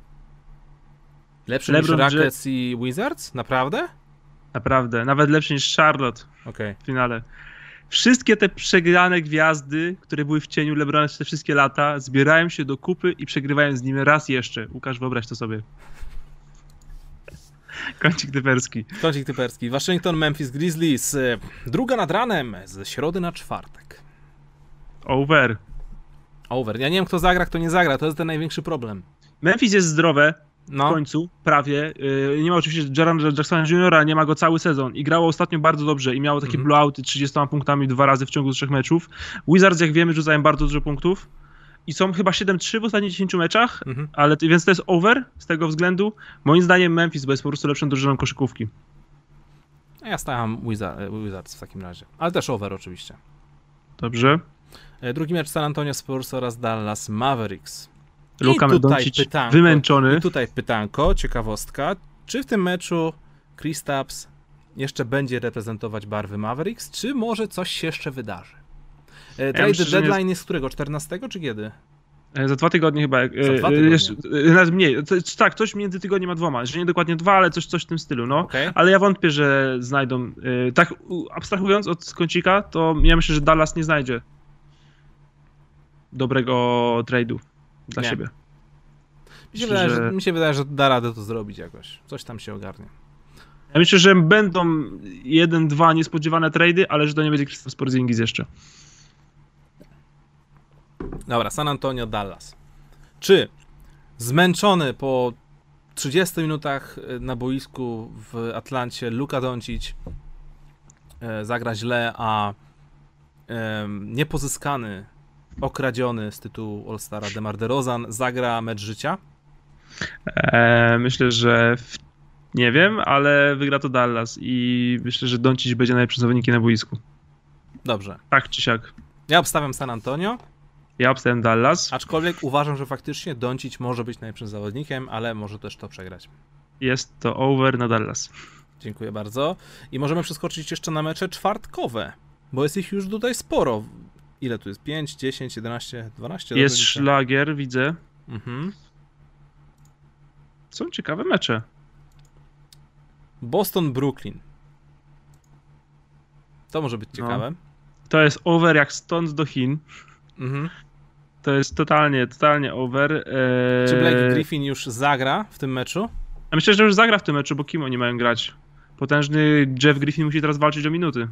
Lepszy LeBron niż Rockets J- i Wizards? Naprawdę? Naprawdę. Nawet lepszy niż Charlotte okay. w finale. Wszystkie te przegrane gwiazdy, które były w cieniu LeBrona przez te wszystkie lata, zbierają się do kupy i przegrywają z nim raz jeszcze. Łukasz, wyobraź to sobie. Kącik typerski. Kącik typerski. Waszyngton, Memphis Grizzlies. Druga nad ranem z środy na czwartek. Over. Over. Ja nie wiem, kto zagra, kto nie zagra. To jest ten największy problem. Memphis jest zdrowe. No. W końcu, prawie. Nie ma oczywiście Jarana Jacksona juniora, nie ma go cały sezon i grało ostatnio bardzo dobrze i miało takie mm-hmm. blowouty trzydziestoma punktami dwa razy w ciągu trzech meczów. Wizards, jak wiemy, rzucają bardzo dużo punktów i są chyba siedem trzy w ostatnich dziesięciu meczach, mm-hmm. ale więc to jest over z tego względu. Moim zdaniem Memphis, bo jest po prostu lepszą drużyną koszykówki. Ja stawiam Wizards w takim razie, ale też over oczywiście. Dobrze. Drugi mecz San Antonio Spurs oraz Dallas Mavericks. Luka Doncic wymęczony. I tutaj pytanko, ciekawostka. Czy w tym meczu Kristaps jeszcze będzie reprezentować barwy Mavericks, czy może coś się jeszcze wydarzy? E, trade ja deadline jest z którego? czternastego czy kiedy? Za dwa tygodnie chyba. Za dwa tygodnie. Jeszcze, nawet mniej. Tak, coś między tygodniem a dwoma. Że nie dokładnie dwa, ale coś, coś w tym stylu. No. Okay. Ale ja wątpię, że znajdą. Tak abstrahując od kącika, to ja myślę, że Dallas nie znajdzie dobrego trade'u dla nie. siebie. Mi się, wydaje, że... Że, mi się wydaje, że da radę to zrobić jakoś. Coś tam się ogarnie. Ja myślę, że będą jeden, dwa niespodziewane trade'y, ale że to nie będzie Kristaps Porzingis jeszcze. Dobra, San Antonio, Dallas. Czy zmęczony po trzydziestu minutach na boisku w Atlancie Luka Doncic zagra źle, a niepozyskany, okradziony z tytułu All-Stara DeMar DeRozan zagra mecz życia? Eee, myślę, że w... nie wiem, ale wygra to Dallas i myślę, że Doncic będzie najlepszym zawodnikiem na boisku. Dobrze. Tak czy siak. Ja obstawiam San Antonio. Ja obstawiam Dallas. Aczkolwiek uważam, że faktycznie Doncic może być najlepszym zawodnikiem, ale może też to przegrać. Jest to over na Dallas. Dziękuję bardzo. I możemy przeskoczyć jeszcze na mecze czwartkowe, bo jest ich już tutaj sporo. Ile tu jest? pięć, dziesięć, jedenaście, dwanaście? Jest szlagier, widzę. Mhm. Są ciekawe mecze. Boston, Brooklyn. To może być ciekawe. No. To jest over jak stąd do Chin. Mhm. To jest totalnie, totalnie over. Eee... Czy Blake Griffin już zagra w tym meczu? Ja myślę, że już zagra w tym meczu, bo kim oni mają grać? Potężny Jeff Griffin musi teraz walczyć o minuty.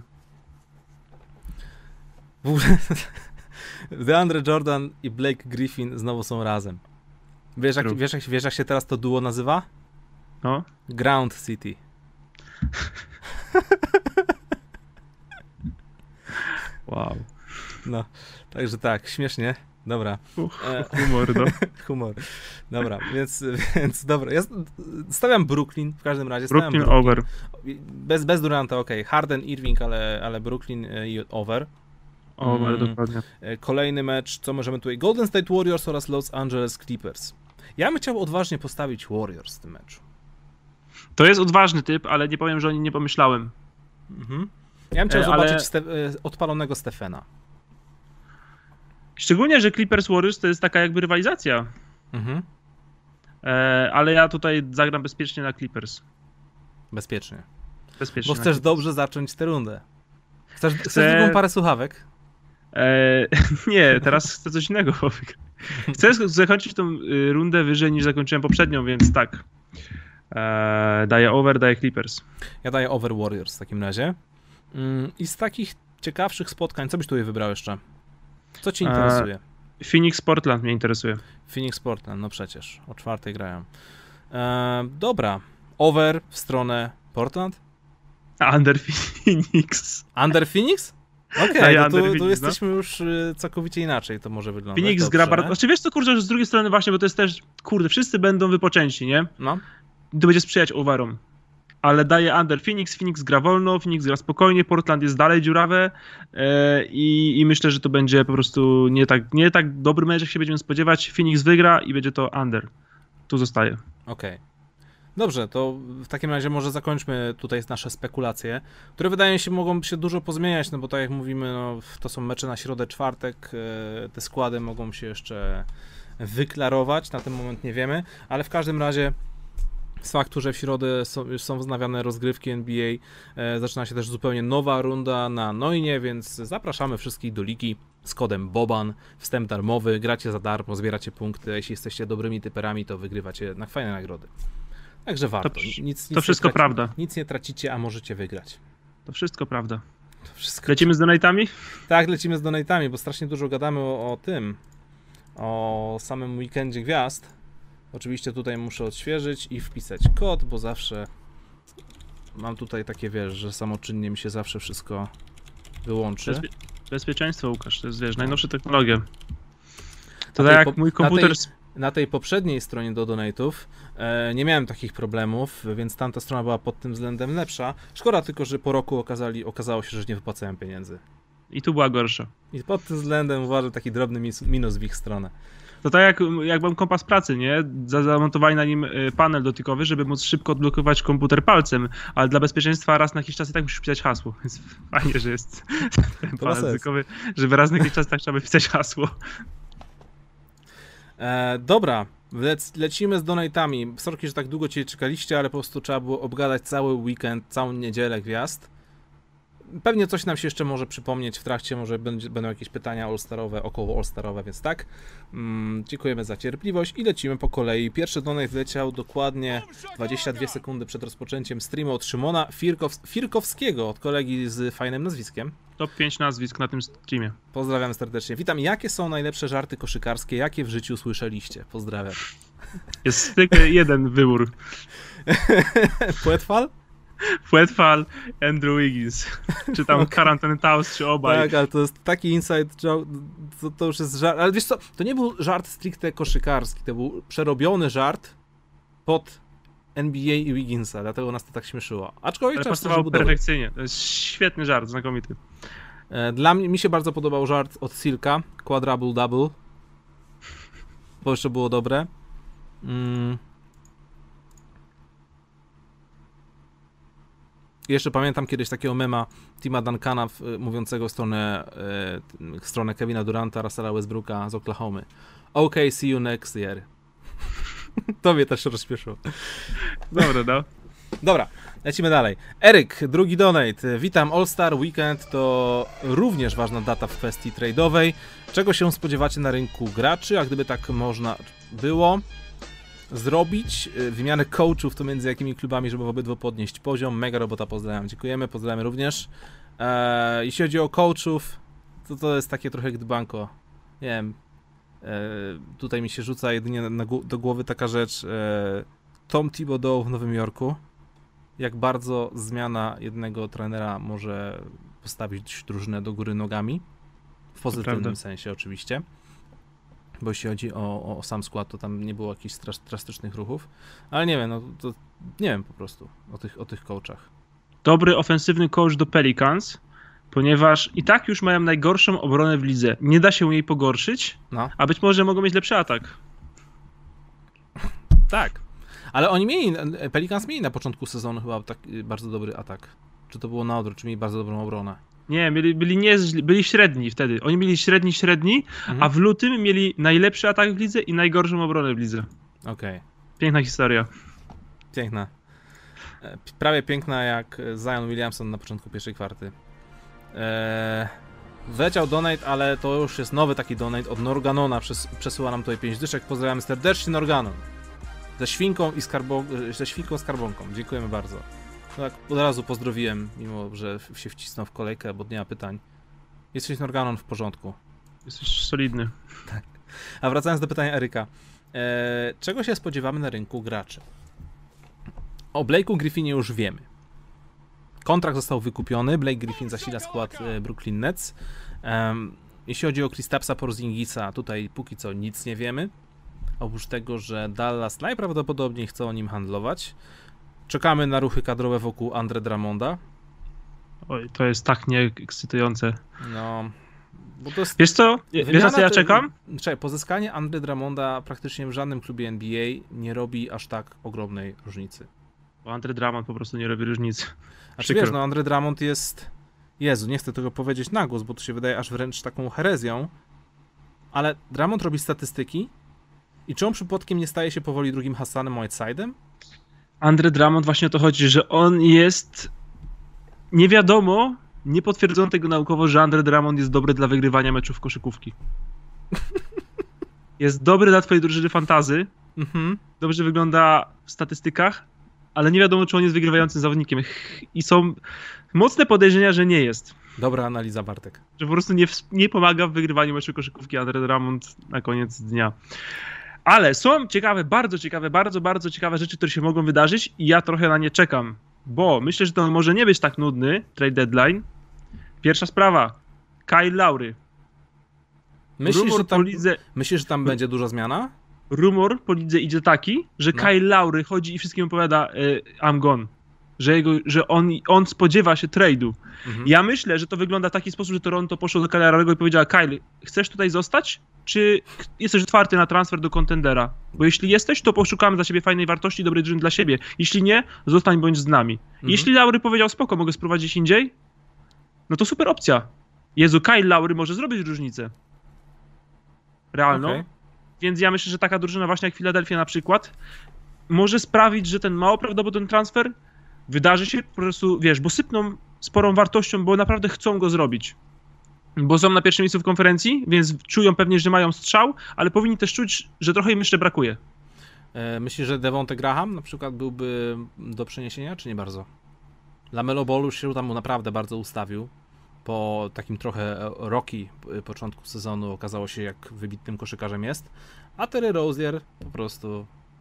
W ogóle DeAndre Jordan i Blake Griffin znowu są razem. Wiesz jak, wiesz, jak, wiesz jak się teraz to duo nazywa? No. Ground City. Wow. No, także tak, śmiesznie. Dobra. Uch, humor, no. Humor. Dobra, więc, więc dobra. Ja stawiam Brooklyn w każdym razie. Brooklyn, Brooklyn over. Bez, bez Duranta, ok. Harden, Irving, ale, ale Brooklyn i over. Over, mm. dokładnie. Kolejny mecz, co możemy tutaj? Golden State Warriors oraz Los Angeles Clippers. Ja bym chciał odważnie postawić Warriors w tym meczu. To jest odważny typ, ale nie powiem, że o nim nie pomyślałem. Mhm. Ja bym chciał e, zobaczyć ale... Ste odpalonego Stephena. Szczególnie, że Clippers Warriors to jest taka jakby rywalizacja. Mhm. E, ale ja tutaj zagram bezpiecznie na Clippers. Bezpiecznie. Bezpiecznie. Bo chcesz dobrze zacząć tę rundę. Chcesz, Chcę... chcesz drugą parę słuchawek? E, nie, teraz chcę coś innego. Chcę zakończyć tą rundę wyżej niż zakończyłem poprzednią, więc tak. E, daję over, daję Clippers. Ja daję over Warriors w takim razie. Mm, I z takich ciekawszych spotkań, co byś tutaj wybrał jeszcze? Co ci interesuje? E, Phoenix Portland mnie interesuje. Phoenix Portland, no przecież. O czwartej grają. E, dobra. Over w stronę Portland? Under Phoenix. Under Phoenix? Okej, okay, no tu, tu no. jesteśmy już całkowicie inaczej, to może wyglądać. Phoenix dobrze. gra bardzo... Znaczy wiesz co, kurczę, że z drugiej strony właśnie, bo to jest też, kurde, wszyscy będą wypoczęci, nie? No. To będzie sprzyjać overom. Ale daje under Phoenix, Phoenix gra wolno, Phoenix gra spokojnie, Portland jest dalej dziurawe e, i, i myślę, że to będzie po prostu nie tak, nie tak dobry mecz, jak się będziemy spodziewać. Phoenix wygra i będzie to under. Tu zostaje. Okej. Okay. Dobrze, to w takim razie może zakończmy tutaj nasze spekulacje, które wydaje mi się mogą się dużo pozmieniać, no bo tak jak mówimy, no, to są mecze na środę, czwartek, te składy mogą się jeszcze wyklarować, na ten moment nie wiemy, ale w każdym razie z faktu, że w środę są, już są wznawiane rozgrywki N B A, e, zaczyna się też zupełnie nowa runda na Noinie, więc zapraszamy wszystkich do ligi z kodem BOBAN, wstęp darmowy, gracie za darmo, zbieracie punkty, a jeśli jesteście dobrymi typerami, to wygrywacie jednak fajne nagrody. Także warto. To, nic, nic to wszystko traci, prawda. Nic nie tracicie, a możecie wygrać. To wszystko prawda. To wszystko lecimy z donatami? Tak, lecimy z donatami, bo strasznie dużo gadamy o, o tym, o samym weekendzie gwiazd. Oczywiście tutaj muszę odświeżyć i wpisać kod, bo zawsze mam tutaj takie, wiesz, że samoczynnie mi się zawsze wszystko wyłączy. Bezpie bezpieczeństwo, Łukasz, to jest, wiesz, najnowsza technologia. To tak jak mój komputer... Na tej, na tej poprzedniej stronie do donate'ów e, nie miałem takich problemów, więc tamta strona była pod tym względem lepsza. Szkoda tylko, że po roku okazali, okazało się, że nie wypłacałem pieniędzy. I tu była gorsza. I pod tym względem uważam taki drobny minus w ich stronę. To tak jak, jak mam kompas pracy, nie? Zamontowali na nim panel dotykowy, żeby móc szybko odblokować komputer palcem, ale dla bezpieczeństwa raz na jakiś czas i tak musisz pisać hasło, więc fajnie, że jest ten panel dotykowy, żeby raz na jakiś czas tak trzeba wpisać hasło. E, dobra, lec lecimy z donate'ami. Sorki, że tak długo cię czekaliście, ale po prostu trzeba było obgadać cały weekend, całą niedzielę gwiazd. Pewnie coś nam się jeszcze może przypomnieć w trakcie, może będzie, będą jakieś pytania all-starowe, około all-starowe, więc tak. Mm, dziękujemy za cierpliwość i lecimy po kolei. Pierwszy donate wleciał dokładnie dwadzieścia dwie sekundy przed rozpoczęciem streamu od Szymona Firkows Firkowskiego, od kolegi z fajnym nazwiskiem. Top pięć nazwisk na tym streamie. Pozdrawiam serdecznie. Witam. Jakie są najlepsze żarty koszykarskie, jakie w życiu słyszeliście? Pozdrawiam. Jest tylko jeden wybór. Płetwal? Płetwal, Andrew Wiggins. Czy tam okay. Carrington Towns, czy obaj. Tak, ale to jest taki inside joke, to, to już jest żart. Ale wiesz co, to nie był żart stricte koszykarski, to był przerobiony żart pod N B A i Wigginsa, dlatego nas to tak śmieszyło. Aczkolwiek ale czas pasował perfekcyjnie. To jest świetny żart, znakomity. Dla mnie, mi się bardzo podobał żart od Silka, Quadruple Double. Bo jeszcze było dobre. Mm. Jeszcze pamiętam kiedyś takiego mema Tima Duncana w, mówiącego w stronę, e, w stronę Kevina Duranta, Russella Westbrooka z Oklahomy. OK, see you next year. To mnie też rozśmieszyło. Dobra, no. Dobra, lecimy dalej. Eryk, drugi donate. Witam, All Star Weekend to również ważna data w kwestii trade'owej. Czego się spodziewacie na rynku graczy, a gdyby tak można było zrobić wymianę coachów, to między jakimi klubami, żeby w obydwu podnieść poziom. Mega robota, pozdrawiam. Dziękujemy, pozdrawiamy również. Eee, jeśli chodzi o coachów, to to jest takie trochę gdbanko. Nie wiem, eee, tutaj mi się rzuca jedynie na, na, do głowy taka rzecz. Eee, Tom Thibodeau w Nowym Jorku. Jak bardzo zmiana jednego trenera może postawić drużynę do góry nogami. W pozytywnym sensie oczywiście. Bo jeśli chodzi o, o sam skład, to tam nie było jakichś drastycznych ruchów. Ale nie wiem, no to nie wiem po prostu o tych, o tych coachach. Dobry ofensywny coach do Pelicans, ponieważ i tak już mają najgorszą obronę w lidze. Nie da się jej pogorszyć, no. A być może mogą mieć lepszy atak. Tak. Ale oni mieli, Pelicans mieli na początku sezonu chyba tak bardzo dobry atak. Czy to było na odwrót, czy mieli bardzo dobrą obronę? Nie, byli, byli, nie, byli średni wtedy. Oni mieli średni, średni, mhm. A w lutym mieli najlepszy atak w lidze i najgorszą obronę w lidze. Okej. Okay. Piękna historia. Piękna. Prawie piękna jak Zion Williamson na początku pierwszej kwarty. Eee, wleciał donate, ale to już jest nowy taki donate od Norganona. Przes, przesyła nam tutaj pięć dyszek. Pozdrawiamy serdecznie, Norganon. Ze świnką i skarbon... ze świnką skarbonką. Dziękujemy bardzo. Tak, od razu pozdrowiłem, mimo że się wcisnął w kolejkę, bo nie ma pytań. Jesteś Norganon w porządku. Jesteś solidny. Tak. A wracając do pytania Eryka. Eee, czego się spodziewamy na rynku graczy? O Blake'u Griffinie już wiemy. Kontrakt został wykupiony. Blake Griffin zasila skład Brooklyn Nets. Um, jeśli chodzi o Kristapsa Porzingisa, tutaj póki co nic nie wiemy. Oprócz tego, że Dallas najprawdopodobniej chce o nim handlować. Czekamy na ruchy kadrowe wokół Andre Drummonda. Oj, to jest tak nieekscytujące. No, bo to jest... Wiesz co? Wiesz na co ja czekam? Czekaj, pozyskanie Andre Drummonda praktycznie w żadnym klubie N B A nie robi aż tak ogromnej różnicy. Bo Andre Drummond po prostu nie robi różnicy. A czy wiesz, no Andre Drummond jest... Jezu, nie chcę tego powiedzieć na głos, bo to się wydaje aż wręcz taką herezją, ale Drummond robi statystyki i czy on przypadkiem nie staje się powoli drugim Hassanem Whiteside'em? Andre Drummond, właśnie o to chodzi, że on jest... Nie wiadomo, nie potwierdzono tego naukowo, że Andre Drummond jest dobry dla wygrywania meczów koszykówki. Jest dobry dla twojej drużyny fantazy, mhm. Dobrze wygląda w statystykach, ale nie wiadomo, czy on jest wygrywającym zawodnikiem. I są mocne podejrzenia, że nie jest. Dobra analiza, Bartek. Że po prostu nie, nie pomaga w wygrywaniu meczu koszykówki Andre Drummond na koniec dnia. Ale są ciekawe, bardzo ciekawe, bardzo, bardzo ciekawe rzeczy, które się mogą wydarzyć i ja trochę na nie czekam, bo myślę, że to może nie być tak nudny trade deadline. Pierwsza sprawa, Kyle Lowry. Myślisz, że tam, lidze... myślisz, że tam będzie duża zmiana? Rumor po lidze idzie taki, że no. Kyle Lowry chodzi i wszystkim opowiada y, I'm gone. Że, jego, że on, on spodziewa się trade'u. Mhm. Ja myślę, że to wygląda w taki sposób, że Toronto poszło do Kyle'a Lowry'ego i powiedziała: Kyle, chcesz tutaj zostać? Czy jesteś otwarty na transfer do kontendera? Bo jeśli jesteś, to poszukamy dla siebie fajnej wartości i dobrej drużyny dla siebie. Jeśli nie, zostań bądź z nami. Mhm. Jeśli Lowry powiedział: spoko, mogę sprowadzić indziej, no to super opcja. Jezu, Kyle Lowry może zrobić różnicę. Realną. Okay. Więc ja myślę, że taka drużyna właśnie jak Philadelphia na przykład może sprawić, że ten mało prawdopodobny transfer wydarzy się po prostu, wiesz, bo sypną sporą wartością, bo naprawdę chcą go zrobić. Bo są na pierwszym miejscu w konferencji, więc czują pewnie, że mają strzał, ale powinni też czuć, że trochę im jeszcze brakuje. Myślisz, że Devonte Graham na przykład byłby do przeniesienia, czy nie bardzo? LaMelo Ball już się tam naprawdę bardzo ustawił. Po takim trochę rocky początku sezonu okazało się, jak wybitnym koszykarzem jest. A Terry Rozier po prostu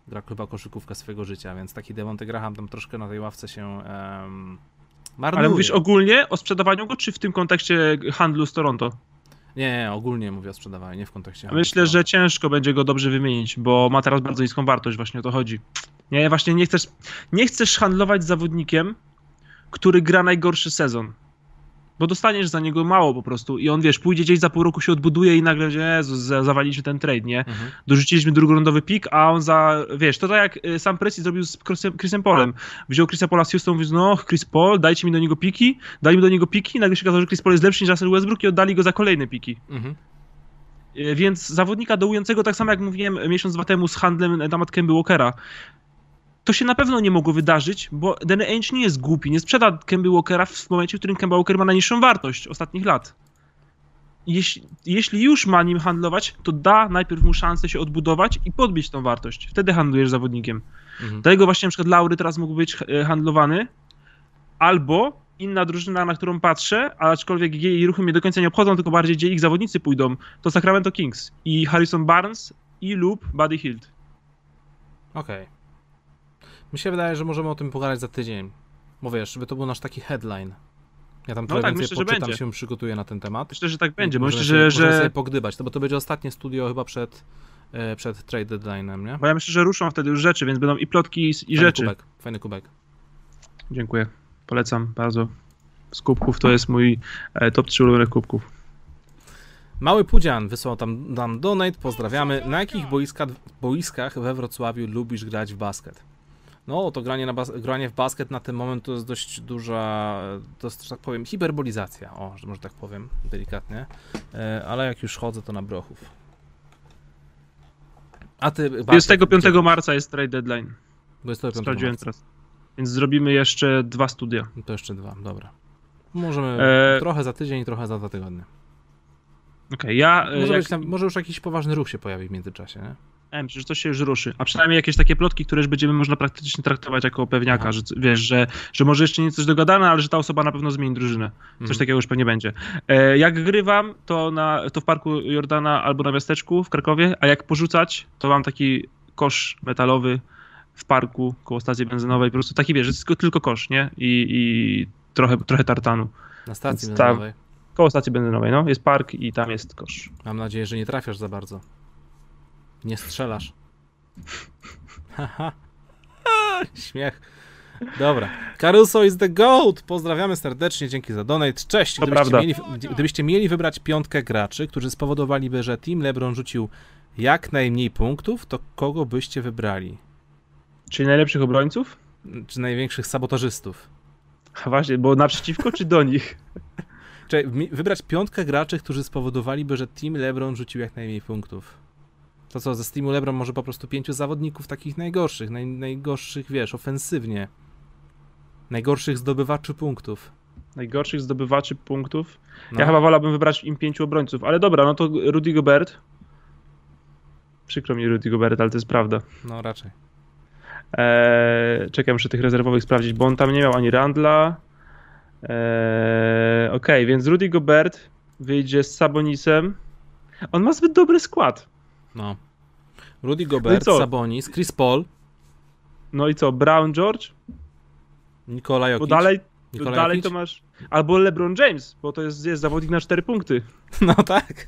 gra chyba koszykówkę swojego życia, więc taki Devonte Graham tam troszkę na tej ławce się um, marnuje. Ale mówisz ogólnie o sprzedawaniu go, czy w tym kontekście handlu z Toronto? Nie, nie, ogólnie mówię o sprzedawaniu, nie w kontekście handlu. Myślę, że ciężko będzie go dobrze wymienić, bo ma teraz bardzo niską wartość, właśnie o to chodzi. Nie, właśnie nie chcesz, nie chcesz handlować z zawodnikiem, który gra najgorszy sezon. Bo dostaniesz za niego mało po prostu i on, wiesz, pójdzie gdzieś za pół roku, się odbuduje i nagle, Jezu, zawaliliśmy ten trade, nie? Mhm. Dorzuciliśmy drugorundowy pik, a on za, wiesz, to tak jak sam Presti zrobił z Chrisem, Chrisem Paulem. Wziął Chrisa Paula z Houston, mówił, no, Chris Paul, dajcie mi do niego piki, dali mi do niego piki i nagle się okazało, że Chris Paul jest lepszy niż Russell Westbrook i oddali go za kolejne piki. Mhm. Więc zawodnika dołującego, tak samo jak mówiłem miesiąc, dwa temu z handlem na temat Kemby Walkera, to się na pewno nie mogło wydarzyć, bo Danny Ainge nie jest głupi, nie sprzeda Kemby Walkera w momencie, w którym Kemba Walker ma najniższą wartość ostatnich lat. Jeśli, jeśli już ma nim handlować, to da najpierw mu szansę się odbudować i podbić tą wartość. Wtedy handlujesz zawodnikiem. Mhm. Dlatego właśnie na przykład Laury teraz mógł być handlowany, albo inna drużyna, na którą patrzę, aczkolwiek jej ruchy mnie do końca nie obchodzą, tylko bardziej gdzie ich zawodnicy pójdą, to Sacramento Kings i Harrison Barnes i lub Buddy Hield. Okej. Okay. Mi się wydaje, że możemy o tym pogadać za tydzień. Bo wiesz, żeby to był nasz taki headline. Ja tam trochę no tak, więcej myślę, poczytam, się przygotuję na ten temat. Myślę, że tak będzie. Bo myślę, że, że... sobie pogdybać, to, bo to będzie ostatnie studio chyba przed, e, przed trade deadline'em, nie? Bo ja myślę, że ruszą wtedy już rzeczy, więc będą i plotki, i, i fajny rzeczy. Kubek, fajny kubek. Dziękuję. Polecam bardzo. Z kubków to jest mój e, top trzy ulubionych kubków. Mały Pudzian wysłał tam, tam donate, pozdrawiamy. Na jakich boiska, boiskach we Wrocławiu lubisz grać w basket? No, to granie, na bas granie w basket na ten moment to jest dość duża, to jest, że tak powiem, hiperbolizacja, o, że może tak powiem, delikatnie, e, ale jak już chodzę, to na Brochów. A ty... dwudziestego piątego marca jest trade deadline. dwudziestego piątego marca. Teraz. Więc zrobimy jeszcze dwa studia. To jeszcze dwa, dobra. Możemy e... trochę za tydzień, trochę za dwa tygodnie. Okej, okay, ja... Może, jak... tam, może już jakiś poważny ruch się pojawi w międzyczasie, nie? Ja myślę, że coś się już ruszy, a przynajmniej jakieś takie plotki, które już będziemy można praktycznie traktować jako pewniaka, Aha. że wiesz, że, że może jeszcze nie coś dogadane, ale że ta osoba na pewno zmieni drużynę. Coś mhm. takiego już pewnie będzie. E, jak grywam, to, na, to w Parku Jordana albo na miasteczku w Krakowie, a jak porzucać, to mam taki kosz metalowy w parku koło stacji benzynowej, po prostu taki, wiesz, że jest tylko, tylko kosz, nie? I, i trochę, trochę tartanu. Na stacji Więc benzynowej? Tam, koło stacji benzynowej, no. Jest park i tam jest kosz. Mam nadzieję, że nie trafiasz za bardzo. Nie strzelasz. Haha. Śmiech. Dobra. Caruso is the GOAT. Pozdrawiamy serdecznie, dzięki za donate. Cześć. Gdybyście mieli, gdybyście mieli wybrać piątkę graczy, którzy spowodowaliby, że Team LeBron rzucił jak najmniej punktów, to kogo byście wybrali? Czyli najlepszych obrońców? Czy największych sabotażystów? A właśnie, bo naprzeciwko czy do nich? Czyli wybrać piątkę graczy, którzy spowodowaliby, że Team LeBron rzucił jak najmniej punktów. To co, ze Teamu LeBron może po prostu pięciu zawodników takich najgorszych, naj, najgorszych, wiesz, ofensywnie. Najgorszych zdobywaczy punktów. Najgorszych zdobywaczy punktów? No. Ja chyba wolałbym wybrać im pięciu obrońców, ale dobra, no to Rudy Gobert. Przykro mi Rudy Gobert, ale to jest prawda. No raczej. Eee, czekam, muszę tych rezerwowych sprawdzić, bo on tam nie miał ani Randla. Eee, Okej, okay, więc Rudy Gobert wyjdzie z Sabonisem. On ma zbyt dobry skład. No. Rudy Gobert, no Sabonis, Chris Paul. No i co? Brown George? Nikola Jokic. Bo dalej, Nikola dalej Jokic? to masz... Albo LeBron James, bo to jest, jest zawodnik na cztery punkty. No tak.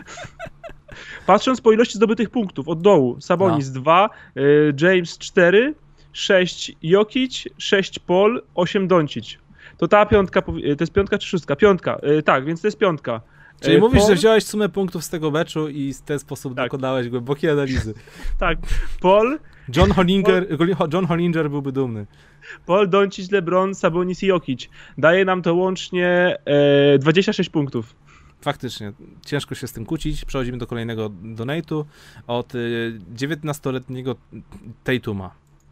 Patrząc po ilości zdobytych punktów od dołu. Sabonis no. dwa, y, James cztery, sześć Jokic, sześć Paul, osiem Doncic. To ta piątka, to jest piątka czy szóstka? Piątka, y, tak, więc to jest piątka. Czyli mówisz, Paul... że wziąłeś sumę punktów z tego meczu i w ten sposób tak. dokonałeś głębokiej analizy. Tak. Paul... John Hollinger, Paul... John Hollinger byłby dumny. Paul, Doncic, LeBron, Sabonis i Jokic. Daje nam to łącznie e, dwadzieścia sześć punktów. Faktycznie. Ciężko się z tym kłócić. Przechodzimy do kolejnego donate'u od y, dziewiętnastoletniego Tatuma.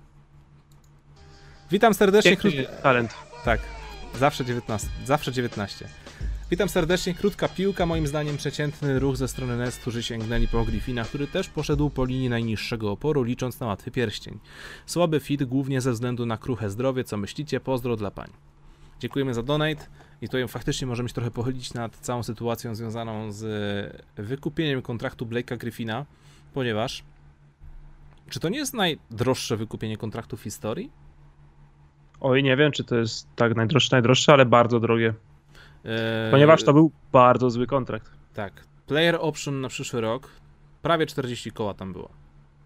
Witam serdecznie. Krót... Talent. Tak. Zawsze dziewiętnaście. Zawsze dziewiętnaście. Witam serdecznie, krótka piłka, moim zdaniem przeciętny ruch ze strony Nets, którzy sięgnęli po Griffina, który też poszedł po linii najniższego oporu, licząc na łatwy pierścień. Słaby fit, głównie ze względu na kruche zdrowie, co myślicie? Pozdro dla pań. Dziękujemy za donate i tutaj faktycznie możemy się trochę pochylić nad całą sytuacją związaną z wykupieniem kontraktu Blake'a Griffina, ponieważ Czy to nie jest najdroższe wykupienie kontraktu w historii? Oj, nie wiem, czy to jest tak najdroższe, najdroższe, ale bardzo drogie. Eee, Ponieważ to był bardzo zły kontrakt. Tak. Player option na przyszły rok, prawie czterdzieści koła tam było.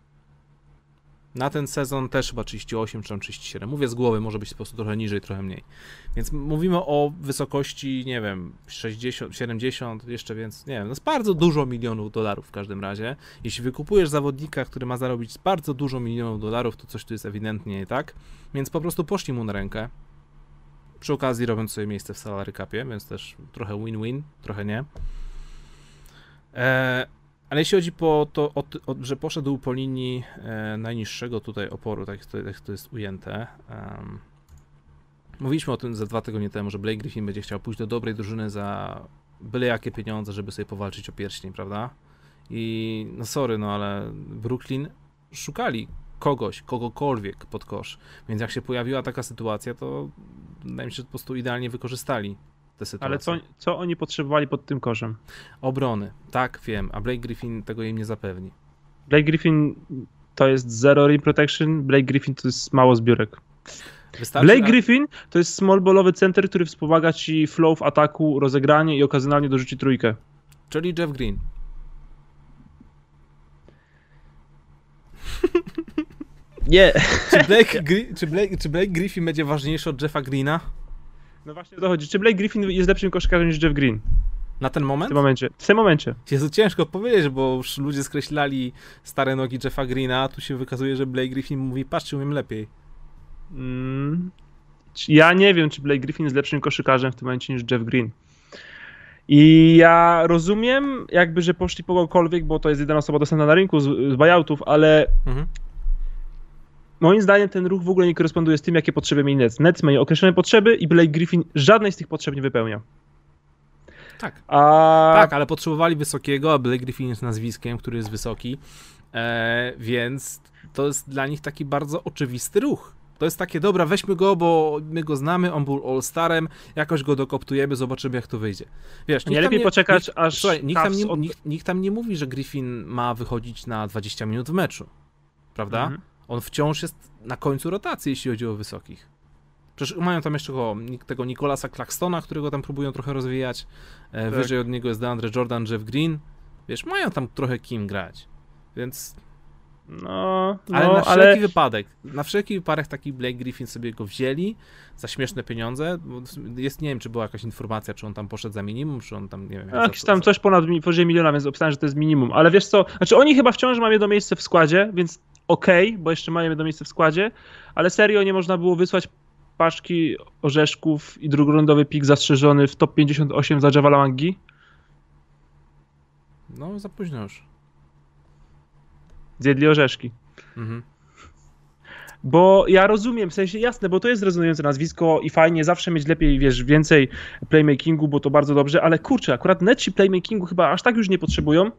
Na ten sezon też chyba trzydzieści osiem czy trzydzieści siedem. Mówię z głowy, może być po prostu trochę niżej, trochę mniej. Więc mówimy o wysokości, nie wiem, sześćdziesiąt, siedemdziesiąt, jeszcze więc, nie wiem, no jest bardzo dużo milionów dolarów w każdym razie. Jeśli wykupujesz zawodnika, który ma zarobić bardzo dużo milionów dolarów, to coś tu jest ewidentnie nie tak. Więc po prostu poszli mu na rękę. Przy okazji robiąc sobie miejsce w salary capie, więc też trochę win-win, trochę nie. Eee, ale jeśli chodzi po to, o, o, że poszedł po linii e, najniższego tutaj oporu, tak to, jak to jest ujęte. Um, mówiliśmy o tym za dwa tygodnie temu, że Blake Griffin będzie chciał pójść do dobrej drużyny za byle jakie pieniądze, żeby sobie powalczyć o pierścień, prawda? I no sorry, no ale Brooklyn szukali kogoś, kogokolwiek pod kosz, więc jak się pojawiła taka sytuacja, to wydaje mi się, że po prostu idealnie wykorzystali tę sytuację. Ale co, co oni potrzebowali pod tym koszem? Obrony, tak, wiem, a Blake Griffin tego im nie zapewni. Blake Griffin to jest zero rim protection, Blake Griffin to jest mało zbiórek. Wystarczy Blake na... Griffin to jest small ballowy center, który wspomaga ci flow w ataku, rozegranie i okazjonalnie dorzuci trójkę. Czyli Jeff Green. Nie. Czy Blake, Gri- czy, Blake, czy Blake Griffin będzie ważniejszy od Jeffa Greena? No właśnie o to chodzi. Czy Blake Griffin jest lepszym koszykarzem niż Jeff Green? Na ten moment? W tym momencie. W tym momencie. Jezu, ciężko powiedzieć, bo już ludzie skreślali stare nogi Jeffa Greena, a tu się wykazuje, że Blake Griffin mówi, patrzcie, umiem lepiej. Mm. Ja nie wiem, czy Blake Griffin jest lepszym koszykarzem w tym momencie niż Jeff Green. I ja rozumiem, jakby, że poszli po kogokolwiek, bo to jest jedyna osoba dostępna na rynku z, z buyoutów, ale mhm. moim zdaniem ten ruch w ogóle nie koresponduje z tym, jakie potrzeby mieli Nets. Nets mają określone potrzeby i Blake Griffin żadnej z tych potrzeb nie wypełnia. Tak, a... tak, ale potrzebowali wysokiego, a Blake Griffin jest nazwiskiem, który jest wysoki, e, więc to jest dla nich taki bardzo oczywisty ruch. To jest takie, dobra, weźmy go, bo my go znamy, on był All-Starem, jakoś go dokoptujemy, zobaczymy, jak to wyjdzie. Wiesz, nie lepiej nie, poczekać, nikt, aż... Słuchaj, nikt tam, nie, od... nikt, nikt tam nie mówi, że Griffin ma wychodzić na dwadzieścia minut w meczu, prawda? Mhm. On wciąż jest na końcu rotacji, jeśli chodzi o wysokich. Przecież mają tam jeszcze tego, tego Nicolasa Claxtona, którego tam próbują trochę rozwijać. Tak. Wyżej od niego jest DeAndre Jordan, Jeff Green. Wiesz, mają tam trochę kim grać, więc... No, no, ale na wszelki ale... wypadek, na wszelki wypadek taki Blake Griffin sobie go wzięli za śmieszne pieniądze. Jest, nie wiem, czy była jakaś informacja, czy on tam poszedł za minimum, czy on tam, nie wiem... Jakiś tam coś ponad powyżej miliona, więc obstałem, że to jest minimum. Ale wiesz co, znaczy oni chyba wciąż mają jedno miejsce w składzie, więc okej, okay, bo jeszcze mają jedno miejsce w składzie, ale serio nie można było wysłać paczki orzeszków i drugorundowy pik zastrzeżony w top pięćdziesiąt osiem za Javala McGee? No, za późno już. Zjedli orzeszki. Mhm. Bo ja rozumiem, w sensie jasne, bo to jest rezonujące nazwisko i fajnie zawsze mieć lepiej, wiesz, więcej playmakingu, bo to bardzo dobrze, ale kurczę, akurat Netsi playmakingu chyba aż tak już nie potrzebują.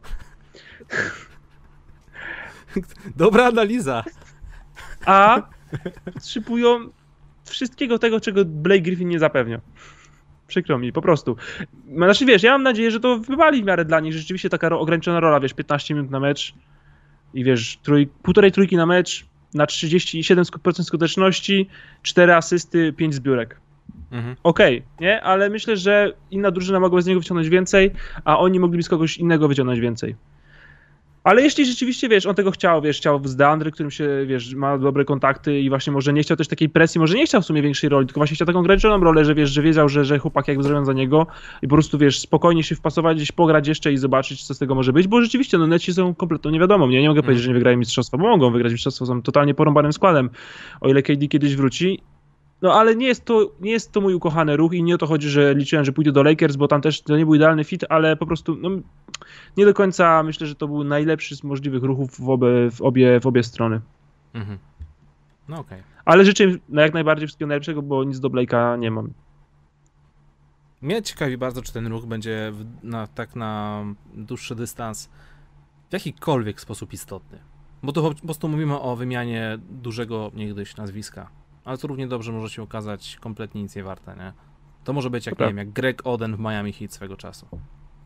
Dobra analiza. A potrzebują wszystkiego tego, czego Blake Griffin nie zapewnia. Przykro mi, po prostu. Znaczy wiesz, ja mam nadzieję, że to wywali w miarę dla nich, że rzeczywiście taka ograniczona rola, wiesz, piętnaście minut na mecz i wiesz, trój, półtorej trójki na mecz, na trzydzieści siedem procent skuteczności, cztery asysty, pięć zbiórek. Mhm. Okej, okay, nie? Ale myślę, że inna drużyna mogła z niego wyciągnąć więcej, a oni mogliby z kogoś innego wyciągnąć więcej. Ale jeśli rzeczywiście, wiesz, on tego chciał, wiesz, chciał z DeAndre, którym się, wiesz, ma dobre kontakty i właśnie może nie chciał też takiej presji, może nie chciał w sumie większej roli, tylko właśnie chciał taką ograniczoną rolę, że wiesz, że wiedział, że, że chłopak jakby zrobią za niego i po prostu, wiesz, spokojnie się wpasować, gdzieś pograć jeszcze i zobaczyć, co z tego może być, bo rzeczywiście, no Netsi są kompletnie nie wiadomo, nie, nie mogę powiedzieć, że nie wygrają mistrzostwa, bo mogą wygrać mistrzostwo, są totalnie porąbanym składem, o ile K D kiedyś wróci. No ale nie jest to, nie jest to mój ukochany ruch i nie o to chodzi, że liczyłem, że pójdę do Lakers, bo tam też to nie był idealny fit, ale po prostu no, nie do końca myślę, że to był najlepszy z możliwych ruchów w obie, w obie, w obie strony. Mhm. No okej. Okay. Ale życzę im no, jak najbardziej wszystkiego najlepszego, bo nic do Blake'a nie mam. Mnie ciekawi bardzo, czy ten ruch będzie w, na, tak na dłuższy dystans w jakikolwiek sposób istotny. Bo tu po prostu mówimy o wymianie dużego niegdyś nazwiska. Ale to równie dobrze może się okazać kompletnie nic nie warte, nie? To może być jak, nie wiem, jak Greg Oden w Miami Heat swego czasu.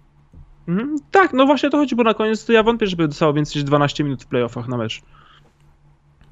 Mhm, tak, no właśnie o to chodzi, bo na koniec to ja wątpię, żeby dostało więcej niż dwanaście minut w playoffach na mecz.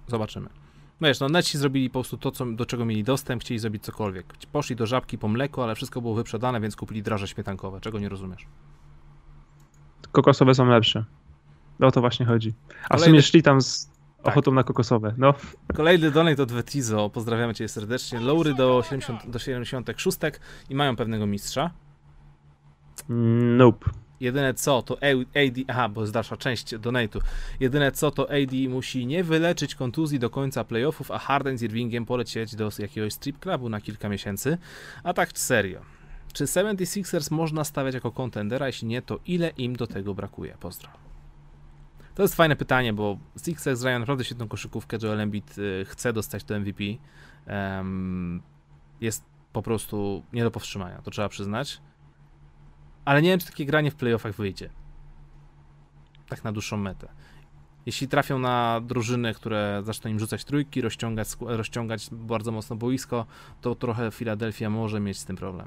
Zobaczymy. No wiesz, no Netsi zrobili po prostu to, co, do czego mieli dostęp, chcieli zrobić cokolwiek. Poszli do Żabki po mleko, ale wszystko było wyprzedane, więc kupili draże śmietankowe. Czego nie rozumiesz? Kokosowe są lepsze. O to właśnie chodzi. A Kolejny... w sumie szli tam z tak. ochotą na kokosowe. No. Kolejny donate od Vetizo. Pozdrawiamy cię serdecznie. Lowry do siedemdziesiątych szóstych i mają pewnego mistrza. Nope. Jedyne co to A D, aha, bo jest dalsza część donate'u. Jedyne co to A D musi nie wyleczyć kontuzji do końca playoffów, a Harden z Irvingiem polecieć do jakiegoś strip clubu na kilka miesięcy. A tak serio. Czy seventy sixers można stawiać jako kontendera? Jeśli nie, to ile im do tego brakuje? Pozdro. To jest fajne pytanie, bo Sixers grają naprawdę świetną koszykówkę. Joel Embiid chce dostać do M V P. Um, jest po prostu nie do powstrzymania, to trzeba przyznać. Ale nie wiem, czy takie granie w playoffach wyjdzie. Tak na dłuższą metę. Jeśli trafią na drużyny, które zaczną im rzucać trójki, rozciągać, rozciągać bardzo mocno boisko, to trochę Philadelphia może mieć z tym problem.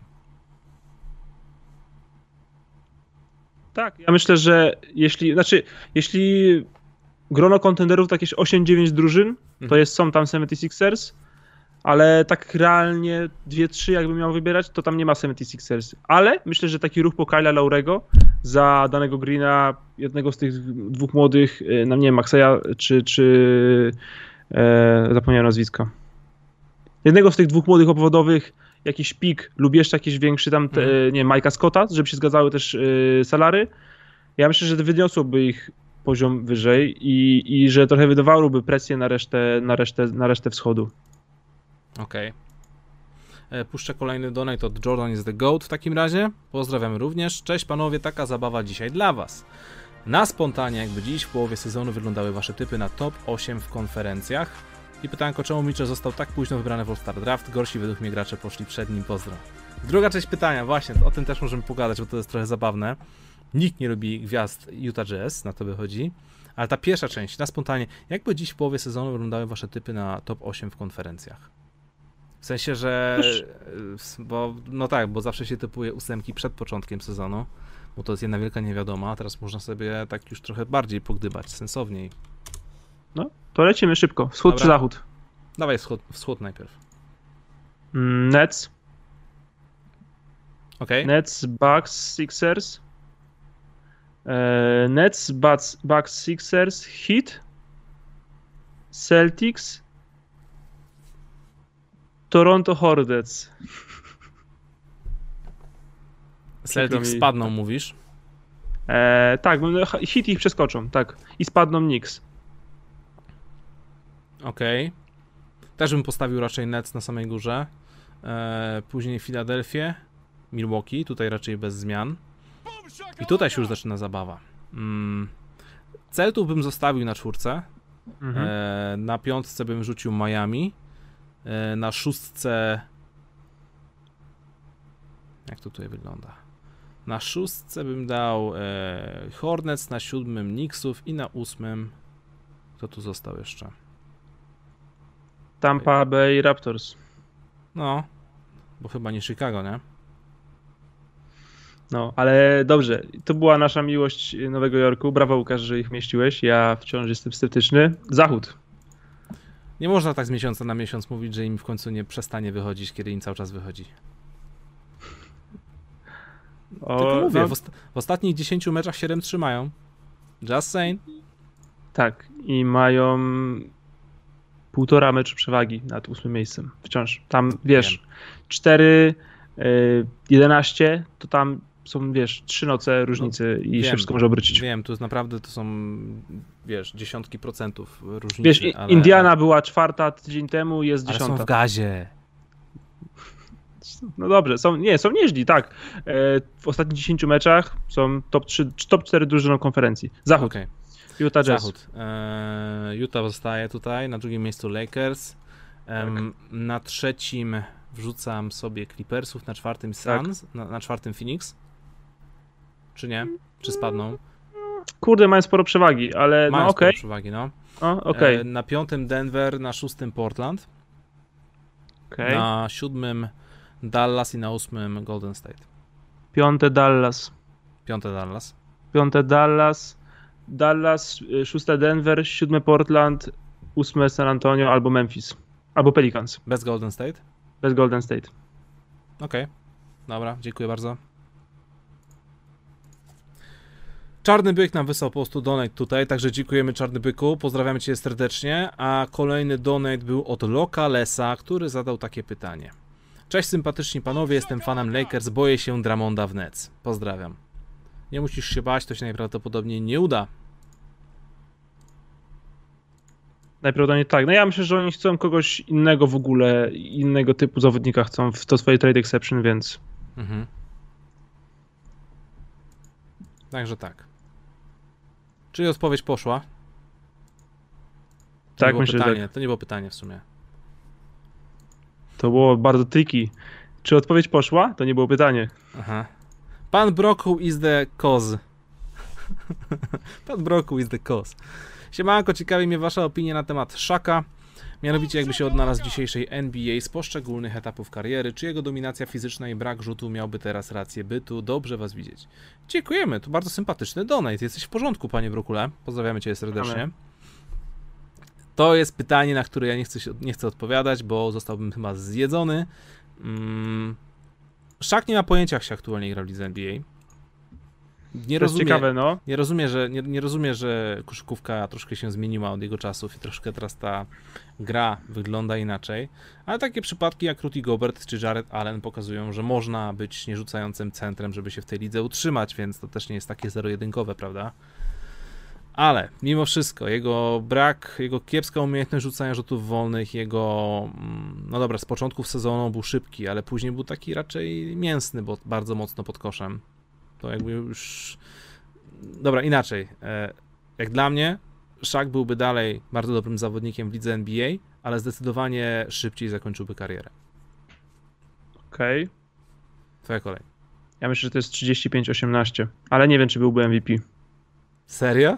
Tak, ja myślę, że jeśli, znaczy, jeśli grono kontenderów to jakieś osiem dziewięć drużyn, mhm. to jest, są tam seventy sixers, ale tak realnie dwie trzy jakbym miał wybierać, to tam nie ma seventy sixers. Ale myślę, że taki ruch po Kyla Laurego za danego Greena, jednego z tych dwóch młodych, no nie wiem, Maxeya czy, czy e, zapomniałem nazwiska. Jednego z tych dwóch młodych obwodowych, jakiś pik lub jeszcze jakiś większy tam, te, mhm. nie wiem, Mike'a Scotta, żeby się zgadzały też y, salary. Ja myślę, że wyniosłoby ich poziom wyżej i, i że trochę wydawałoby presję na resztę, na resztę, na resztę wschodu. Okej. Okay. Puszczę kolejny donate od Jordan is the GOAT w takim razie. Pozdrawiamy również. Cześć panowie, taka zabawa dzisiaj dla was. Na spontanie, jakby dziś w połowie sezonu wyglądały wasze typy na top osiem w konferencjach. I pytanko, czemu Mitchell został tak późno wybrany w All-Star Draft? Gorsi według mnie gracze poszli przed nim, pozdro. Druga część pytania, właśnie, o tym też możemy pogadać, bo to jest trochę zabawne. Nikt nie lubi gwiazd Utah Jazz, na to wychodzi. Ale ta pierwsza część, na spontanie, jakby dziś w połowie sezonu wyglądały wasze typy na top osiem w konferencjach? W sensie, że... Bo, no tak, bo zawsze się typuje ósemki przed początkiem sezonu, bo to jest jedna wielka niewiadoma, a teraz można sobie tak już trochę bardziej pogdybać, sensowniej. No, to lecimy szybko. Wschód Dobra. czy zachód? Dawaj wschód, wschód najpierw. Mm, Nets. Okay. Nets, Bucks, Sixers. E, Nets, Bucks, Bucks, Sixers, Heat. Celtics. Toronto Hornets. Celtics mi... spadną, mówisz? E, tak, Heat ich przeskoczą, tak. I spadną Knicks. Okej. Okay. Też bym postawił raczej Nets na samej górze. Eee, później Filadelfię, Milwaukee, tutaj raczej bez zmian. I tutaj się już zaczyna zabawa. Mm. Celtów bym zostawił na czwórce. Mhm. Eee, na piątce bym rzucił Miami. Eee, na szóstce... Jak to tutaj wygląda? Na szóstce bym dał e, Hornets, na siódmym Knicksów i na ósmym... Kto tu został jeszcze? Tampa Bay Raptors. No, bo chyba nie Chicago, nie? No, ale dobrze. To była nasza miłość Nowego Jorku. Brawo, Łukasz, że ich mieściłeś. Ja wciąż jestem sceptyczny. Zachód. Nie można tak z miesiąca na miesiąc mówić, że im w końcu nie przestanie wychodzić, kiedy im cały czas wychodzi. O, Tylko mówię, no... w, osta- w ostatnich dziesięciu meczach siedem trzymają. Just saying. Tak, i mają półtora meczu przewagi nad ósmym miejscem. Wciąż. Tam, wiesz, Wiem. cztery, jedenaście, to tam są, wiesz, trzy noce różnicy no, i wiem, się wszystko może obrócić. Wiem, tu jest naprawdę, to są, wiesz, dziesiątki procentów różnicy. Wiesz, ale... Indiana była czwarta tydzień temu, jest dziesiąta. Ale są w gazie. No dobrze, są, nie, są nieźli, tak. W ostatnich dziesięciu meczach są top trzy, top cztery drużyną konferencji. Zachód. Okay. Utah Jazz. Zachód. Eee, Utah zostaje tutaj, na drugim miejscu Lakers. Ehm, tak. Na trzecim wrzucam sobie Clippersów, na czwartym Suns, tak. na, na czwartym Phoenix. Czy nie? Czy spadną? Kurde, mają sporo przewagi, ale mają no okej. Sporo przewagi, no. O, okay. eee, na piątym Denver, na szóstym Portland. Okay. Na siódmym Dallas i na ósmym Golden State. Piąte Dallas. Piąte Dallas. Piąte Dallas. Dallas, szóste Denver, siódme Portland, ósme San Antonio albo Memphis. Albo Pelicans. Bez Golden State? Bez Golden State. Okej. Okay. Dobra, dziękuję bardzo. Czarny Byk nam wysłał po prostu donate tutaj, także dziękujemy Czarny Byku, pozdrawiamy Cię serdecznie, a kolejny donate był od Lokalesa, który zadał takie pytanie. Cześć sympatyczni panowie, jestem fanem Lakers, boję się Drummonda w Nets. Pozdrawiam. Nie musisz się bać, to się najprawdopodobniej nie uda. Najprawdopodobniej tak. No ja myślę, że oni chcą kogoś innego w ogóle, innego typu zawodnika chcą w to swoje trade exception, więc... Mhm. Także tak. Czyli odpowiedź poszła? To tak, nie myślę, pytanie. że tak. To nie było pytanie w sumie. To było bardzo tricky. Czy odpowiedź poszła? To nie było pytanie. Aha. Pan Broku is the cause. Pan Broku is the cause. Siemanko, ciekawi mnie wasza opinia na temat Shaka. Mianowicie jakby się odnalazł w dzisiejszej N B A z poszczególnych etapów kariery, czy jego dominacja fizyczna i brak rzutu miałby teraz rację bytu. Dobrze was widzieć. Dziękujemy, to bardzo sympatyczny donate. Jesteś w porządku, panie Brokule. Pozdrawiamy cię serdecznie. Amen. To jest pytanie, na które ja nie chcę, nie chcę odpowiadać, bo zostałbym chyba zjedzony. Hmm. Shaq nie ma pojęcia, jak się aktualnie gra w lidze N B A. Nie to rozumie, jest ciekawe, no. Nie rozumie, że, nie, nie rozumie, że koszykówka troszkę się zmieniła od jego czasów i troszkę teraz ta gra wygląda inaczej. Ale takie przypadki jak Rudy Gobert czy Jared Allen pokazują, że można być nierzucającym centrem, żeby się w tej lidze utrzymać, więc to też nie jest takie zero-jedynkowe, prawda? Ale mimo wszystko, jego brak, jego kiepska umiejętność rzucania rzutów wolnych, jego, no dobra, z początków sezonu był szybki, ale później był taki raczej mięsny, bo bardzo mocno pod koszem. To jakby już... Dobra, inaczej. Jak dla mnie, Shaq byłby dalej bardzo dobrym zawodnikiem w lidze N B A, ale zdecydowanie szybciej zakończyłby karierę. Okej. Okay. Twoja kolej. Ja myślę, że to jest trzydzieści pięć osiemnaście, ale nie wiem, czy byłby M V P. Serio?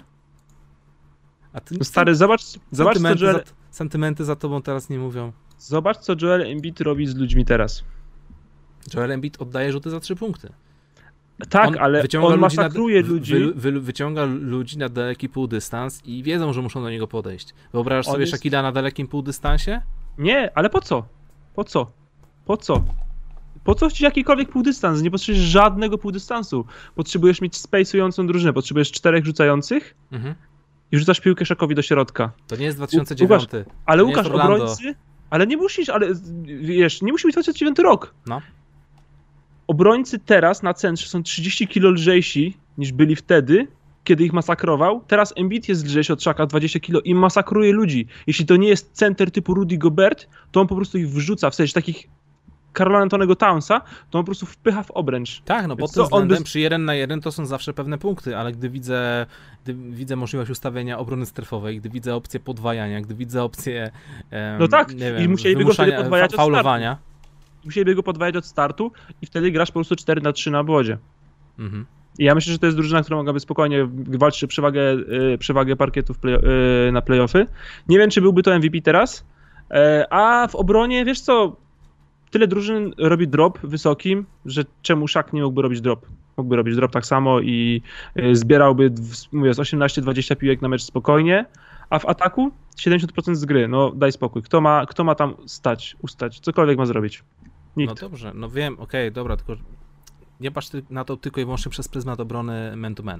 A ty... No stary, zobacz, zobacz co Joel... za, sentymenty za tobą teraz nie mówią. Zobacz, co Joel Embiid robi z ludźmi teraz. Joel Embiid oddaje rzuty za trzy punkty. Tak, on ale on masakruje na, ludzi. Wy, wy, wyciąga ludzi na daleki półdystans i wiedzą, że muszą do niego podejść. Wyobrażasz on sobie jest... Shaquilla na dalekim półdystansie? Nie, ale po co? Po co? Po co? Po co ci jakikolwiek półdystans? Nie potrzebujesz żadnego półdystansu. Potrzebujesz mieć spaceującą drużynę. Potrzebujesz czterech rzucających mhm. i rzucasz piłkę Shakowi do środka. To nie jest dwa tysiące dziewiąty. Łukasz, ale to Łukasz, obrońcy... Ale nie musisz, ale wiesz, nie musi być dwa tysiące dziewiąty rok. No. Obrońcy teraz na centrze są trzydzieści kilo lżejsi niż byli wtedy, kiedy ich masakrował. Teraz Embiid jest lżejszy od Shaka, dwadzieścia kilo i masakruje ludzi. Jeśli to nie jest center typu Rudy Gobert, to on po prostu ich wrzuca, w sensie takich Karla Antonego Townsa, to on po prostu wpycha w obręcz. Tak, no pod tym względem by... przy jeden na jeden to są zawsze pewne punkty, ale gdy widzę, gdy widzę możliwość ustawienia obrony strefowej, gdy widzę opcję podwajania, gdy widzę opcję um, no tak, nie wiem, i musieliby go wtedy podwajać fa faulowania. Od startu. Musieliby go podwajać od startu i wtedy grasz po prostu cztery na trzy na obwodzie. Mhm. I ja myślę, że to jest drużyna, która mogłaby spokojnie walczyć o przewagę, yy, przewagę parkietu w play, yy, na playoffy. Nie wiem, czy byłby to M V P teraz, yy, a w obronie, wiesz co, tyle drużyn robi drop wysokim, że czemu Shaq nie mógłby robić drop? Mógłby robić drop tak samo i yy, zbierałby, mówię, z osiemnaście dwadzieścia piłek na mecz spokojnie, a w ataku siedemdziesiąt procent z gry, no daj spokój. Kto ma, kto ma tam stać, ustać, cokolwiek ma zrobić? Nikt. No dobrze, no wiem, okej, okay, dobra, tylko nie patrz na to tylko i wyłącznie przez pryzmat obrony man-to-man.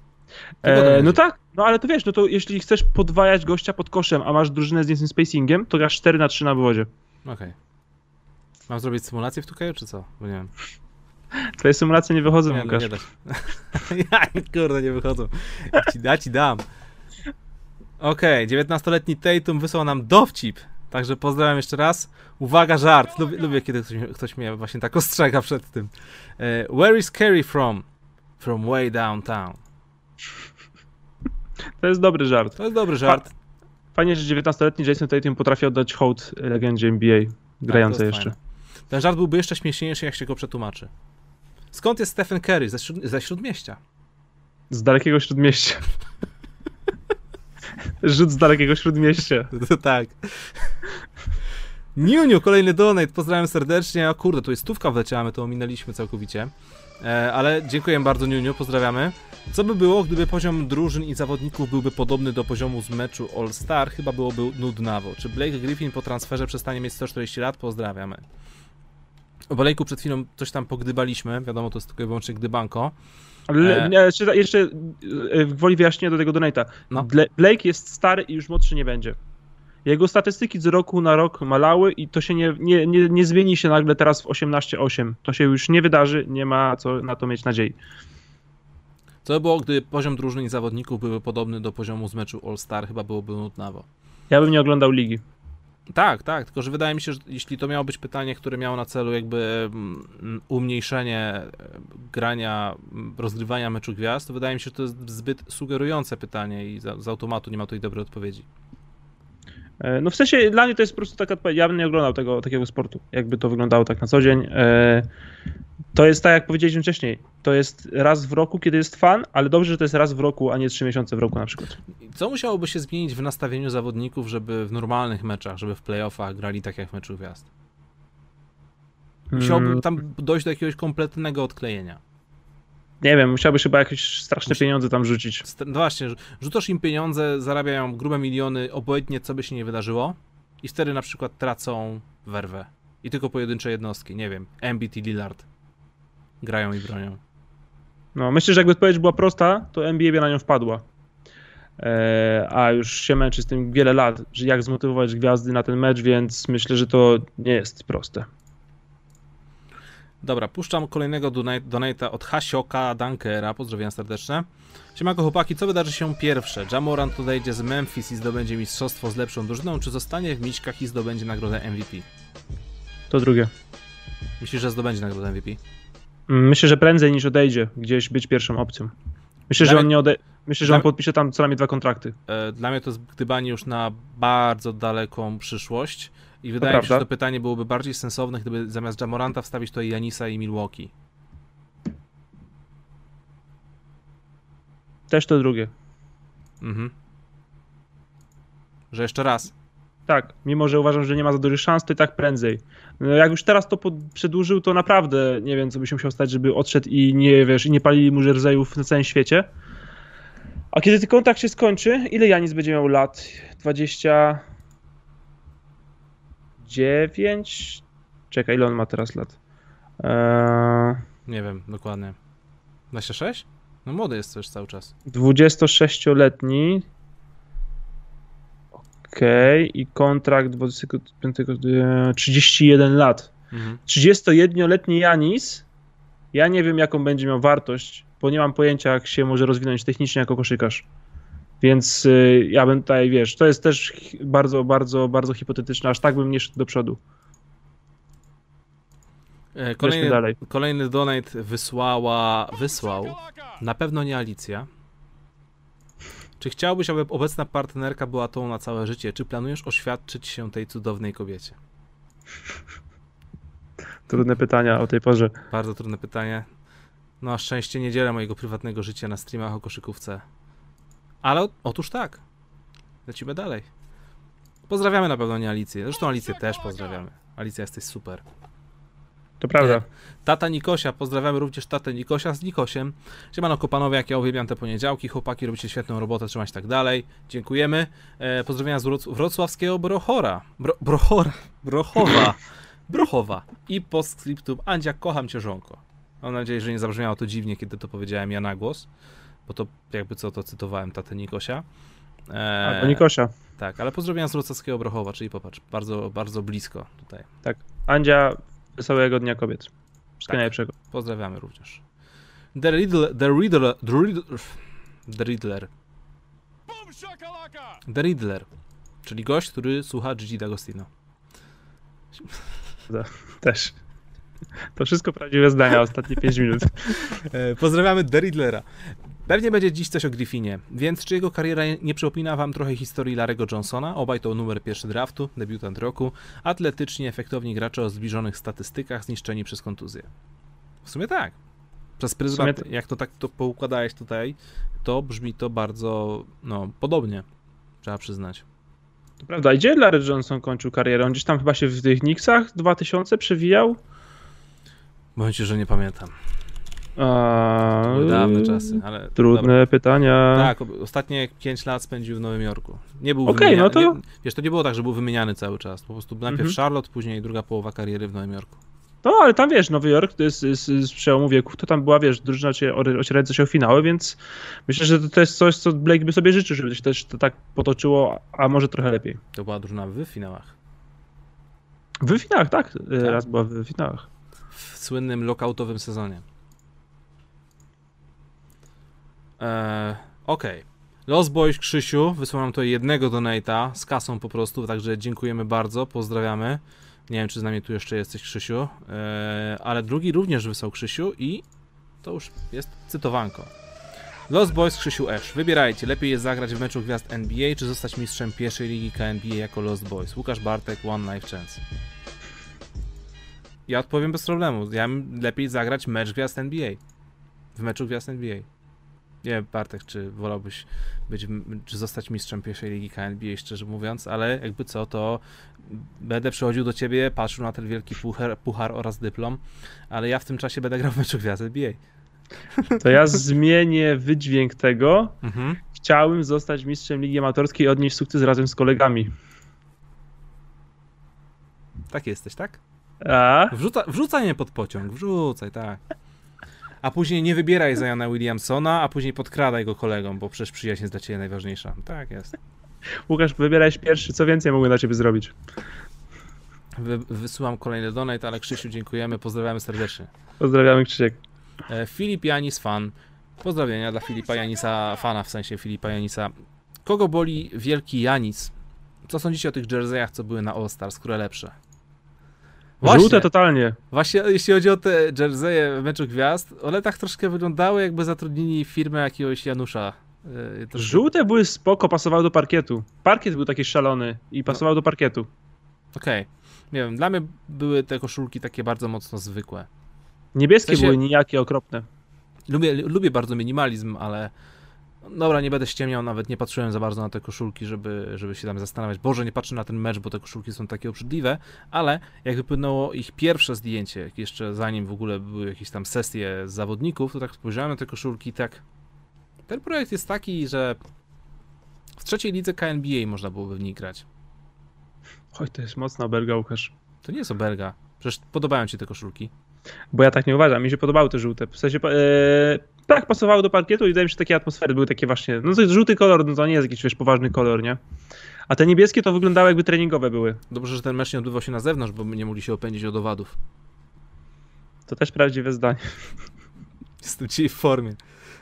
E, no tak, no ale to wiesz, no to jeśli chcesz podwajać gościa pod koszem, a masz drużynę z niezłym spacingiem, to grasz cztery na trzy na wywodzie. Okej. Okay. Mam zrobić symulację w Tukaju, czy co? Bo nie wiem. Twoje symulacje nie wychodzą, nie, Łukasz. No, nie da się. Ja, kurde, nie wychodzą. Jak ci da, ci dam. Okej, okay, dziewiętnastoletni Tatum wysłał nam dowcip. Także pozdrawiam jeszcze raz. Uwaga, żart. Lubię, lubię kiedy ktoś, ktoś mnie właśnie tak ostrzega przed tym. Uh, where is Kerry from? From way downtown. To jest dobry żart. To jest dobry żart. Fajnie, że dziewiętnastoletni Jason Tatum potrafi oddać hołd legendzie N B A, grającej tak, jeszcze. Fajne. Ten żart byłby jeszcze śmieszniejszy, jak się go przetłumaczy. Skąd jest Stephen Curry? Ze, śród, ze Śródmieścia. Z dalekiego Śródmieścia. Rzut z dalekiego Śródmieścia. To tak. Niuniu, kolejny donate, pozdrawiam serdecznie. O kurde, tu jest stówka wleciała, my to ominęliśmy całkowicie. E, ale dziękuję bardzo, Niuniu, pozdrawiamy. Co by było, gdyby poziom drużyn i zawodników byłby podobny do poziomu z meczu All-Star? Chyba byłoby nudnawo. Czy Blake Griffin po transferze przestanie mieć sto czterdzieści lat? Pozdrawiamy. O Blake'u przed chwilą coś tam pogdybaliśmy, wiadomo, to jest tylko i wyłącznie gdybanko. Ale e... jeszcze, jeszcze gwoli wyjaśnienia do tego donate'a. No. Blake jest stary i już młodszy nie będzie. Jego statystyki z roku na rok malały i to się nie, nie, nie, nie zmieni się nagle teraz w osiemnaście osiem. To się już nie wydarzy, nie ma co na to mieć nadziei. Co by było, gdy poziom drużyn i zawodników byłby podobny do poziomu z meczu All-Star? Chyba byłoby nudnawo. Ja bym nie oglądał ligi. Tak, tak, tylko że wydaje mi się, że jeśli to miało być pytanie, które miało na celu jakby umniejszenie grania, rozgrywania meczu gwiazd, to wydaje mi się, że to jest zbyt sugerujące pytanie i z automatu nie ma tutaj dobrej odpowiedzi. No w sensie dla mnie to jest po prostu taka odpowiedź, ja bym nie oglądał tego takiego sportu, jakby to wyglądało tak na co dzień. To jest tak, jak powiedzieliśmy wcześniej, to jest raz w roku, kiedy jest fan, ale dobrze, że to jest raz w roku, a nie trzy miesiące w roku na przykład. Co musiałoby się zmienić w nastawieniu zawodników, żeby w normalnych meczach, żeby w playoffach grali tak jak w meczu gwiazd? Musiałoby hmm. tam dojść do jakiegoś kompletnego odklejenia. Nie wiem, musiałbyś chyba jakieś straszne Musi... pieniądze tam rzucić. No właśnie, rzucasz im pieniądze, zarabiają grube miliony, obojętnie co by się nie wydarzyło i wtedy na przykład tracą werwę. I tylko pojedyncze jednostki, nie wiem, Embiid i Lillard grają i bronią. No, myślę, że jakby odpowiedź była prosta, to N B A by na nią wpadła. Eee, a już się męczy z tym wiele lat, że jak zmotywować gwiazdy na ten mecz, więc myślę, że to nie jest proste. Dobra, puszczam kolejnego donate'a od Hasioka Dunkera, pozdrowienia serdeczne. Siemanko chłopaki, co wydarzy się pierwsze? Ja Morant odejdzie z Memphis i zdobędzie mistrzostwo z lepszą drużyną, czy zostanie w Mićkach i zdobędzie nagrodę M V P? To drugie. Myślisz, że zdobędzie nagrodę M V P? Myślę, że prędzej niż odejdzie gdzieś być pierwszą opcją. Myślę, Dla że on nie ode... Myślę, że on podpisze tam co najmniej dwa kontrakty. Dla mnie to jest gdybanie już na bardzo daleką przyszłość. I wydaje mi się, że to pytanie byłoby bardziej sensowne, gdyby zamiast Ja Moranta wstawić to Janisa i Milwaukee. Też to drugie. Mhm. Że jeszcze raz. Tak, mimo że uważam, że nie ma za dużych szans, to i tak prędzej. No jak już teraz to pod... przedłużył, to naprawdę nie wiem, co by się musiał stać, żeby odszedł i nie, wiesz, i nie palili mu jerseyów na całym świecie. A kiedy ten kontrakt się skończy, ile Janis będzie miał lat? dwadzieścia dziewięć? Czekaj, ile on ma teraz lat? Eee... Nie wiem, dokładnie. dwadzieścia sześć? No młody jest też cały czas. dwudziestosześcioletni. Okej, okay. I kontrakt dwudziestego piątego, trzydzieści jeden lat. Mhm. trzydziestojednoletni Janis. Ja nie wiem, jaką będzie miał wartość, bo nie mam pojęcia, jak się może rozwinąć technicznie jako koszykarz. Więc y, ja bym tutaj, wiesz, to jest też bardzo, bardzo, bardzo hipotetyczne, aż tak bym nie szedł do przodu. Kolejny, dalej. Kolejny donate wysłała, wysłał, na pewno nie Alicja. Czy chciałbyś, aby obecna partnerka była tą na całe życie? Czy planujesz oświadczyć się tej cudownej kobiecie? Trudne pytania o tej porze. Bardzo trudne pytanie. No, na szczęście nie dzielę mojego prywatnego życia na streamach o koszykówce. Ale otóż tak. Lecimy dalej. Pozdrawiamy na pewno nie Alicję. Zresztą Alicję też pozdrawiamy. Alicja, jesteś super. To prawda. Tata Nikosia, pozdrawiamy również tatę Nikosia z Nikosiem. Siemano panowie, jak ja uwielbiam te poniedziałki, chłopaki, robicie świetną robotę, trzymać tak dalej. Dziękujemy. E, pozdrowienia z Wroc- wrocławskiego Brochora. Bro- Brochora. Brochowa. Brochowa. I postscriptum. Andzia, kocham cię, żonko. Mam nadzieję, że nie zabrzmiało to dziwnie, kiedy to powiedziałem ja na głos, bo to jakby co, to cytowałem tatę Nikosia. E, A, to Nikosia. Tak, ale pozdrowienia z wrocławskiego Brochowa, czyli popatrz, bardzo, bardzo blisko tutaj. Tak. Andzia, wesołego Dnia Kobiet. Wszystkiego tak. Najlepszego. Pozdrawiamy również. The Riddler, The Riddler, The Riddler, The Riddler. The Riddler, czyli gość, który słucha Gigi D'Agostino. Też. To wszystko prawdziwe zdania, ostatnie pięć minut. Pozdrawiamy The Riddlera. Pewnie będzie dziś coś o Griffinie, więc czy jego kariera nie przypomina wam trochę historii Larry'ego Johnsona? Obaj to numer pierwszy draftu, debiutant roku, atletycznie efektowni gracze o zbliżonych statystykach zniszczeni przez kontuzję. W sumie tak. Przez pryzmat, to... jak to tak to poukładałeś tutaj, to brzmi to bardzo, no, podobnie, trzeba przyznać. To prawda. I gdzie Larry Johnson kończył karierę? On gdzieś tam chyba się w tych Knicksach dwa tysiące przewijał? Powiem ci, że nie pamiętam. A... Były dawne czasy, ale... Trudne dobra. pytania. Tak, ostatnie pięć lat spędził w Nowym Jorku. Nie był okay, wymieniany. No to... nie, wiesz, to nie było tak, że był wymieniany cały czas. Po prostu najpierw mm-hmm. Charlotte, później druga połowa kariery w Nowym Jorku. No, ale tam wiesz, Nowy Jork to jest z, z przełomu wieków, to tam była, wiesz, drużyna ocierająca się o finały, więc myślę, że to, to jest coś, co Blake by sobie życzył, żeby się też to tak potoczyło, a może trochę lepiej. To była drużyna w finałach. W finałach, tak. tak. Raz była w finałach. W słynnym lockoutowym sezonie. Eee, Okej. Okay. Lost Boys Krzysiu wysłał nam tutaj jednego donate'a z kasą po prostu, także dziękujemy bardzo, pozdrawiamy. Nie wiem, czy z nami tu jeszcze jesteś, Krzysiu, eee, ale drugi również wysłał Krzysiu i to już jest cytowanko. Lost Boys Krzysiu Esz. Wybierajcie, lepiej jest zagrać w meczu gwiazd N B A, czy zostać mistrzem pierwszej ligi K N B A jako Lost Boys. Łukasz Bartek, One Life Chance. Ja odpowiem bez problemu. Ja bym lepiej zagrać mecz gwiazd N B A. W meczu gwiazd N B A. Nie wiem, Bartek, czy wolałbyś być, czy zostać mistrzem pierwszej ligi K N B A, szczerze mówiąc, ale jakby co, to będę przychodził do ciebie, patrzył na ten wielki puchar, puchar oraz dyplom, ale ja w tym czasie będę grał w meczu gwiazd N B A. To ja zmienię wydźwięk tego. Mhm. Chciałbym zostać mistrzem ligi amatorskiej i odnieść sukces razem z kolegami. Tak jesteś, tak? A? Wrzuca, wrzucaj pod pociąg, wrzucaj, tak. A później nie wybieraj Ziona Williamsona, a później podkradaj go kolegom, bo przecież przyjaźń jest dla ciebie najważniejsza. Tak jest. Łukasz, wybierałeś pierwszy, co więcej mogę dla ciebie zrobić? Wy, wysyłam kolejny donate, ale Krzysiu, dziękujemy, pozdrawiamy serdecznie. Pozdrawiamy, Krzysiek. E, Filip Janis fan. Pozdrowienia dla Filipa Janisa, fana w sensie Filipa Janisa. Kogo boli wielki Janis? Co sądzicie o tych jerseyach, co były na All Stars, które lepsze? Właśnie, żółte totalnie. Właśnie jeśli chodzi o te jerseye w meczu gwiazd, one tak troszkę wyglądały, jakby zatrudnili firmę jakiegoś Janusza. Yy, troszkę... Żółte były spoko, pasowały do parkietu. Parkiet był taki szalony i pasował no. do parkietu. Okej. Okay. Nie wiem, dla mnie były te koszulki takie bardzo mocno zwykłe. Niebieskie w sensie... były nijakie, okropne. Lubię, lubię bardzo minimalizm, ale dobra, nie będę ściemniał, nawet nie patrzyłem za bardzo na te koszulki, żeby, żeby się tam zastanawiać. Boże, nie patrzę na ten mecz, bo te koszulki są takie obrzydliwe, ale jak wypłynęło ich pierwsze zdjęcie, jeszcze zanim w ogóle były jakieś tam sesje zawodników, to tak spojrzałem na te koszulki i tak... Ten projekt jest taki, że w trzeciej lidze K N B A można byłoby w nich grać. Oj, to jest mocna obelga, Łukasz. To nie jest obelga. Przecież podobają ci te koszulki. Bo ja tak nie uważam, mi się podobały te żółte. W sensie, ee, tak, pasowały do parkietu i wydaje mi się, że takie atmosfery były takie właśnie, no to żółty kolor, no to nie jest jakiś, wiesz, poważny kolor, nie? A te niebieskie to wyglądały jakby treningowe były. Dobrze, że ten mecz nie odbywał się na zewnątrz, bo nie mogli się opędzić od owadów. To też prawdziwe zdanie. Jestem dzisiaj w formie.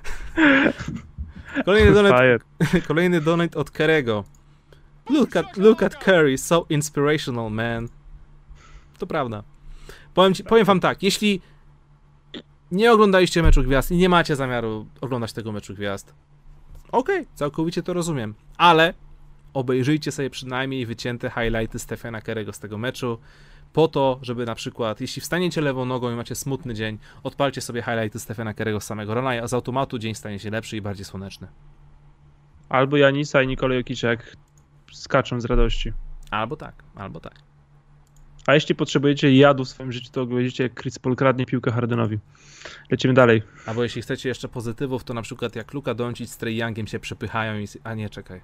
Kolejny donate, kolejny donate od Kerego. Look at, look at Curry, so inspirational, man. To prawda. Powiem, ci, powiem wam tak, jeśli nie oglądaliście meczu gwiazd i nie macie zamiaru oglądać tego meczu gwiazd, okej, okay, całkowicie to rozumiem, ale obejrzyjcie sobie przynajmniej wycięte highlighty Stephena Curry'ego z tego meczu, po to, żeby na przykład, jeśli wstaniecie lewą nogą i macie smutny dzień, odpalcie sobie highlighty Stephena Curry'ego z samego rana, a z automatu dzień stanie się lepszy i bardziej słoneczny. Albo Janisa i Nikola Jokicza, jak skaczą z radości. Albo tak, albo tak. A jeśli potrzebujecie jadu w swoim życiu, to oglądajcie, jak Chris Paul kradnie piłkę Hardenowi. Lecimy dalej. Albo jeśli chcecie jeszcze pozytywów, to na przykład jak Luka Doncic z Trae Youngiem się przepychają i... A nie, czekaj.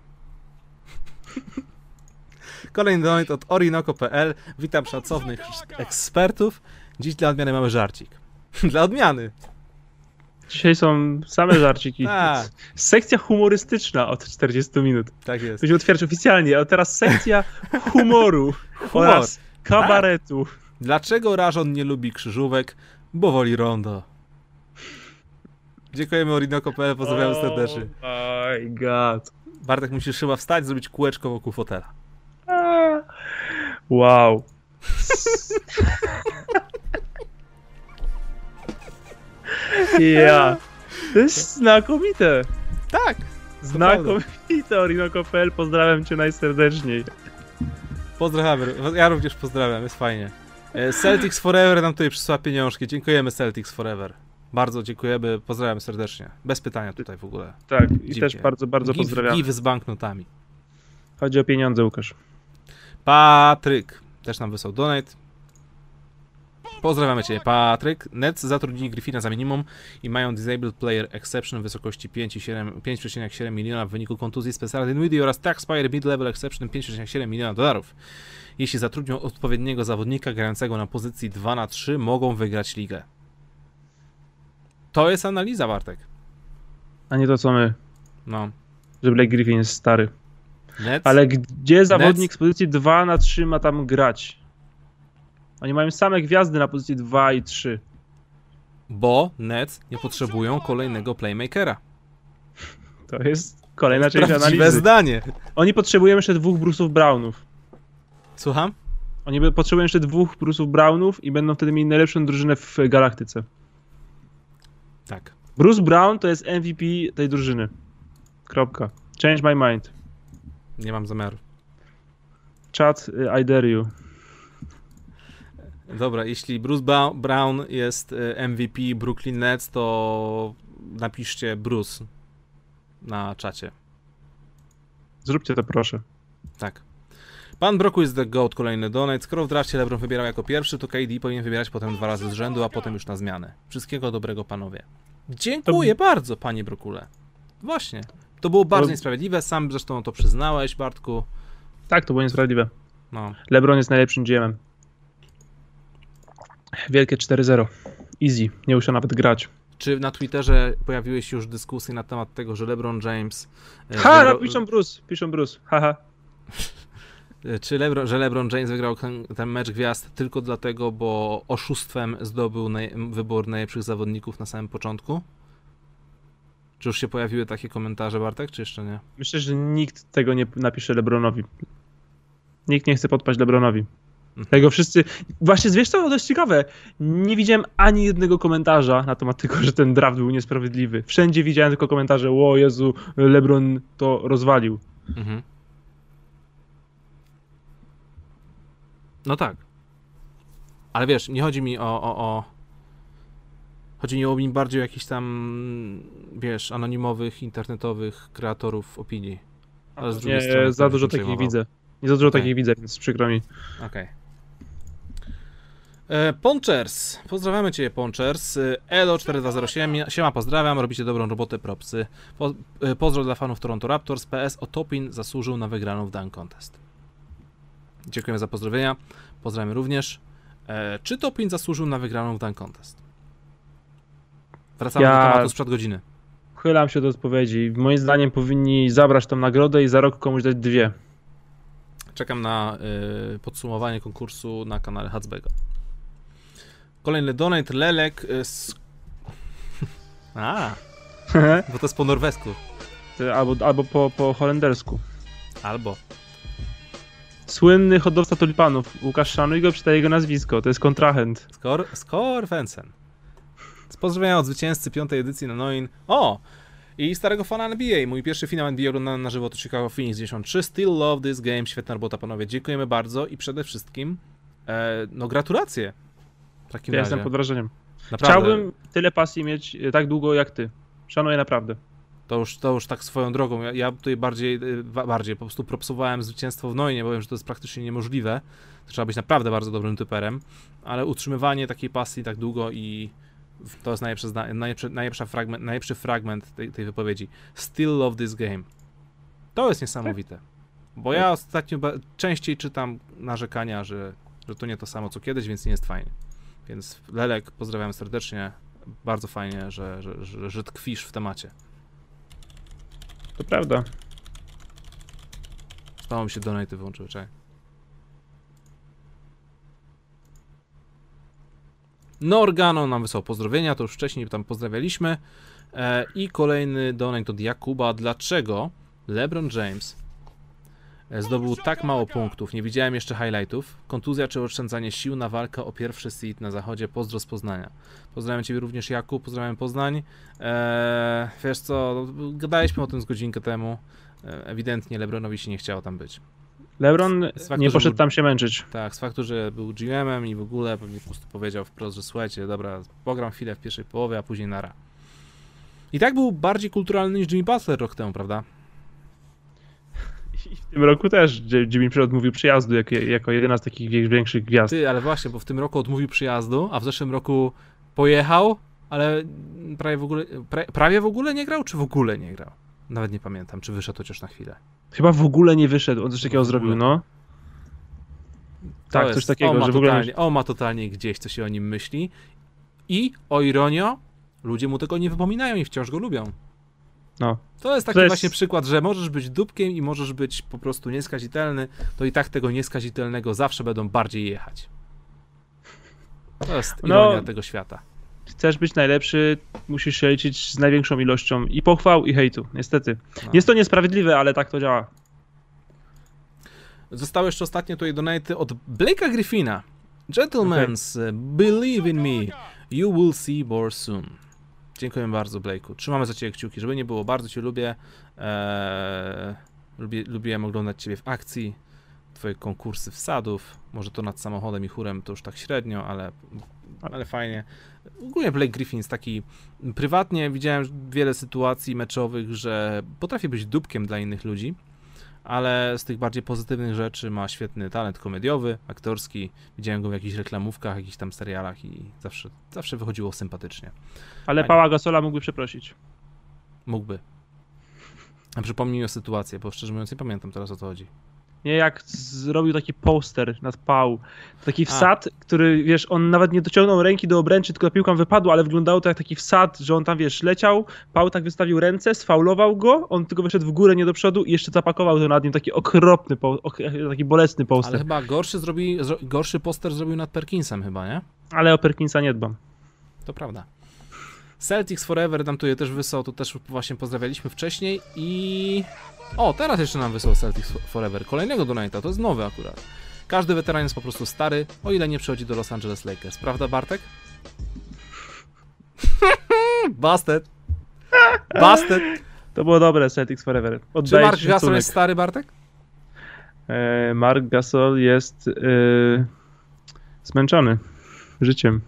Kolejny donate od Orinoco kropka p l. Witam szacownych ekspertów. Dziś dla odmiany mamy żarcik. Dla odmiany. Dzisiaj są same żarciki. Tak. Sekcja humorystyczna od czterdziestu minut. Tak jest. Będziemy otwierać oficjalnie, a teraz sekcja humoru Humor. oraz kabaretu. Tak. Dlaczego Rażon nie lubi krzyżówek? Bo woli rondo. Dziękujemy Orinoco kropka p l, pozdrawiamy serdecznie. Oh my god. Bartek, musisz chyba wstać, zrobić kółeczko wokół fotela. Wow. Ja. To jest znakomite. Tak. Znakomite Orinoco kropka p l. Pozdrawiam cię najserdeczniej. Pozdrawiamy. Ja również pozdrawiam, jest fajnie. Celtics Forever nam tutaj przysłała pieniążki. Dziękujemy Celtics Forever. Bardzo dziękujemy, pozdrawiam serdecznie. Bez pytania tutaj w ogóle. Tak, i Dziwnie. też bardzo, bardzo give, pozdrawiam. Give z banknotami. Chodzi o pieniądze, Łukasz. Patryk też nam wysłał donate. Pozdrawiamy Cię, Patryk. Nets zatrudnili Griffina za minimum i mają Disabled Player Exception w wysokości pięć przecinek siedem miliona w wyniku kontuzji Special Dinwiddie oraz Taxpayer Mid-Level Exception pięć przecinek siedem miliona dolarów. Jeśli zatrudnią odpowiedniego zawodnika grającego na pozycji dwa na trzy, mogą wygrać ligę. To jest analiza, Bartek. A nie to, co my. No. Że Blake Griffin jest stary. Nets? Ale gdzie zawodnik Nets? z pozycji dwa na trzy ma tam grać? Oni mają same gwiazdy na pozycji dwa i trzy. Bo Nets nie potrzebują kolejnego playmakera. To jest kolejna część Prawdziwe analizy. zdanie. Oni potrzebują jeszcze dwóch Bruce'ów Brownów. Słucham? Oni by- potrzebują jeszcze dwóch Bruce'ów Brownów i będą wtedy mieli najlepszą drużynę w galaktyce. Tak. Bruce Brown to jest M V P tej drużyny. Kropka. Change my mind. Nie mam zamiaru. Chat, y, I dare you. Dobra, jeśli Bruce Ba- Brown jest y, M V P Brooklyn Nets, to napiszcie Bruce na czacie. Zróbcie to, proszę. Tak. Pan Broku jest the GOAT, kolejny donate. Skoro w drafcie LeBron wybierał jako pierwszy, to K D powinien wybierać potem dwa razy z rzędu, a potem już na zmianę. Wszystkiego dobrego, panowie. Dziękuję to... bardzo, panie Brokule. Właśnie. To było bardzo to... niesprawiedliwe, sam zresztą to przyznałeś, Bartku. Tak, to było niesprawiedliwe. No. LeBron jest najlepszym G M-em. Wielkie cztery zero. Easy, nie musiał nawet grać. Czy na Twitterze pojawiły się już dyskusje na temat tego, że LeBron James... Ha, wygrał... piszą Bruce, piszą Bruce, haha. Czy Lebron, że LeBron James wygrał ten, ten mecz gwiazd tylko dlatego, bo oszustwem zdobył naj, wybór najlepszych zawodników na samym początku? Czy już się pojawiły takie komentarze, Bartek, czy jeszcze nie? Myślę, że nikt tego nie napisze LeBronowi. Nikt nie chce podpaść LeBronowi. Mhm. Tego wszyscy... Właśnie, wiesz co, to jest ciekawe. Nie widziałem ani jednego komentarza na temat tego, że ten draft był niesprawiedliwy. Wszędzie widziałem tylko komentarze: o Jezu, LeBron to rozwalił. Mhm. No tak. Ale wiesz, nie chodzi mi o, o, o... Chodzi mi o mi bardziej o jakichś tam, wiesz, anonimowych, internetowych kreatorów opinii. Ale z drugiej nie, strony za dużo takich przejmował. widzę. Nie za dużo okay. takich widzę, więc przykro mi. Okej. Okay. E, Ponchers. Pozdrawiamy Cię, Ponchers. Elo cztery dwa zero siedem. Siema, pozdrawiam. Robicie dobrą robotę, propsy. Po, e, pozdro dla fanów Toronto Raptors. P S. Otopin zasłużył na wygraną w Dunk Contest. Dziękujemy za pozdrowienia. Pozdrawiamy również. E, czy Topin zasłużył na wygraną w Dunk Contest? Wracamy ja... do tematu sprzed godziny. Chylam się do odpowiedzi. Moim zdaniem powinni zabrać tą nagrodę i za rok komuś dać dwie. Czekam na y, podsumowanie konkursu na kanale Hacbego. Kolejny donate, Lelek. Y, z... A, bo to jest po norwesku. Albo, albo po, po holendersku. Albo. Słynny hodowca tulipanów. Łukasz, szanuj go, czytaj jego nazwisko. To jest kontrahent. Skor, Skor Vensen. Z pozdrowienia od zwycięzcy piątej edycji na Noin. O! I starego fana N B A. Mój pierwszy finał N B A oglądany na żywo to Chicago Phoenix dziewięćdziesiąt trzy. Still love this game. Świetna robota, panowie. Dziękujemy bardzo i przede wszystkim e, no gratulacje. W takim ja razie. Jestem pod wrażeniem. Naprawdę. Chciałbym tyle pasji mieć tak długo jak ty. Szanuję naprawdę. To już, to już tak swoją drogą. Ja, ja tutaj bardziej, bardziej po prostu propsowałem zwycięstwo w Noinie, bo wiem, że to jest praktycznie niemożliwe. To trzeba być naprawdę bardzo dobrym typerem, ale utrzymywanie takiej pasji tak długo i to jest najlepszy, najlepszy, najlepszy fragment, najlepszy fragment tej, tej wypowiedzi. Still love this game. To jest niesamowite. Bo ja ostatnio częściej czytam narzekania, że, że to nie to samo co kiedyś, więc nie jest fajnie. Więc Lelek, pozdrawiam serdecznie. Bardzo fajnie, że, że, że, że tkwisz w temacie. To prawda. Stało mi się donaty wyłączyły, czekaj. No Organo nam wysłał pozdrowienia, to już wcześniej tam pozdrawialiśmy. E, I kolejny donate od Jakuba. Dlaczego LeBron James zdobył tak mało punktów? Nie widziałem jeszcze highlightów. Kontuzja czy oszczędzanie sił na walkę o pierwszy seed na zachodzie? Pozdro z Poznania. Pozdrawiam Ciebie również, Jakub. Pozdrawiam Poznań. Eee, wiesz co, gadaliśmy o tym z godzinkę temu. Eee, ewidentnie LeBronowi się nie chciało tam być. LeBron faktu, nie poszedł był, tam się męczyć. Tak, z faktu, że był G M-em i w ogóle pewnie po prostu powiedział wprost, że słuchajcie, dobra, pogram chwilę w pierwszej połowie, a później nara. I tak był bardziej kulturalny niż Jimmy Butler rok temu, prawda? I w tym roku też Jimmy Page odmówił przyjazdu jako, jako jedyna z takich większych gwiazd. Ty, ale właśnie, bo w tym roku odmówił przyjazdu, a w zeszłym roku pojechał, ale prawie w ogóle, pra, prawie w ogóle nie grał, czy w ogóle nie grał? Nawet nie pamiętam, czy wyszedł chociaż na chwilę. Chyba w ogóle nie wyszedł, on coś takiego zrobił, no. To tak, jest, coś takiego, o, że w ogóle... Totalnie, o, ma totalnie gdzieś, co się o nim myśli. I, o ironio, ludzie mu tego nie wypominają i wciąż go lubią. No. To jest taki to jest... właśnie przykład, że możesz być dupkiem i możesz być po prostu nieskazitelny, to i tak tego nieskazitelnego zawsze będą bardziej jechać. To jest ironia no, tego świata. Chcesz być najlepszy, musisz się liczyć z największą ilością i pochwał, i hejtu, niestety. No. Jest to niesprawiedliwe, ale tak to działa. Zostały jeszcze ostatnie tutaj donaty od Blake'a Griffina. Gentlemen, okay. Believe in me, you will see more soon. Dziękuję bardzo, Blake'u. Trzymamy za ciebie kciuki, żeby nie było. Bardzo cię lubię. Eee, lubię lubiłem oglądać ciebie w akcji. Twoje konkursy wsadów. Może to nad samochodem i chórem to już tak średnio, ale, ale fajnie. Ogólnie Blake Griffin jest taki... Prywatnie widziałem wiele sytuacji meczowych, że potrafi być dupkiem dla innych ludzi, ale z tych bardziej pozytywnych rzeczy ma świetny talent komediowy, aktorski. Widziałem go w jakichś reklamówkach, jakichś tam serialach i zawsze, zawsze wychodziło sympatycznie. Ale Fajnie. Paula Gasola mógłby przeprosić. Mógłby. A przypomnij mi o sytuację, bo szczerze mówiąc nie pamiętam teraz, o co chodzi. Nie, jak zrobił taki poster nad Pau. Taki wsad, A. który, wiesz, on nawet nie dociągnął ręki do obręczy, tylko piłka wypadła, ale wyglądało to jak taki wsad, że on tam, wiesz, leciał, Pau tak wystawił ręce, sfaulował go, on tylko wyszedł w górę, nie do przodu i jeszcze zapakował to nad nim, taki okropny, taki bolesny poster. Ale chyba gorszy, zrobi, gorszy poster zrobił nad Perkinsem chyba, nie? Ale o Perkinsa nie dbam. To prawda. Celtics Forever nam tutaj też wysłał, to też właśnie pozdrawialiśmy wcześniej i... O, teraz jeszcze nam wysłał Celtics Forever. Kolejnego donate'a, to jest nowy akurat. Każdy weteran jest po prostu stary, o ile nie przychodzi do Los Angeles Lakers. Prawda, Bartek? Busted. Busted. To było dobre, Celtics Forever. Oddaję Czy Mark Gasol szacunek. Jest stary, Bartek? E, Mark Gasol jest e, zmęczony życiem.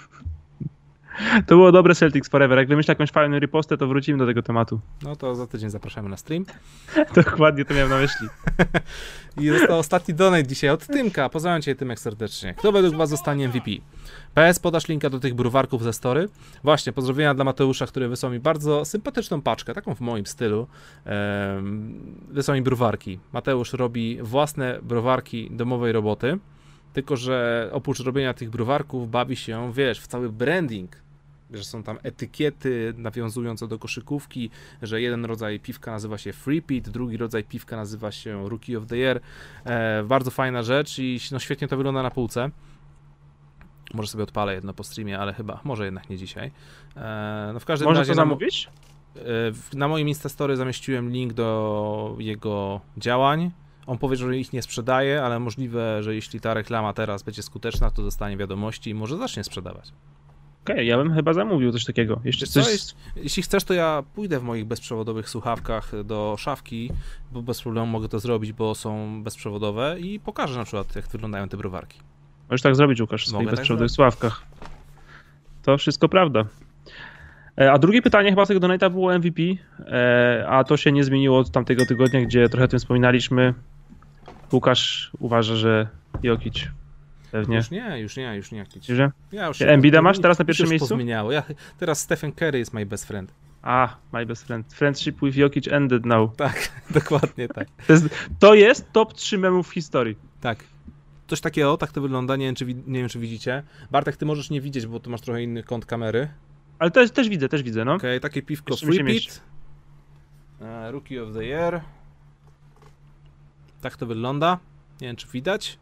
To było dobre Celtics Forever. Jak wymyślę jakąś fajną ripostę, to wrócimy do tego tematu. No to za tydzień zapraszamy na stream. Dokładnie to miałem na myśli. I został ostatni donate dzisiaj od Tymka. Pozdrawiam cię, Tymek, serdecznie. Kto według was zostanie M V P? P S, podasz linka do tych browarków ze story? Właśnie, pozdrowienia dla Mateusza, który wysłał mi bardzo sympatyczną paczkę, taką w moim stylu. Ehm, wysłał mi browarki. Mateusz robi własne browarki domowej roboty, tylko że oprócz robienia tych browarków bawi się, wiesz, w cały branding, że są tam etykiety nawiązujące do koszykówki, że jeden rodzaj piwka nazywa się Free Pit, drugi rodzaj piwka nazywa się Rookie of the Year. E, bardzo fajna rzecz i no, świetnie to wygląda na półce. Może sobie odpalę jedno po streamie, ale chyba, może jednak nie dzisiaj. E, no w każdym Można razie to zamówić? Na, na moim Instastory zamieściłem link do jego działań. On powie, że ich nie sprzedaje, ale możliwe, że jeśli ta reklama teraz będzie skuteczna, to dostanie wiadomości i może zacznie sprzedawać. Okej, okay, ja bym chyba zamówił coś takiego. Jeszcze coś... Co, jeśli, jeśli chcesz, to ja pójdę w moich bezprzewodowych słuchawkach do szafki, bo bez problemu mogę to zrobić, bo są bezprzewodowe i pokażę na przykład, jak wyglądają te browarki. Możesz tak zrobić, Łukasz, w swoich bezprzewodowych tak słuchawkach. To wszystko prawda. A drugie pytanie chyba z tego donate'a było M V P, a to się nie zmieniło od tamtego tygodnia, gdzie trochę o tym wspominaliśmy. Łukasz uważa, że Jokic pewnie. Już nie, już nie, już nie Jokic. Już nie? Ja już Embida masz teraz na pierwszym już miejscu? Pozmieniało. Ja, teraz Stephen Curry jest my best friend. A, my best friend. Friendship with Jokic ended now. Tak, dokładnie tak. To jest, to jest top trzy memów w historii. Tak. Coś takiego, tak to wygląda, nie wiem, czy, nie wiem, czy widzicie. Bartek, ty możesz nie widzieć, bo tu masz trochę inny kąt kamery. Ale też, też widzę, też widzę, no. Okej, okay, takie piwko Free Pit. Uh, Rookie of the Year. Tak to wygląda. Nie wiem, czy widać.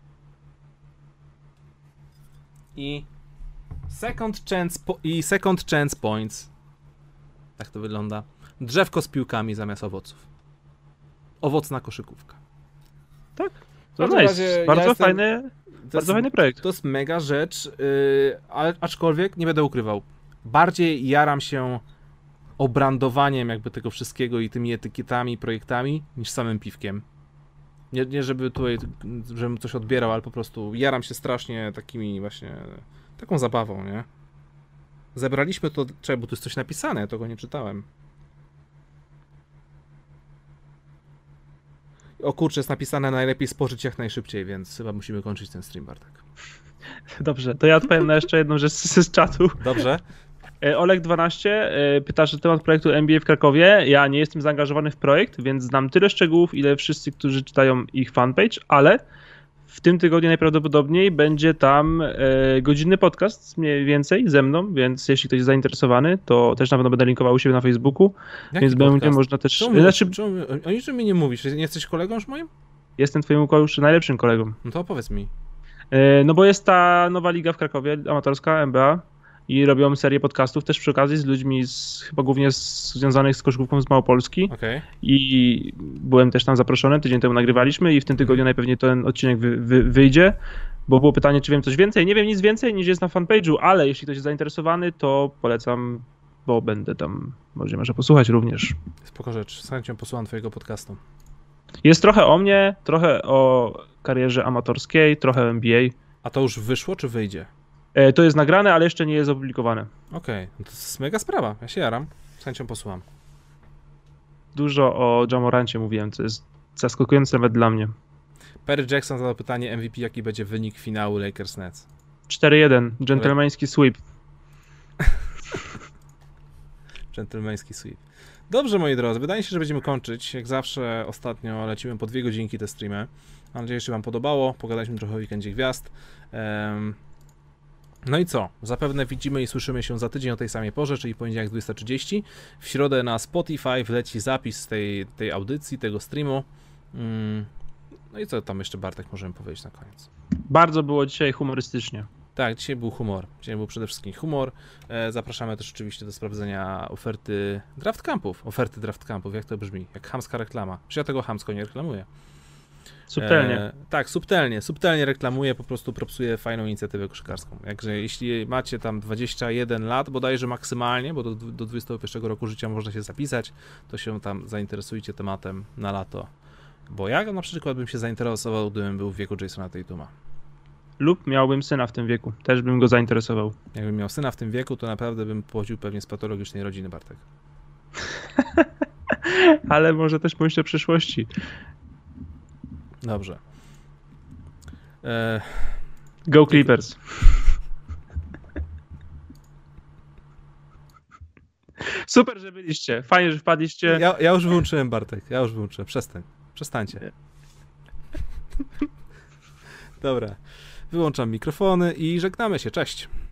I second chance, po i second chance points. Tak to wygląda. Drzewko z piłkami zamiast owoców. Owocna koszykówka. Tak. To nice. Razie bardzo ja jestem, fajny, bardzo jest, fajny projekt. To jest mega rzecz, yy, ale aczkolwiek nie będę ukrywał. Bardziej jaram się obrandowaniem jakby tego wszystkiego i tymi etykietami, projektami, niż samym piwkiem. Nie, nie żeby tutaj, żebym coś odbierał, ale po prostu jaram się strasznie takimi właśnie, taką zabawą, nie? Zebraliśmy to, czekaj, bo tu jest coś napisane, ja tego nie czytałem. O kurczę, jest napisane najlepiej spożyć jak najszybciej, więc chyba musimy kończyć ten stream, Bartek. Dobrze, to ja odpowiem na jeszcze jedną rzecz z, z czatu. Dobrze. Olek dwanaście pyta, że temat projektu M B A w Krakowie. Ja nie jestem zaangażowany w projekt, więc znam tyle szczegółów, ile wszyscy, którzy czytają ich fanpage, ale w tym tygodniu najprawdopodobniej będzie tam e, godzinny podcast mniej więcej ze mną, więc jeśli ktoś jest zainteresowany, to też na pewno będę linkował u siebie na Facebooku, Jaki więc podcast? będzie można też... Czemu, Znaczy, czemu, o niczym mi nie mówisz? Nie jesteś kolegą już moim? jestem twoim już najlepszym kolegą. No to opowiedz mi. E, no bo jest ta nowa liga w Krakowie, amatorska, M B A, i robią serię podcastów też przy okazji z ludźmi z, chyba głównie z, związanych z koszykówką z Małopolski. Okay. I byłem też tam zaproszony, tydzień temu nagrywaliśmy i w tym tygodniu najpewniej ten odcinek wy, wy, wyjdzie, bo było pytanie, czy wiem coś więcej. Nie wiem nic więcej niż jest na fanpage'u, ale jeśli ktoś jest zainteresowany, to polecam, bo będę tam, może może posłuchać również. Spoko rzecz, z chęcią posłucham twojego podcastu. Jest trochę o mnie, trochę o karierze amatorskiej, trochę o M B A. A to już wyszło, czy wyjdzie? To jest nagrane, ale jeszcze nie jest opublikowane. Okej, okay. No to jest mega sprawa, ja się jaram, z chęcią posłucham. Dużo o Ja Morancie mówiłem, co jest zaskakujące nawet dla mnie. Perry Jackson zadał pytanie M V P, jaki będzie wynik finału Lakers Nets. cztery jeden, dżentelmeński sweep. Dżentelmeński sweep. Dobrze, moi drodzy, wydaje się, że będziemy kończyć. Jak zawsze ostatnio lecimy po dwie godzinki te streamy. Mam nadzieję, że się wam podobało. Pogadaliśmy trochę o Weekendzie Gwiazd. Um, No i co? Zapewne widzimy i słyszymy się za tydzień o tej samej porze, czyli poniedziałek dwudziesta trzydzieści. W środę na Spotify wleci zapis tej, tej audycji, tego streamu. No i co tam jeszcze, Bartek, możemy powiedzieć na koniec? Bardzo było dzisiaj humorystycznie. Tak, dzisiaj był humor. Dzisiaj był przede wszystkim humor. Zapraszamy też oczywiście do sprawdzenia oferty draft campów. Oferty draft campów, jak to brzmi? Jak chamska reklama. Przecież ja tego chamsko nie reklamuję. Subtelnie. E, tak, subtelnie, subtelnie reklamuje, po prostu propsuje fajną inicjatywę koszykarską. Jakże jeśli macie tam dwadzieścia jeden lat, bodajże maksymalnie, bo do, do dwudziestego pierwszego roku życia można się zapisać, to się tam zainteresujcie tematem na lato. Bo ja na przykład bym się zainteresował, gdybym był w wieku Jasona Tatuma. Lub miałbym syna w tym wieku, też bym go zainteresował. Jakbym miał syna w tym wieku, to naprawdę bym pochodził pewnie z patologicznej rodziny, Bartek. Ale może też pomyślę o przyszłości. Dobrze. E... Go Clippers. Super, że byliście. Fajnie, że wpadliście. Ja, ja już wyłączyłem, Bartek. Ja już wyłączyłem. Przestań. Przestańcie. Dobra. Wyłączam mikrofony i żegnamy się. Cześć.